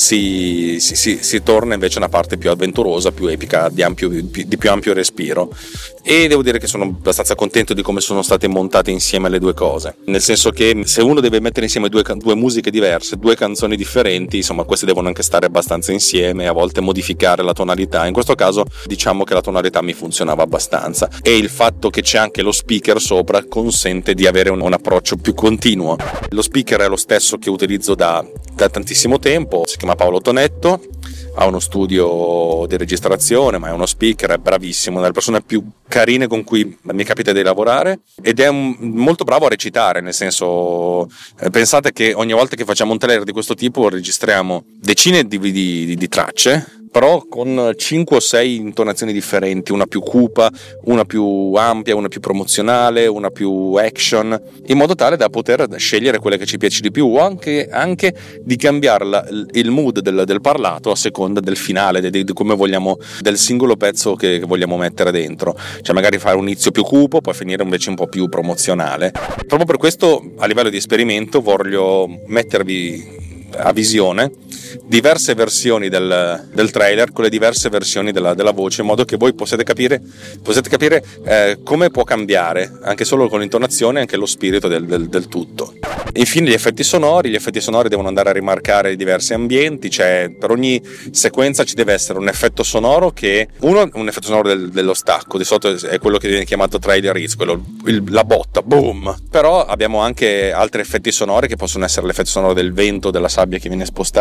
si, si, si, si torna invece a una parte più avventurosa, più epica, di, ampio, di più ampio respiro, e devo dire che sono abbastanza contento di come sono state montate insieme le due cose, nel senso che se uno deve mettere insieme due, due musiche diverse, due canzoni differenti, insomma queste devono anche stare abbastanza insieme, a volte modificare la tonalità. In questo caso diciamo che la tonalità mi funzionava abbastanza, e il fatto che c'è anche lo speaker sopra consente di avere un, un approccio più continuo. Lo speaker è lo stesso che utilizzo da, da tantissimo tempo, si chiama Paolo Tonetto, ha uno studio di registrazione, ma è uno speaker, è bravissimo, una delle persone più carine con cui mi capita di lavorare, ed è un, molto bravo a recitare, nel senso, eh, pensate che ogni volta che facciamo un trailer di questo tipo registriamo decine di, di, di, di tracce, però con cinque o sei intonazioni differenti, una più cupa, una più ampia, una più promozionale, una più action, in modo tale da poter scegliere quelle che ci piace di più, o anche, anche di cambiare la, il mood del, del parlato a seconda del finale, di, di come vogliamo, del singolo pezzo che, che vogliamo mettere dentro, cioè magari fare un inizio più cupo, poi finire invece un po' più promozionale. Proprio per questo, a livello di esperimento, voglio mettervi a visione diverse versioni del, del trailer con le diverse versioni della, della voce, in modo che voi possiate capire, possiate capire eh, come può cambiare anche solo con l'intonazione anche lo spirito del, del, del tutto. Infine gli effetti sonori. Gli effetti sonori devono andare a rimarcare diversi ambienti, cioè per ogni sequenza ci deve essere un effetto sonoro che, uno, un effetto sonoro del, dello stacco, di solito è quello che viene chiamato trailer hits, quello, il, la botta, boom, però abbiamo anche altri effetti sonori che possono essere l'effetto sonoro del vento, della sabbia che viene spostata,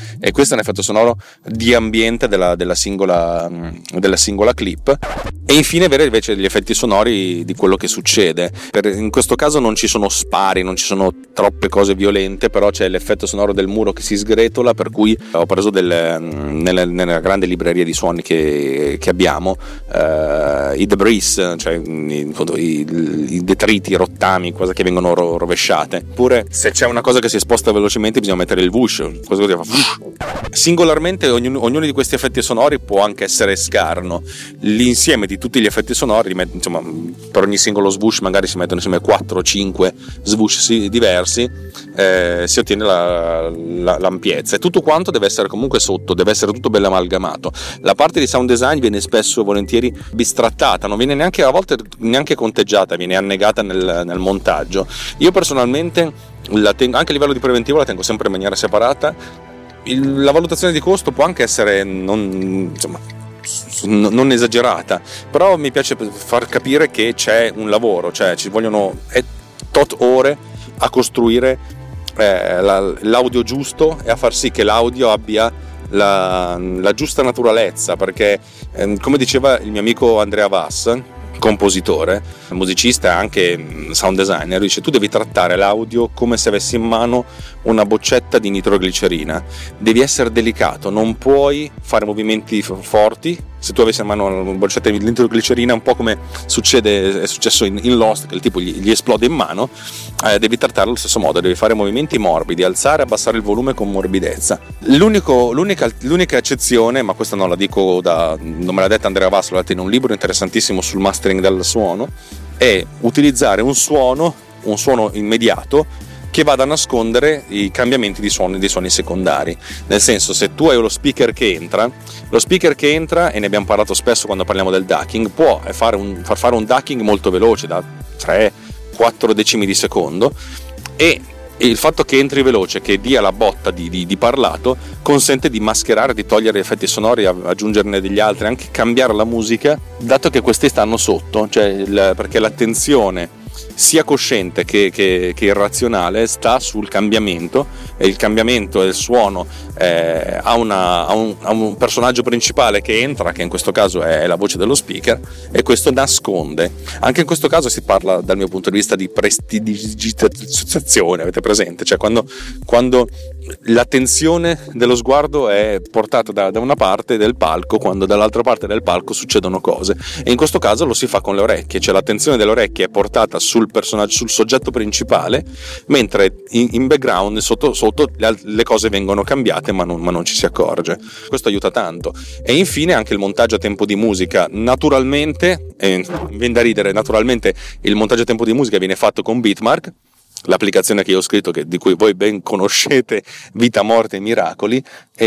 e questo è un effetto sonoro di ambiente della, della, singola, della singola clip. E infine avere invece gli effetti sonori di quello che succede. Per, in questo caso non ci sono spari, non ci sono troppe cose violente, però c'è l'effetto sonoro del muro che si sgretola, per cui ho preso del, nella, nella grande libreria di suoni che, che abbiamo uh, i debris, cioè i, i, i detriti, i rottami, cose che vengono ro- rovesciate. Oppure se c'è una cosa che si sposta velocemente bisogna mettere il whoosh, cosa che fa. Singolarmente ognuno, ognuno di questi effetti sonori può anche essere scarno. L'insieme di tutti gli effetti sonori, insomma, per ogni singolo swoosh magari si mettono insieme quattro o cinque swoosh diversi, eh, si ottiene la, la, l'ampiezza, e tutto quanto deve essere comunque sotto, deve essere tutto bello amalgamato. La parte di sound design viene spesso e volentieri bistrattata, non viene neanche a volte neanche conteggiata, viene annegata nel, nel montaggio. Io personalmente la tengo, anche a livello di preventivo la tengo sempre in maniera separata. Il, la valutazione di costo può anche essere non, insomma, non esagerata, però mi piace far capire che c'è un lavoro, cioè ci vogliono tot ore a costruire eh, la, l'audio giusto e a far sì che l'audio abbia la, la giusta naturalezza, perché eh, come diceva il mio amico Andrea Vass, compositore, musicista e anche sound designer, dice: tu devi trattare l'audio come se avessi in mano una boccetta di nitroglicerina, devi essere delicato, non puoi fare movimenti forti. Se tu avessi in mano una boccetta di nitroglicerina, un po' come succede, è successo in, in Lost, che il tipo gli, gli esplode in mano, eh, devi trattarlo allo stesso modo, devi fare movimenti morbidi, alzare e abbassare il volume con morbidezza. L'unico, l'unica, l'unica eccezione, ma questa non la dico da, non me l'ha detta Andrea Vass, l'ho letta in un libro interessantissimo sul mastering del suono, è utilizzare un suono, un suono immediato che vada a nascondere i cambiamenti di suoni, dei suoni secondari. Nel senso, se tu hai lo speaker che entra, lo speaker che entra, e ne abbiamo parlato spesso quando parliamo del ducking, può fare un, far fare un ducking molto veloce, da tre quattro decimi di secondo, e il fatto che entri veloce, che dia la botta di, di, di parlato, consente di mascherare, di togliere effetti sonori, aggiungerne degli altri, anche cambiare la musica, dato che questi stanno sotto, cioè il, perché l'attenzione sia cosciente che, che, che irrazionale sta sul cambiamento, e il cambiamento del suono eh, ha, una, ha, un, ha un personaggio principale che entra, che in questo caso è la voce dello speaker, e questo nasconde. Anche in questo caso si parla, dal mio punto di vista, di prestidigitazione, avete presente? Cioè quando, quando l'attenzione dello sguardo è portata da, da una parte del palco, quando dall'altra parte del palco succedono cose, e in questo caso lo si fa con le orecchie, cioè l'attenzione delle orecchie è portata sul personaggio, sul soggetto principale, mentre in, in background sotto, sotto le, le cose vengono cambiate, ma non, ma non ci si accorge. Questo aiuta tanto. E infine anche il montaggio a tempo di musica, naturalmente, eh, viene da ridere, naturalmente il montaggio a tempo di musica viene fatto con Beatmark, l'applicazione che io ho scritto, che, di cui voi ben conoscete, Vita, Morte e Miracoli.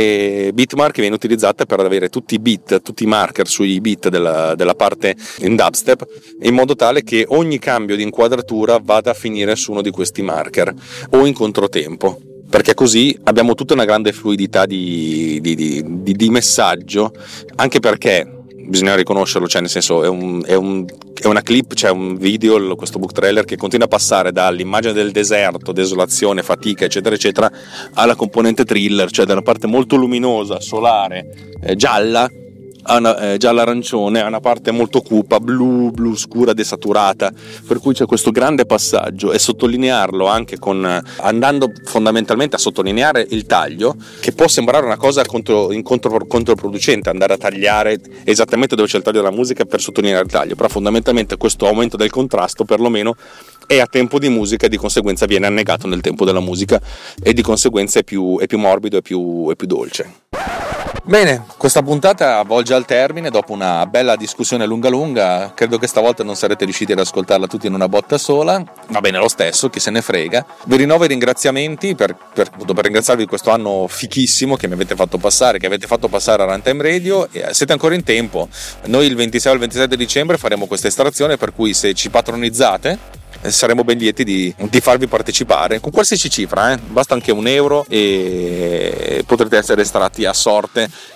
E Beatmark viene utilizzata per avere tutti i beat, tutti i marker sui beat della, della parte in dubstep, in modo tale che ogni cambio di inquadratura vada a finire su uno di questi marker o in controtempo, perché così abbiamo tutta una grande fluidità di, di, di, di, di messaggio, anche perché bisogna riconoscerlo, cioè nel senso è, un, è, un, è una clip, c'è cioè un video, questo book trailer che continua a passare dall'immagine del deserto, desolazione, fatica eccetera eccetera, alla componente thriller, cioè da una parte molto luminosa, solare, eh, gialla, a una, eh, gialla arancione, a una parte molto cupa, blu, blu scura, desaturata, per cui c'è questo grande passaggio, e sottolinearlo anche con, andando fondamentalmente a sottolineare il taglio, che può sembrare una cosa contro, in contro, controproducente, andare a tagliare esattamente dove c'è il taglio della musica per sottolineare il taglio, però fondamentalmente questo aumento del contrasto perlomeno è a tempo di musica e di conseguenza viene annegato nel tempo della musica, e di conseguenza è più, è più morbido e più, è più dolce. Bene, questa puntata volge al termine dopo una bella discussione lunga lunga. Credo che stavolta non sarete riusciti ad ascoltarla tutti in una botta sola, va bene lo stesso, chi se ne frega. Vi rinnovo i ringraziamenti per, per, per ringraziarvi di questo anno fichissimo che mi avete fatto passare, che avete fatto passare a Runtime Radio, e siete ancora in tempo. Noi il ventisei o il ventisette dicembre faremo questa estrazione, per cui se ci patronizzate saremo ben lieti di, di farvi partecipare con qualsiasi cifra, eh? Basta anche un euro e potrete essere estratti a sorte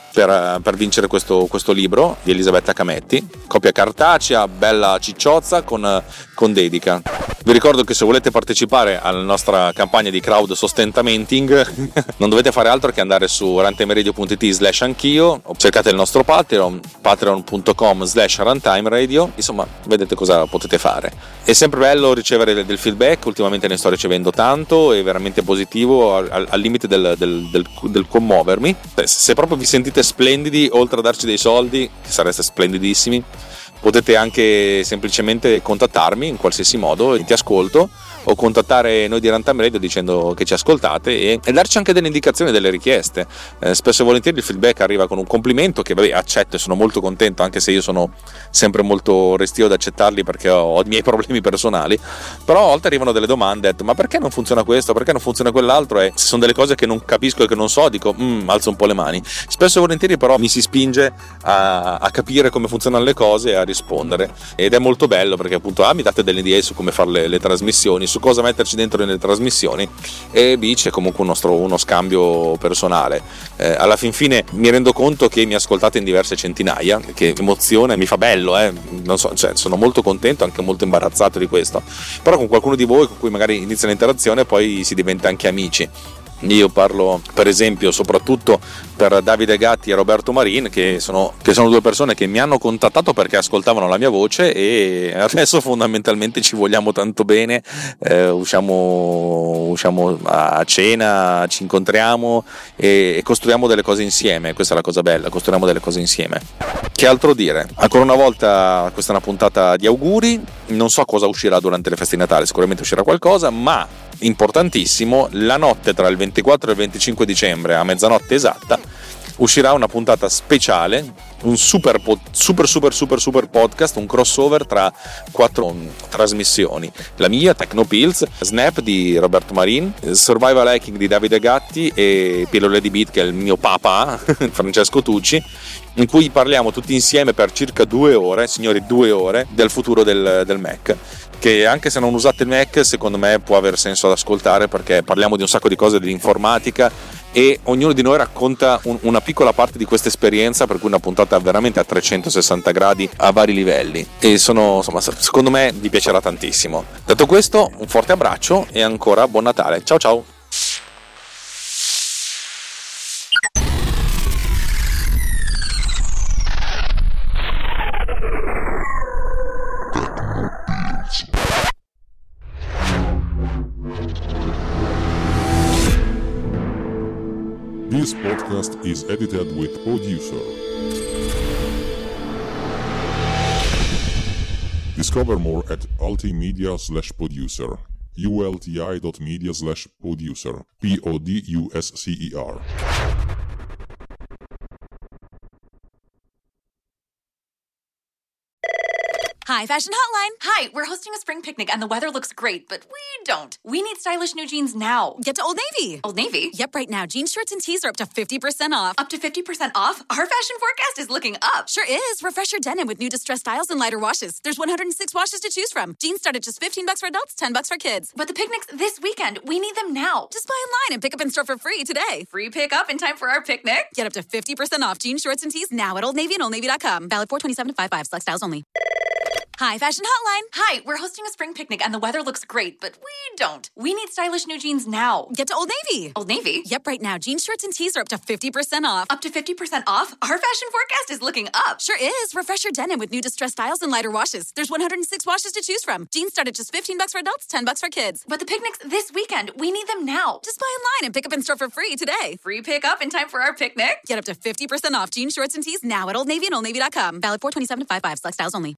per, per vincere questo, questo libro di Elisabetta Cametti, copia cartacea, bella cicciozza con, con dedica. Vi ricordo che se volete partecipare alla nostra campagna di crowd sostentamenting non dovete fare altro che andare su runtimeradio punto it slash anch'io, cercate il nostro Patreon, patreon punto com slash runtimeradio, insomma vedete cosa potete fare. È sempre bello ricevere del feedback, ultimamente ne sto ricevendo tanto, è veramente positivo, al, al limite del, del, del, del commuovermi. Se proprio vi sentite splendidi, oltre a darci dei soldi, che sareste splendidissimi, potete anche semplicemente contattarmi in qualsiasi modo, ti ascolto, o contattare noi di Runtime Radio dicendo che ci ascoltate e, e darci anche delle indicazioni, delle richieste. Eh, spesso e volentieri il feedback arriva con un complimento che vabbè accetto e sono molto contento, anche se io sono sempre molto restio ad accettarli perché ho, ho i miei problemi personali, però a volte arrivano delle domande, ma perché non funziona questo, perché non funziona quell'altro, e se sono delle cose che non capisco e che non so dico mm, alzo un po' le mani. Spesso e volentieri però mi si spinge a, a capire come funzionano le cose e a rispondere, ed è molto bello perché appunto A mi date delle idee su come fare le, le trasmissioni, su cosa metterci dentro nelle trasmissioni, e B c'è comunque un nostro, uno scambio personale. Eh, alla fin fine mi rendo conto che mi ascoltate in diverse centinaia, che emoziona e mi fa bello, eh? Non so, cioè, sono molto contento, anche molto imbarazzato di questo, però con qualcuno di voi con cui magari inizia l'interazione poi si diventa anche amici. Io parlo per esempio soprattutto per Davide Gatti e Roberto Marin, che sono, che sono due persone che mi hanno contattato perché ascoltavano la mia voce, e adesso fondamentalmente ci vogliamo tanto bene, eh, usciamo, usciamo a cena, ci incontriamo e, e costruiamo delle cose insieme. Questa è la cosa bella, costruiamo delle cose insieme. Che altro dire? Ancora una volta questa è una puntata di auguri, non so cosa uscirà durante le feste di Natale, sicuramente uscirà qualcosa, ma importantissimo, la notte tra il ventiquattro e il venticinque dicembre a mezzanotte esatta uscirà una puntata speciale, un super super super super super podcast, un crossover tra quattro trasmissioni: la mia, Tecnopills, Snap di Roberto Marin, Survival Hacking di Davide Gatti e Pillole di Beat, che è il mio papà Francesco Tucci, in cui parliamo tutti insieme per circa due ore, signori, due ore del futuro del, del Mac, che anche se non usate il Mac secondo me può aver senso ad ascoltare, perché parliamo di un sacco di cose dell'informatica e ognuno di noi racconta un, una piccola parte di questa esperienza, per cui una puntata veramente a trecentosessanta gradi a vari livelli, e sono, insomma, secondo me vi piacerà tantissimo. Detto questo, un forte abbraccio e ancora buon Natale, ciao ciao. This podcast is edited with Producer. Discover more at ultimedia slash producer. ulti.media slash producer. P O D U S C E R. Hi, Fashion Hotline. Hi, we're hosting a spring picnic and the weather looks great, but we don't. We need stylish new jeans now. Get to Old Navy. Old Navy? Yep, right now. Jeans, shirts, and tees are up to fifty percent off. Up to fifty percent off? Our fashion forecast is looking up. Sure is. Refresh your denim with new distressed styles and lighter washes. There's one hundred six washes to choose from. Jeans start at just fifteen bucks for adults, ten bucks for kids. But the picnic's this weekend. We need them now. Just buy online and pick up in store for free today. Free pickup in time for our picnic? Get up to fifty percent off jeans, shorts, and tees now at Old Navy and old navy dot com. Valid four twenty-seven to five five. Select styles only. Hi, Fashion Hotline. Hi, we're hosting a spring picnic and the weather looks great, but we don't. We need stylish new jeans now. Get to Old Navy. Old Navy? Yep, right now. Jeans, shirts, and tees are up to fifty percent off. Up to fifty percent off? Our fashion forecast is looking up. Sure is. Refresh your denim with new distressed styles and lighter washes. There's one hundred six washes to choose from. Jeans start at just fifteen bucks for adults, ten bucks for kids. But the picnic's this weekend. We need them now. Just buy online and pick up in store for free today. Free pickup in time for our picnic? Get up to fifty percent off jeans, shorts, and tees now at Old Navy and old navy dot com. Valid four twenty-seven to five five. Select styles only.